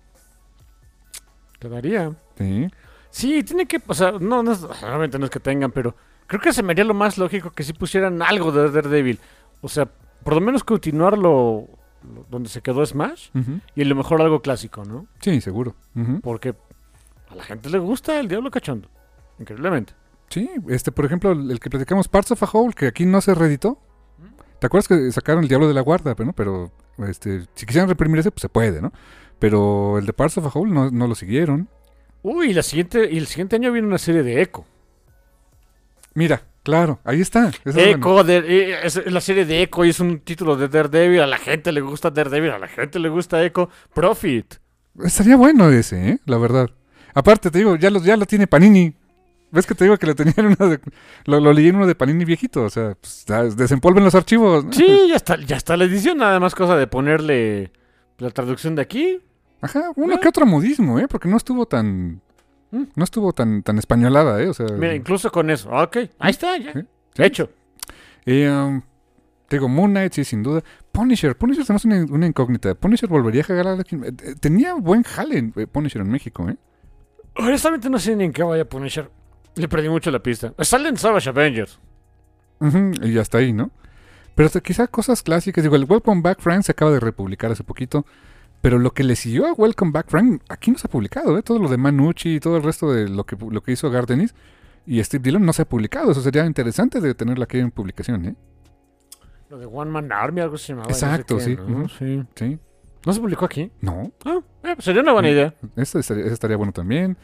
Quedaría. Sí. Sí, tiene que, o sea, obviamente no es que tengan, pero creo que se me haría lo más lógico que sí pusieran algo de Daredevil. O sea, por lo menos continuarlo donde se quedó Smash y a lo mejor algo clásico, ¿no? Sí, seguro. Porque a la gente le gusta el Diablo Cachondo, increíblemente. Sí, por ejemplo, el que platicamos, Parts of a Whole, que aquí no se reeditó. ¿Te acuerdas que sacaron el Diablo de la Guarda? Pero si quisieran reprimir ese, pues se puede, ¿no? Pero el de Parts of a Whole no lo siguieron. Uy, el siguiente año viene una serie de Echo. Mira, claro, ahí está. Echo, es la serie de Echo y es un título de Daredevil. A la gente le gusta Daredevil, a la gente le gusta Echo. Profit. Estaría bueno ese, la verdad. Aparte, te digo, ya lo tiene Panini. ¿Ves que te digo que lo tenía en lo leí en uno de Panini viejito? O sea, pues, desempolven los archivos, ¿no? Sí, ya está la edición. Nada más cosa de ponerle la traducción de aquí. Ajá, uno que otro modismo, porque no estuvo tan... No estuvo tan españolada, o sea... Mira, incluso con eso. Ok, ahí está, ya. ¿Sí? Hecho. Te digo, Moon Knight, sí, sin duda. Punisher se me hace una incógnita. Punisher volvería a jalar aquí. Tenía buen jale Punisher en México, Honestamente no sé ni en qué vaya a Punisher. Le perdí mucho la pista. Sale en Savage Avengers. Y hasta ahí, ¿no? Pero quizá cosas clásicas. Digo, el Welcome Back Frank se acaba de republicar hace poquito. Pero lo que le siguió a Welcome Back Frank, aquí no se ha publicado, Todo lo de Manucci y todo el resto de lo que hizo Gardenis y Steve Dillon no se ha publicado. Eso sería interesante de tenerla aquí en publicación, Lo de One Man Army, algo se llamaba. Exacto, no sé qué, sí. ¿no? Sí. ¿No se publicó aquí? No. Pues sería una buena idea. Eso estaría bueno también.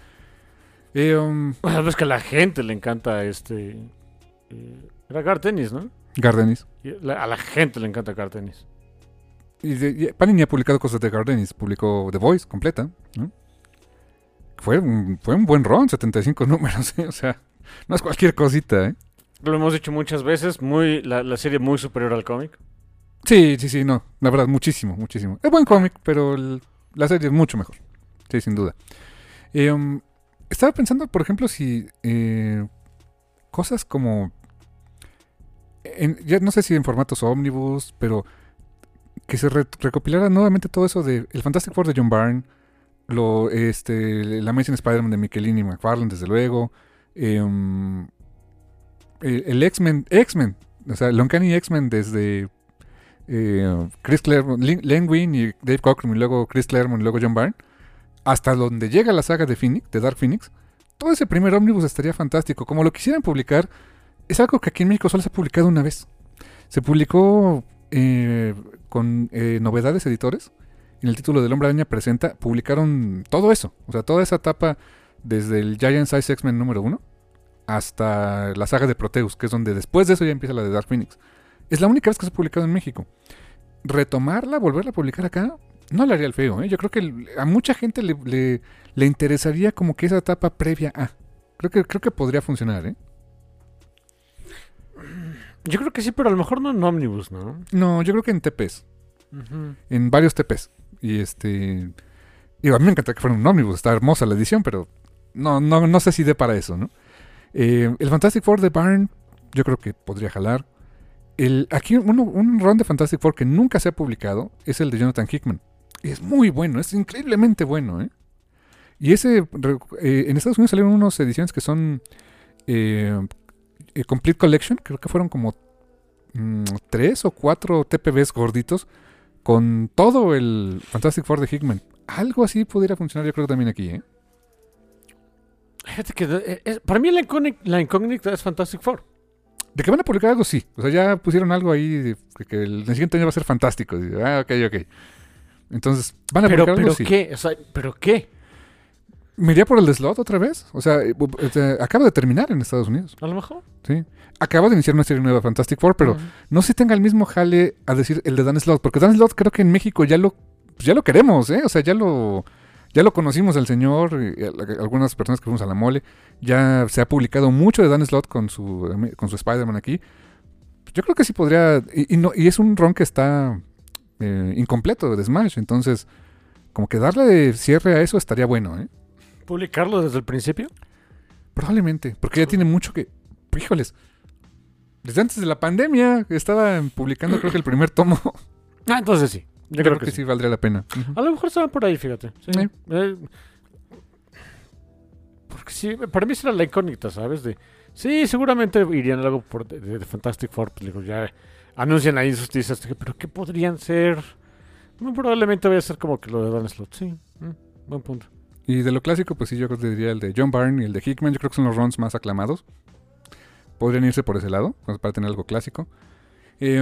Es que a la gente le encanta era Gardenis, ¿no? Gardenis. A la gente le encanta Gardenis. Y Panini ha publicado cosas de Gardenis. Publicó The Voice completa, ¿no? Fue un buen run, 75 números, O sea, no es cualquier cosita, Lo hemos dicho muchas veces, la serie muy superior al cómic. Sí, no. La verdad, muchísimo. Es buen cómic, pero la serie es mucho mejor. Sí, sin duda. Estaba pensando, por ejemplo, si cosas como... ya no sé si en formatos ómnibus, pero... que se recopilara nuevamente todo eso de el Fantastic Four de John Byrne, la Amazing Spider-Man de Michelini y McFarlane, desde luego, el X-Men, o sea, el Uncanny X-Men desde Chris Claremont, Len Wein y Dave Cockrum, y luego Chris Claremont y luego John Byrne, hasta donde llega la saga de Dark Phoenix. Todo ese primer ómnibus estaría fantástico. Como lo quisieran publicar, es algo que aquí en México solo se ha publicado una vez. Se publicó con Novedades Editores. En el título del Hombre Araña Presenta, publicaron todo eso. O sea, toda esa etapa desde el Giant Size X-Men número 1 hasta la saga de Proteus, que es donde después de eso ya empieza la de Dark Phoenix. Es la única vez que se ha publicado en México. Retomarla, volverla a publicar acá, no le haría el feo, ¿eh? Yo creo que a mucha gente le interesaría como que esa etapa previa a. Creo que podría funcionar, ¿eh? Yo creo que sí, pero a lo mejor no en Omnibus, ¿no? No, yo creo que en TPs. Ujú. En varios TPs. Y digo, a mí me encantaría que fuera un Omnibus, está hermosa la edición, pero no sé si dé para eso, ¿no? El Fantastic Four de Byrne, yo creo que podría jalar. Aquí un run de Fantastic Four que nunca se ha publicado es el de Jonathan Hickman. Es muy bueno, es increíblemente bueno, ¿eh? Y en Estados Unidos salieron unas ediciones que son Complete Collection, creo que fueron como 3 o 4 TPBs gorditos con todo el Fantastic Four de Hickman. Algo así pudiera funcionar, yo creo que también aquí, ¿eh? Fíjate que para mí la incógnita es Fantastic Four. De que van a publicar algo, sí. O sea, ya pusieron algo ahí de que el siguiente año va a ser fantástico. Ok. Entonces, van a publicar algo, sí. ¿Qué? O sea, ¿pero qué? ¿Me iría por el de Slott otra vez? O sea, acaba de terminar en Estados Unidos. A lo mejor. Sí. Acaba de iniciar una serie nueva, Fantastic Four, pero no sé si tenga el mismo jale a decir el de Dan Slott. Porque Dan Slott creo que en México ya lo queremos, ¿eh? O sea, ya lo conocimos al señor, algunas personas que fuimos a la mole. Ya se ha publicado mucho de Dan Slott con su Spider-Man aquí. Yo creo que sí podría. Y es un run que está incompleto de Smash. Entonces, como que darle cierre a eso estaría bueno, ¿eh? ¿Publicarlo desde el principio? Probablemente, porque ya tiene mucho que. Híjoles. Desde antes de la pandemia estaban publicando, creo que el primer tomo. Entonces sí. Yo creo que sí valdría la pena. A lo mejor se van por ahí, fíjate. Sí. Porque sí, para mí será la incógnita, ¿sabes? Sí, seguramente irían algo de Fantastic Four. Pues, digo, ya anuncian ahí sus teasers. Pero ¿qué podrían ser? Muy probablemente vaya a ser como que lo de Dan Slott. Sí, buen punto. Y de lo clásico, pues sí, yo creo que diría el de John Byrne y el de Hickman. Yo creo que son los runs más aclamados. Podrían irse por ese lado, para tener algo clásico. ¿Qué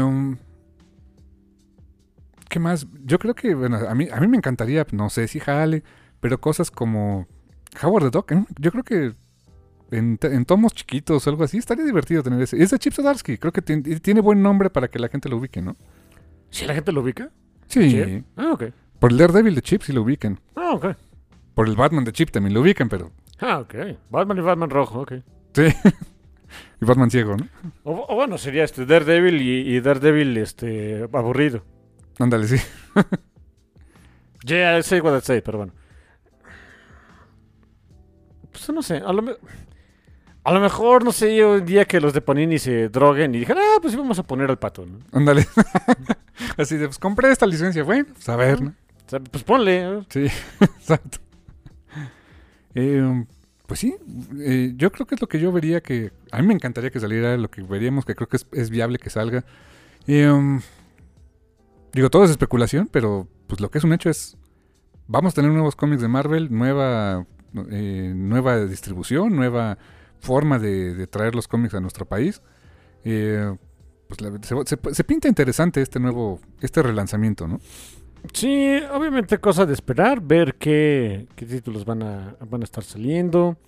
más? Yo creo que, bueno, a mí me encantaría, no sé si jale, pero cosas como Howard the Duck, ¿eh? Yo creo que en tomos chiquitos o algo así, estaría divertido tener ese. Es de Chip Zdarsky, creo que tiene buen nombre para que la gente lo ubique, ¿no? ¿Sí la gente lo ubica? Sí. ¿Chip? Ok. Por el Daredevil de Chip sí lo ubican. Ok. Por el Batman de Chip también lo ubican, pero... Ok. Batman y Batman rojo, ok. Sí. Y Batman ciego, ¿no? O bueno, sería Daredevil y Daredevil aburrido. Ándale, sí. Yeah, I say what I say, pero bueno. Pues no sé, a lo mejor, no sé, un día que los de Panini se droguen y dijeron, pues sí vamos a poner al pato, ¿no? Ándale. Así de, pues compré esta licencia, bueno, pues a ver, ¿no? O sea, pues ponle. Sí, exacto. Pues sí, yo creo que es lo que yo vería que... A mí me encantaría que saliera, lo que veríamos, que creo que es viable que salga. Digo, todo es especulación, pero pues lo que es un hecho es... Vamos a tener nuevos cómics de Marvel, nueva distribución, nueva forma de traer los cómics a nuestro país. Pues se pinta interesante este relanzamiento, ¿no? Sí, obviamente cosa de esperar, ver qué títulos van a estar saliendo.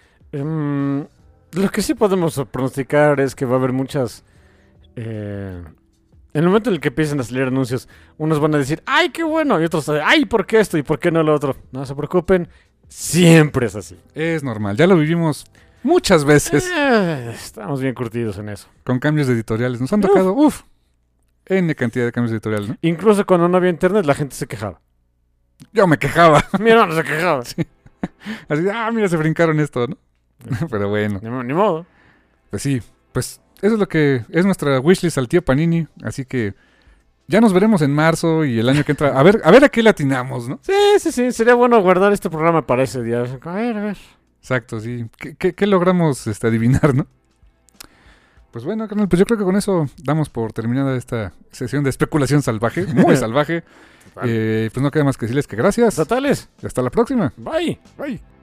Lo que sí podemos pronosticar es que va a haber muchas... en el momento en el que empiecen a salir anuncios, unos van a decir, ¡ay, qué bueno! Y otros, ¡ay, ¿por qué esto y por qué no lo otro? No se preocupen, siempre es así. Es normal, ya lo vivimos muchas veces. Estamos bien curtidos en eso. Con cambios editoriales, nos han tocado, N cantidad de cambios editoriales, ¿no? Incluso cuando no había internet, la gente se quejaba. Yo me quejaba. Mi hermano se quejaba. Sí. Así, mira, se brincaron esto, ¿no? Pero bueno. Ni modo. Pues sí, pues eso es lo que es nuestra wishlist al tío Panini. Así que ya nos veremos en marzo y el año que entra. A ver a qué le atinamos, ¿no? Sí. Sería bueno guardar este programa para ese día. A ver. Exacto, sí. ¿Qué logramos adivinar, no? Pues bueno, carnal, pues yo creo que con eso damos por terminada esta sesión de especulación salvaje, muy salvaje. Pues no queda más que decirles que gracias. Totales. Y hasta la próxima. Bye. Bye.